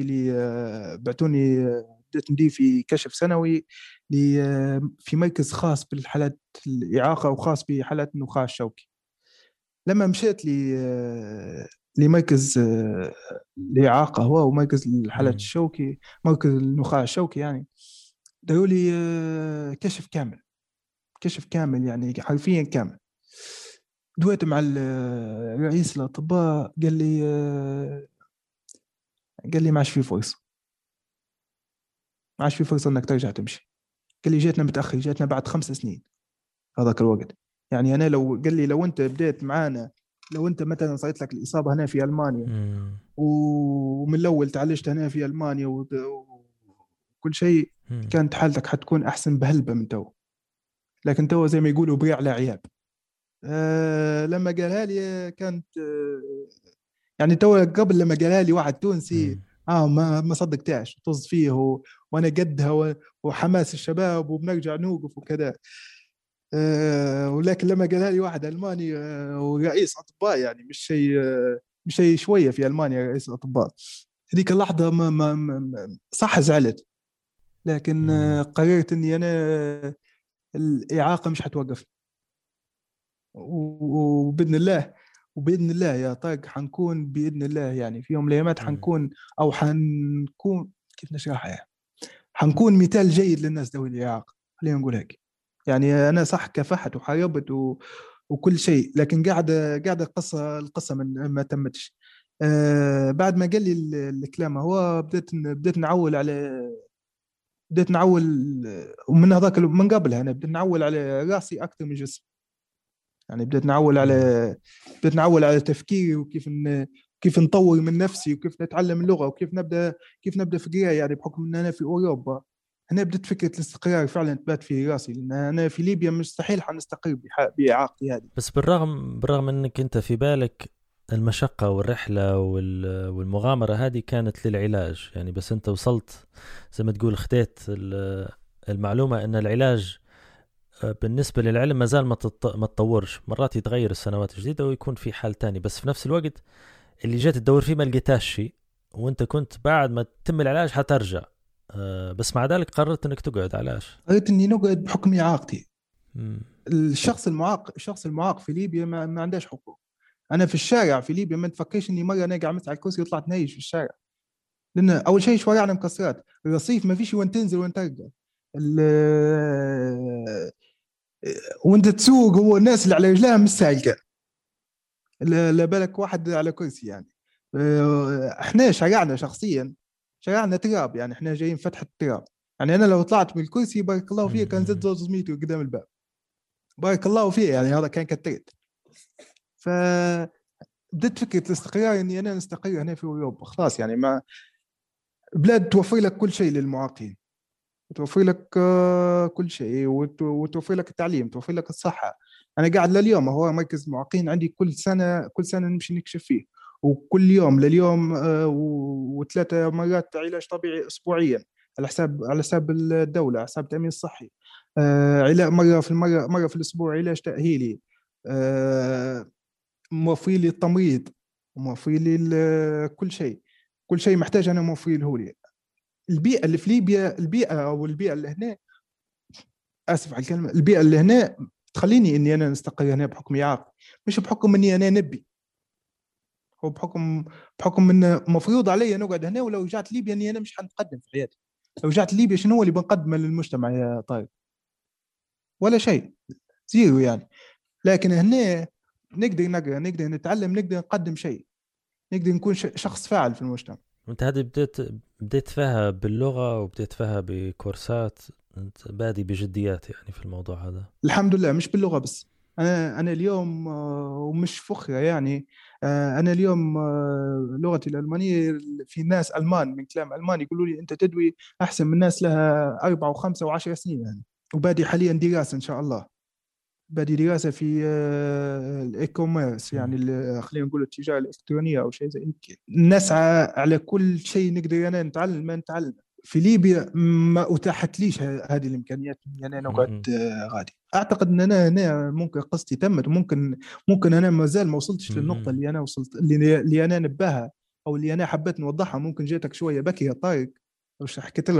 بدأت ندير في كشف سنوي في مركز خاص بالحالات الإعاقة وخاص بحالات النخاع الشوكي. لما مشيت لمركز الإعاقة هو ومركز الحالات الشوكي، مركز النخاع الشوكي يعني، داروا لي كشف كامل يعني حرفيا كامل. دويت مع رئيس الأطباء، قال لي ما عادش في فرصة، ما عادش في فرصة انك ترجع تمشي. قال لي جيتنا متأخر، جيتنا بعد 5 سنين هذاك الوقت. يعني انا قال لي لو انت بديت معانا، لو انت مثلا صارت لك الإصابة هنا في ألمانيا ومن الأول تعالجت هنا في ألمانيا وكل شيء، كانت حالتك حتكون أحسن بهلبة من تو، لكن تو زي ما يقولوا بريع على عياب. لما قالها لي كانت يعني تو قبل لما قالها لي واحد تونسي ما صدقتهاش، طز فيه وانا قدها وحماس الشباب وبنرجع نوقف وكذا. ولكن لما قالها لي واحد ألماني ورئيس أطباء، يعني مش شيء شوية في ألمانيا رئيس أطباء، هذيك اللحظة ما صح زعلت، لكن قررت اني انا الإعاقة مش حتوقف. وبإذن الله يا طارق حنكون بإذن الله يعني في يوم من الأيام حنكون كيف نشرحها يعني، حنكون مثال جيد للناس ذوي الإعاقة، خلينا نقول هيك. يعني أنا صح كافحت وحاربت وكل شيء، لكن قاعدة القصة ما تمتش. بعد ما قال لي الكلام هو بديت نعول ومن هذاك من قبلها أنا بديت نعول على راسي أكثر من جسم. يعني بديت نعول على تفكيري، وكيف نطور من نفسي، وكيف نتعلم اللغة، وكيف نبدأ في قراية. يعني بحكم أن أنا في أوروبا هنا بدأت فكرة الاستقرار فعلا تبات في راسي، لأن أنا في ليبيا مستحيل حنستقر بإعاقتي هذه. بس بالرغم أنك أنت في بالك المشقة والرحلة والمغامرة هذه كانت للعلاج يعني، بس أنت وصلت زي ما تقول خديت المعلومة أن العلاج بالنسبة للعلم ما زال ما تطورش، مرات يتغير السنوات الجديدة ويكون في حال تاني، بس في نفس الوقت اللي جات تدور فيه ما لقيتاش شيء، وانت كنت بعد ما تتم العلاج حترجع. بس مع ذلك قررت انك تقعد. علاش؟ قررت اني نقعد بحكم إعاقتي. الشخص المعاق في ليبيا ما عندهاش حقوق. انا في الشارع في ليبيا ما تفكرش اني مرة انا قاعد على الكرسي وطلعت نايش في الشارع، لان اول شيء شوارعنا مكسرات، الرصيف ما فيش وين تنزل وين ترجع، وانت تسوق هو الناس اللي على رجلها مش سالكه، لا بالك واحد على كرسي يعني. احنا شارعنا تراب يعني، احنا جايين فتحة تراب يعني. انا لو طلعت بالكرسي بارك الله فيه كان زدت زوز ميتر قدام الباب، بارك الله فيه يعني، هذا كان كترت. فبدأت فكرة الاستقرار اني انا نستقر هنا في اوروبا خلاص يعني، ما بلاد توفر لك كل شيء للمعاقين، توفر لك كل شيء، وتوفر لك التعليم، توفر لك الصحة. أنا قاعد لليوم هو مركز معاقين عندي، كل سنة نمشي نكشف فيه، وكل يوم لليوم 3 مرات علاج طبيعي أسبوعيا على حساب الدولة، على حساب التأمين الصحي. علاج مرة في الأسبوع علاج تأهيلي، موفر لي التمريض، موفر لي كل شيء محتاج أنا موفر لي. البيئة اللي في ليبيا، البيئة اللي هنا، آسف على الكلمة، البيئة اللي هنا تخليني إني أنا نستقر هنا بحكم إعاقتي، مش بحكم إني أنا نبي. بحكم إنه مفروض علي نقعد هنا، ولو رجعت ليبيا إني أنا مش حنتقدم في حياتي. لو رجعت ليبيا شنو هو اللي بنقدمه للمجتمع يا طارق؟ ولا شيء، زيرو يعني. لكن هنا نقدر نقرأ، نقدر نتعلم، نقدر نقدم شيء، نقدر نكون شخص فاعل في المجتمع. وانت هذه بديت فيها باللغة وبديت فيها بكورسات، انت بادي بجديات يعني في الموضوع هذا؟ الحمد لله، مش باللغة بس. أنا اليوم ومش فخرة يعني، أنا اليوم لغتي الألمانية، في ناس ألمان من كلام ألماني يقولوا لي أنت تدوي أحسن من ناس لها 4 و5 و10 سنين يعني. وبادي حاليا دراسة إن شاء الله، بادي دراسة في الإي كوميرس، يعني خلينا نقول التجارة الإلكترونية أو شيء زي كذا. نسعى على كل شيء نقدر أنا نتعلم ما نتعلم. في ليبيا ما أتاحت ليش هذه الإمكانيات إني أنا نقعد غادي. أعتقد أن أنا ممكن قصتي تمت، وممكن أنا ما زال ما وصلتش للنقطة اللي أنا وصلت، اللي أنا نباها أو اللي أنا حبيت نوضحها. ممكن جيتك شوية بكي يا طارق، وش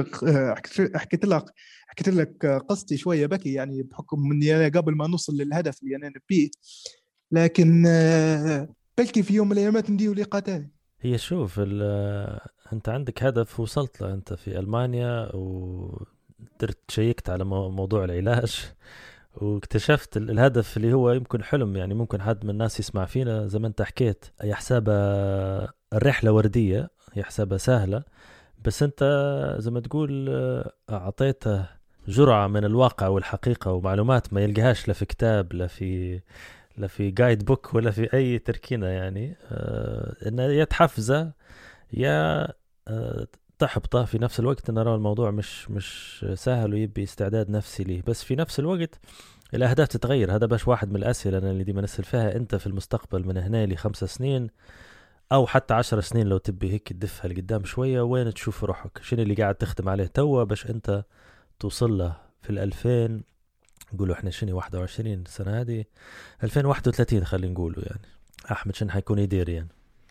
حكيت لك قصتي شوية بكي يعني، بحكم إني أنا قبل ما نوصل للهدف اللي أنا نبيه. لكن بلكي في يوم من الأيام نديو لقاء تاني. هي شوف، أنت عندك هدف وصلت له. أنت في ألمانيا ودرت شيكت على موضوع العلاج واكتشفت الهدف اللي هو يمكن حلم، يعني ممكن حد من الناس يسمع فينا زي ما أنت حكيت يحسبها الرحلة وردية، يحسبها سهلة، بس أنت زي ما تقول أعطيته جرعة من الواقع والحقيقة ومعلومات ما يلقاهاش لا في كتاب لا في جايد بوك ولا في أي تركينة، يعني إنه يتحفزه يا تحبطه في نفس الوقت. إن نرى الموضوع مش سهل ويبي استعداد نفسي ليه، بس في نفس الوقت الأهداف تتغير. هذا باش واحد من الأسئلة أنا اللي ديما نسأل فيها، أنت في المستقبل من هنا ل5 سنين أو حتى 10 سنين لو تبي هيك تدفها لقدام شوية، وين تشوف روحك؟ شنو اللي قاعد تخدم عليه توا باش أنت توصل له في 2000 نقولوا إحنا شنو 21 سنة هذه 2031 خلينا نقولوا، يعني أحمد شنو حيكون يدير يعني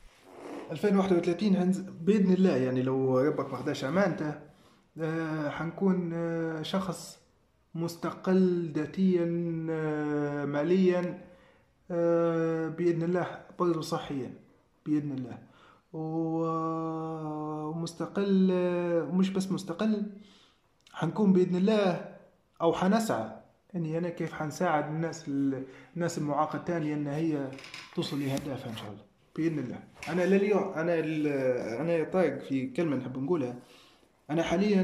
2031 بإذن الله، يعني لو ربك ما خداش أمانته حنكون شخص مستقل ذاتيا ماليا بإذن الله، برضو صحيا بإذن الله، ومستقل. ومش بس مستقل، حنكون بإذن الله أو حنسعى إني أنا كيف حنساعد الناس المعاقة الثانية إن هي توصل لهدفها إن شاء الله بإذن الله. أنا لليوم أنا طارق في كلمة نحب نقولها. أنا حاليا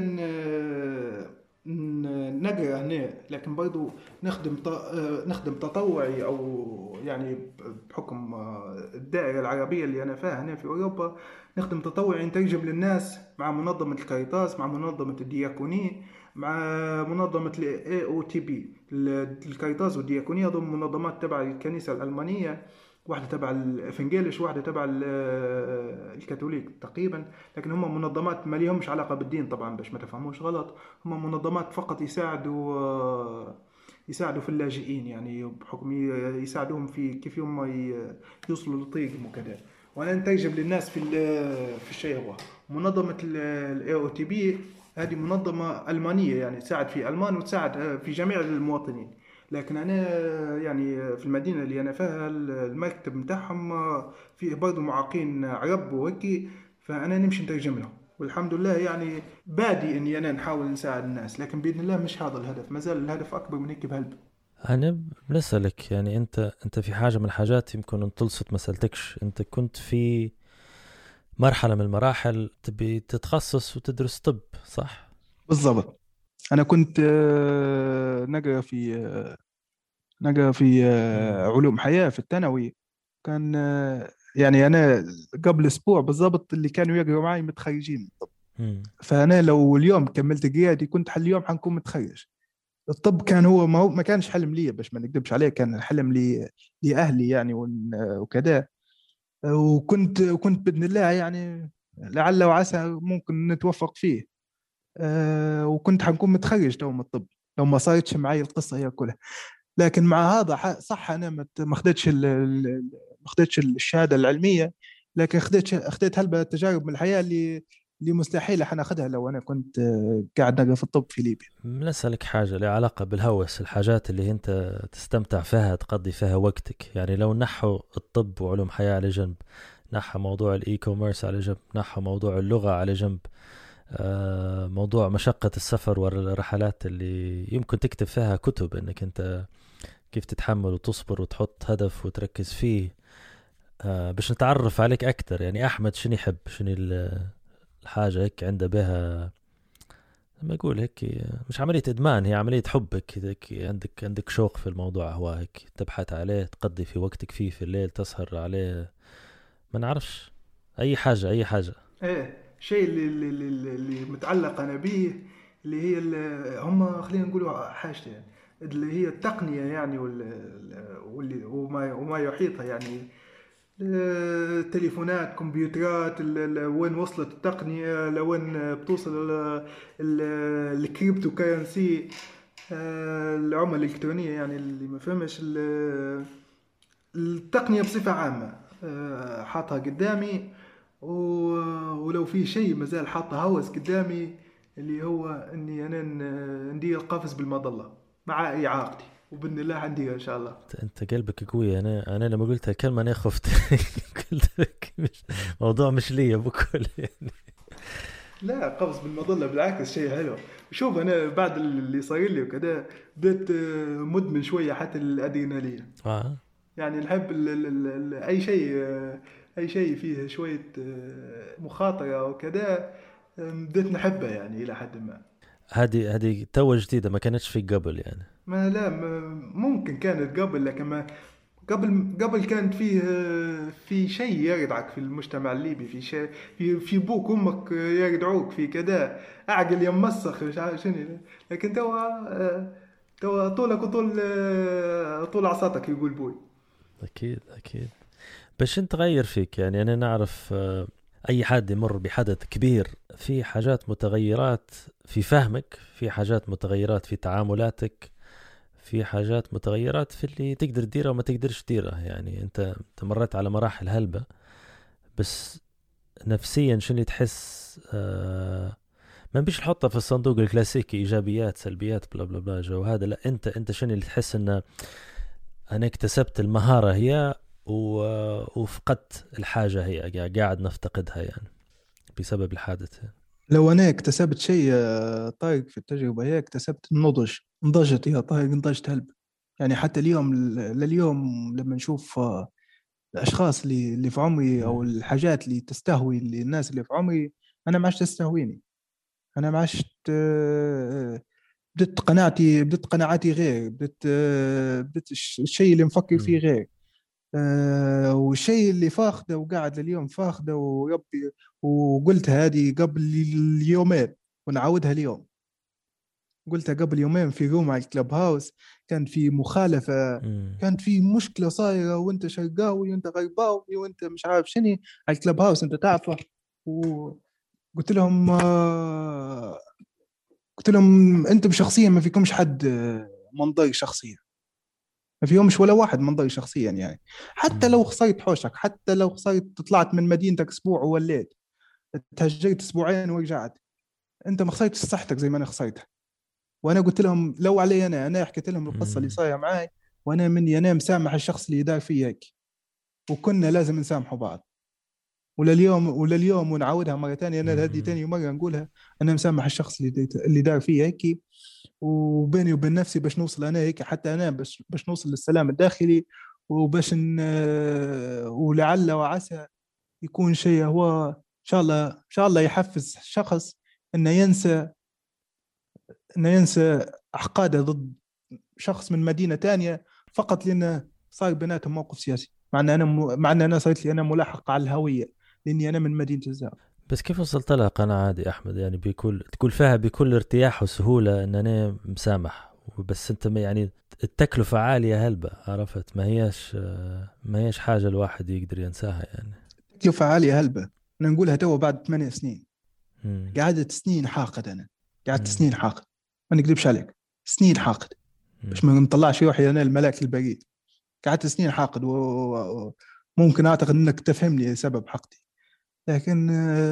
نقرأ هنا، لكن برضو نخدم تطوعي، أو يعني بحكم الدائرة العربية اللي أنا فيها هنا في أوروبا، نخدم تطوعي نترجم للناس مع منظمة الكاريتاس، مع منظمة الدياكونية، مع منظمة AOTB. الكاريتاس والدياكونية ضمن منظمات تبع الكنيسة الألمانية، واحدة تبع الإفنجيليش، واحدة تبع الكاثوليك تقريبا، لكن هم منظمات ما لهمش علاقة بالدين طبعا باش ما تفهموش غلط. هم منظمات فقط يساعدوا في اللاجئين، يعني بحكم يساعدوهم في كيف هم يوصلوا لطريق مكذا. وأنا نترجم للناس في الشيء هو منظمة AOTB. هذه منظمة ألمانية يعني تساعد في ألمان وتساعد في جميع المواطنين. لكن أنا يعني في المدينة اللي أنا فيها المكتب متاعهم فيه برضو معاقين عرب وهيك، فأنا نمشي نترجم لهم، والحمد لله يعني بادي إني أنا نحاول نساعد الناس. لكن بإذن الله مش هذا الهدف، ما زال الهدف أكبر من هيك بهلب. أنا بنسألك يعني أنت في حاجة من الحاجات يمكن انطلصت ما سألتكش. أنت كنت في مرحلة من المراحل تبي تتخصص وتدرس طب، صح؟ بالضبط. أنا كنت نقرأ في علوم حياة في الثانوي. كان يعني أنا قبل أسبوع بالضبط اللي كانوا يقرأوا معي متخرجين من الطب. فأنا لو اليوم كملت قيادي كنت اليوم حنكون متخرج. الطب كان هو ما كانش حلم لي باش ما نكذبش عليه، كان حلم لأهلي يعني وكذا. وكنت بإذن الله يعني لعل وعسى ممكن نتوفق فيه. وكنت حنكون متخرج تو من الطب لو ما صارتش معي القصة هي كلها. لكن مع هذا صح أنا ما خدتش الشهادة العلمية، لكن خدت هلبة تجارب من الحياة اللي مستحيل حناخدها لو أنا كنت قاعد نقرأ في الطب في ليبيا. نسألك حاجة لها علاقة بالهوس، الحاجات اللي أنت تستمتع فيها تقضي فيها وقتك، يعني لو نحو الطب وعلوم حياة على جنب، نحى موضوع الاي كوميرس على جنب، نحى موضوع اللغة على جنب، موضوع مشقة السفر والرحلات اللي يمكن تكتب فيها كتب، انك انت كيف تتحمل وتصبر وتحط هدف وتركز فيه. باش نتعرف عليك اكتر، يعني احمد شنو يحب، شنو الحاجة هيك عنده بها لما يقول هيك مش عملية ادمان، هي عملية حبك هيك، عندك شوق في الموضوع، هو هيك تبحث عليه، تقضي في وقتك فيه في الليل، تسهر عليه، ما نعرفش اي حاجة ايه شيء اللي متعلق انا به اللي هي هم خلينا نقولوا حاجتين اللي هي التقنية يعني واللي وما يحيطها يعني تليفونات، كمبيوترات، وين وصلت التقنية، لوين بتوصل الكريبتو كارنسي، العملة الإلكترونية، يعني اللي ما فهمش التقنية بصفة عامة حاطها قدامي، ولو في شيء مازال حاطه هوس قدامي اللي هو اني انا ندير قفز بالمظلة مع اعاقتي، وباذن الله عندي ان شاء الله. انت قلبك قوي. انا لما قلت الكلمه انا خفت. قلت لك موضوع مش لي بكل يعني. لا، قفز بالمظلة بالعكس شيء حلو. شوف انا بعد اللي صاير لي وكذا بدأت مدمن شويه حتى الادرينالين. يعني نحب اي شيء فيه شويه مخاطره وكذا بدأت نحبه يعني الى حد ما. هذه تو جديده، ما كانتش في قبل يعني. ما لا ممكن كانت قبل، لكن ما قبل كانت في شيء يردعك في المجتمع الليبي، في شيء في بوك امك يردعوك في كذا، اعقل يمسخ مش عارف شنو. لكن تو طولك طول عصاتك يقول بوي. اكيد باش انت تغير فيك يعني. انا نعرف اي حد يمر بحدث كبير، في حاجات متغيرات في فهمك، في حاجات متغيرات في تعاملاتك، في حاجات متغيرات في اللي تقدر تديرها وما تقدرش تديرها. يعني انت مريت على مراحل هلبة، بس نفسيا شنو تحس؟ ما بيش نحطها في الصندوق الكلاسيكي ايجابيات سلبيات بلا بلا بلا جو هذا، لا انت شنو اللي تحس ان انا اكتسبت المهارة هي وفقدت الحاجة هي قاعد نفتقدها يعني بسبب الحادث يعني. لو أنا اكتسبت شيء طارق في التجربة هي اكتسبت النضج، نضجت يا طارق، نضجت هلب يعني. حتى اليوم لليوم لما نشوف الأشخاص اللي في عمري أو الحاجات اللي تستهوي الناس اللي في عمري، أنا ما عادش تستهويني. أنا ما عادش بدت قناعاتي غير، بدت الشيء اللي مفكر فيه غير، والشيء اللي فاخده وقاعد لليوم فاخده وربي. وقلت هذه قبل اليومين ونعودها اليوم. قلتها قبل يومين في روم على الكلاب هاوس، كان في مخالفة، كانت في مشكلة صايرة، وانت شرقاوي وانت غرباوي وانت مش عارف شنو على الكلاب هاوس، انت تعرفه. وقلت لهم انتم شخصيا ما فيكمش حد منظري شخصيا، ما فيهمش ولا واحد منظري شخصيا يعني. حتى لو خسرت حوشك، حتى لو خسرت طلعت من مدينتك اسبوع ووليت، تهجرت اسبوعين ورجعت، انت ما خسرتش صحتك زي ما انا خسرتها. وانا قلت لهم لو علي انا حكيت لهم القصه اللي صايره معي، وانا مني انا مسامح الشخص اللي دار فيا هيك، وكنا لازم نسامحوا بعض. ولليوم ونعودها مره ثانيه، انا هذه ثاني مره نقولها، انا مسامح الشخص اللي دار فيا هيك، وبيني وبين نفسي باش نوصل انا هيك، حتى انا باش نوصل للسلام الداخلي، وباش ولعل وعسى يكون شيء هو ان شاء الله يحفز شخص انه ينسى احقاده ضد شخص من مدينه تانية فقط لانه صار بيناتهم موقف سياسي، مع ان انا صارت لي انا ملاحقه على الهويه لاني انا من مدينه الزهر. بس كيف وصلت لها قناعة عادي أحمد؟ يعني تقول فيها بكل ارتياح وسهولة إن أنا مسامح، بس أنت يعني التكلفة عالية هلبة، عرفت؟ ما هيش حاجة الواحد يقدر ينساها يعني. التكلفة عالية هلبة، أنا نقولها تو بعد 8 سنين. قعدت سنين حاقد، أنا قعدت سنين حاقد، ما نكذبش عليك، سنين حاقد باش ما نطلعش روحي أنا الملاك البريد. قعدت سنين حاقد، وممكن أعتقد أنك تفهمني سبب حقدي، لكن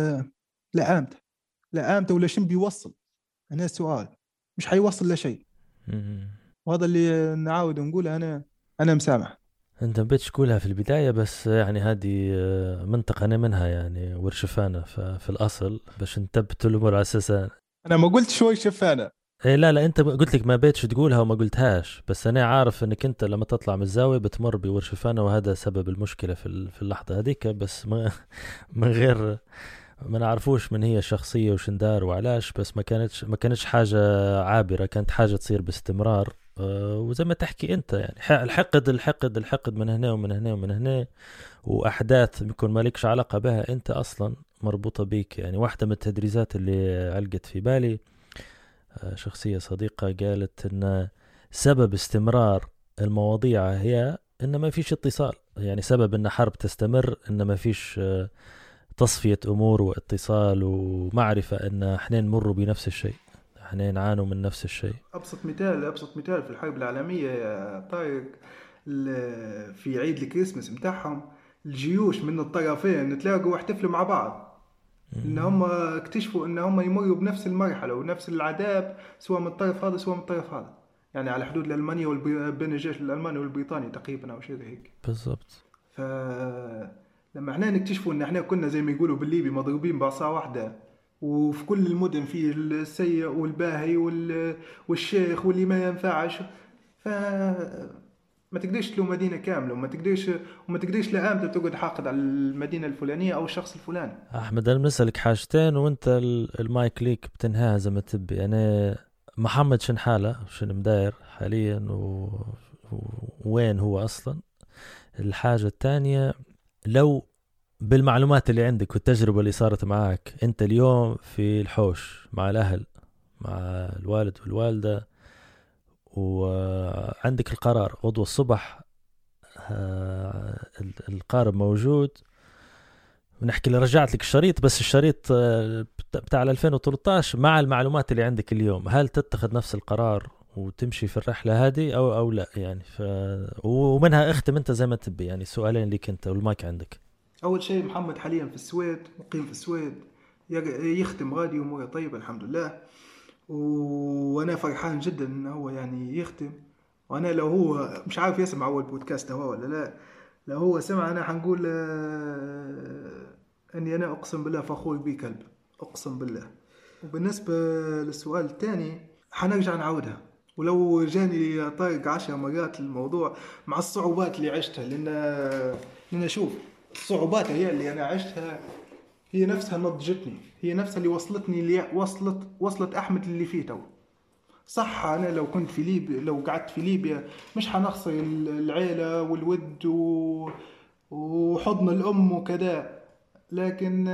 لا آمت ولا شن بيوصل. أنا السؤال مش حيوصل لشيء، وهذا اللي نعاود نقوله. أنا مسامح، انت بيتش تقولها في البداية، بس يعني هذه منطقة أنا منها يعني ورشفانة في الأصل باش نتبت الأمور على أساسها. أنا ما قلت شوي شفانة. إيه لا أنت قلت لك ما بيتش تقولها وما قلتهاش، بس أنا عارف إنك أنت لما تطلع من الزاوية بتمر بورشفانة، وهذا سبب المشكلة في اللحظة هذيك. بس من غير ما نعرفوش من هي الشخصية وشندار وعلاش، بس ما كانتش حاجة عابرة، كانت حاجة تصير باستمرار. وزي ما تحكي انت يعني الحقد من هنا ومن هنا ومن هنا، واحداث بيكون مالكش علاقة بها انت اصلا مربوطة بيك. يعني واحدة من التدريزات اللي علقت في بالي، شخصية صديقة قالت ان سبب استمرار المواضيع هي ان ما فيش اتصال. يعني سبب ان حرب تستمر ان ما فيش تصفية امور واتصال ومعرفة ان احنا نمر بنفس الشيء، احنا نعانوا من نفس الشيء. ابسط مثال في الحرب العالميه يا طارق، في عيد الكريسماس متاعهم الجيوش من الطرفين نتلاقوا واحتفلوا مع بعض، ان هم اكتشفوا ان هم يمروا بنفس المرحله ونفس العذاب، سواء من الطرف هذا سواء من الطرف هذا، يعني على حدود الالمانيا بين الجيش الالماني والبريطاني تقريبا او شيء هيك بالضبط. لما احنا نكتشفوا ان احنا كنا زي ما يقولوا بالليبي مضروبين بعصا واحده، وفي كل المدن فيه السيء والباهي والشيخ واللي ما ينفعش، ما تقدرش تلوم مدينة كاملة، وما تقدرش لأمتى تقعد حاقد على المدينة الفلانية أو الشخص الفلاني. أحمد أنا بنسألك حاجتين وأنت المايك ليك بتنهاها زي ما تبي. يعني محمد شن حاله شن مداير حاليا وين هو أصلا؟ الحاجة الثانية، لو بالمعلومات اللي عندك والتجربة اللي صارت معك أنت اليوم في الحوش مع الأهل مع الوالد والوالدة، وعندك القرار غدوة الصبح القارب موجود، ونحكي اللي رجعت لك الشريط، بس الشريط بتاع 2013 مع المعلومات اللي عندك اليوم، هل تتخذ نفس القرار وتمشي في الرحلة هذه أو لا؟ يعني ومنها اختم أنت زي ما تبي. يعني سؤالين ليك أنت والمايك عندك. أول شيء محمد حاليا في السويد، مقيم في السويد، يختم غادي وأموره طيبة الحمد لله، وانا فرحان جدا انه هو يعني يختم. وانا لو هو مش عارف يسمع اول بودكاست هو ولا لا، لو هو سمع انا حنقول اني انا اقسم بالله فخور بيه كلب، اقسم بالله. وبالنسبه للسؤال الثاني حنرجع نعودها، ولو جاني طارق 10 مرات الموضوع مع الصعوبات اللي عشتها، لان شوف الصعوبات هي اللي انا عشتها هي نفسها نضجتني، هي نفسها اللي وصلتني اللي وصلت أحمد اللي فيه تو. صح أنا لو كنت في ليبيا، لو قعدت في ليبيا مش حنخسر العيلة والود وحضن الأم وكذا، لكن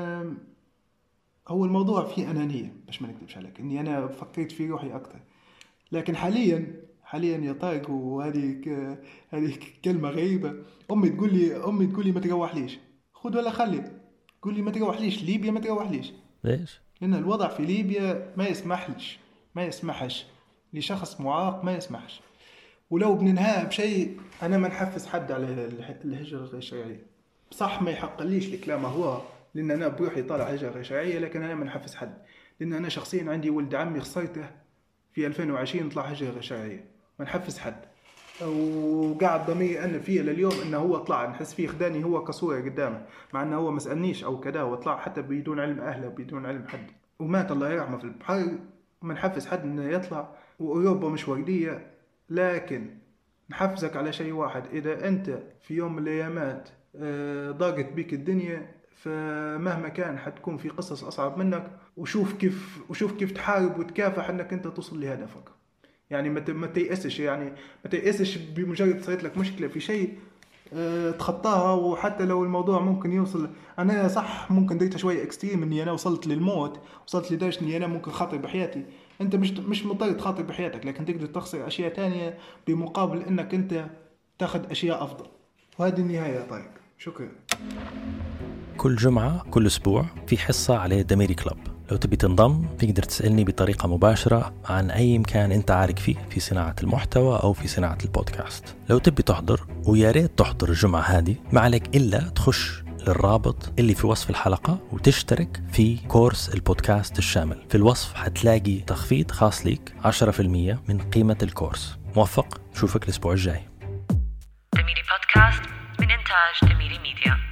هو الموضوع فيه أنانية، باش ما نكذبش عليك إني أنا فكرت في روحي أكتر. لكن حاليا يا طارق، وهذه كلمة غريبة، أمي تقول لي ما تروحليش، خذ ولا خلي، قول لي ما تروحليش ليبيا، ما تروحليش. ليش؟ لأن الوضع في ليبيا ما يسمحش لشخص معاق، ما يسمحش. ولو بننهاها بشيء، أنا ما نحفز حد على الهجرة الغير شرعية. صح ما يحق ليش الكلام هو، لأن أنا بروحي طالع هجرة غير شرعية، لكن أنا ما نحفز حد، لأن أنا شخصيا عندي ولد عمي خسرته في 2020 طلع هجرة غير شرعية، ما نحفز حد. وقاعد ضميري أنا فيه لليوم إنه هو طلع، نحس فيه خداني هو كصورة قدامه، مع إنه هو ما سألنيش أو كذا، وطلع حتى بدون علم أهله بدون علم حد، ومات الله يرحمه في البحر. ما نحفز حد إنه يطلع، وأوروبا مش وردية، لكن نحفزك على شيء واحد، إذا أنت في يوم من الأيامات ضاقت بك الدنيا، فمهما كان حتكون في قصص أصعب منك، وشوف كيف تحارب وتكافح إنك أنت توصل لهدفك. يعني ما تيأسش، يعني ما تيأسش بمجرد صارت لك مشكلة في شيء تخطاها، وحتى لو الموضوع ممكن يوصل، أنا صح ممكن دريت شوية إكستريم إني أنا وصلت للموت، وصلت لدرجة إني أنا ممكن خاطر بحياتي. أنت مش مضطر تخاطر بحياتك، لكن تقدر تخسر أشياء تانية بمقابل إنك أنت تاخد أشياء أفضل. وهذه النهاية يا طارق، شكرا. كل جمعة كل أسبوع في حصة على دميري كلاب. لو تبي تنضم تقدر تسألني بطريقة مباشرة عن أي مكان أنت عارف فيه في صناعة المحتوى أو في صناعة البودكاست. لو تبي تحضر، ويا ريت تحضر الجمعة هذه، ما عليك إلا تخش للرابط اللي في وصف الحلقة وتشترك في كورس البودكاست الشامل. في الوصف هتلاقي تخفيض خاص ليك 10% من قيمة الكورس. موفق، نشوفك الأسبوع الجاي. دميري بودكاست من إنتاج دميري ميديا.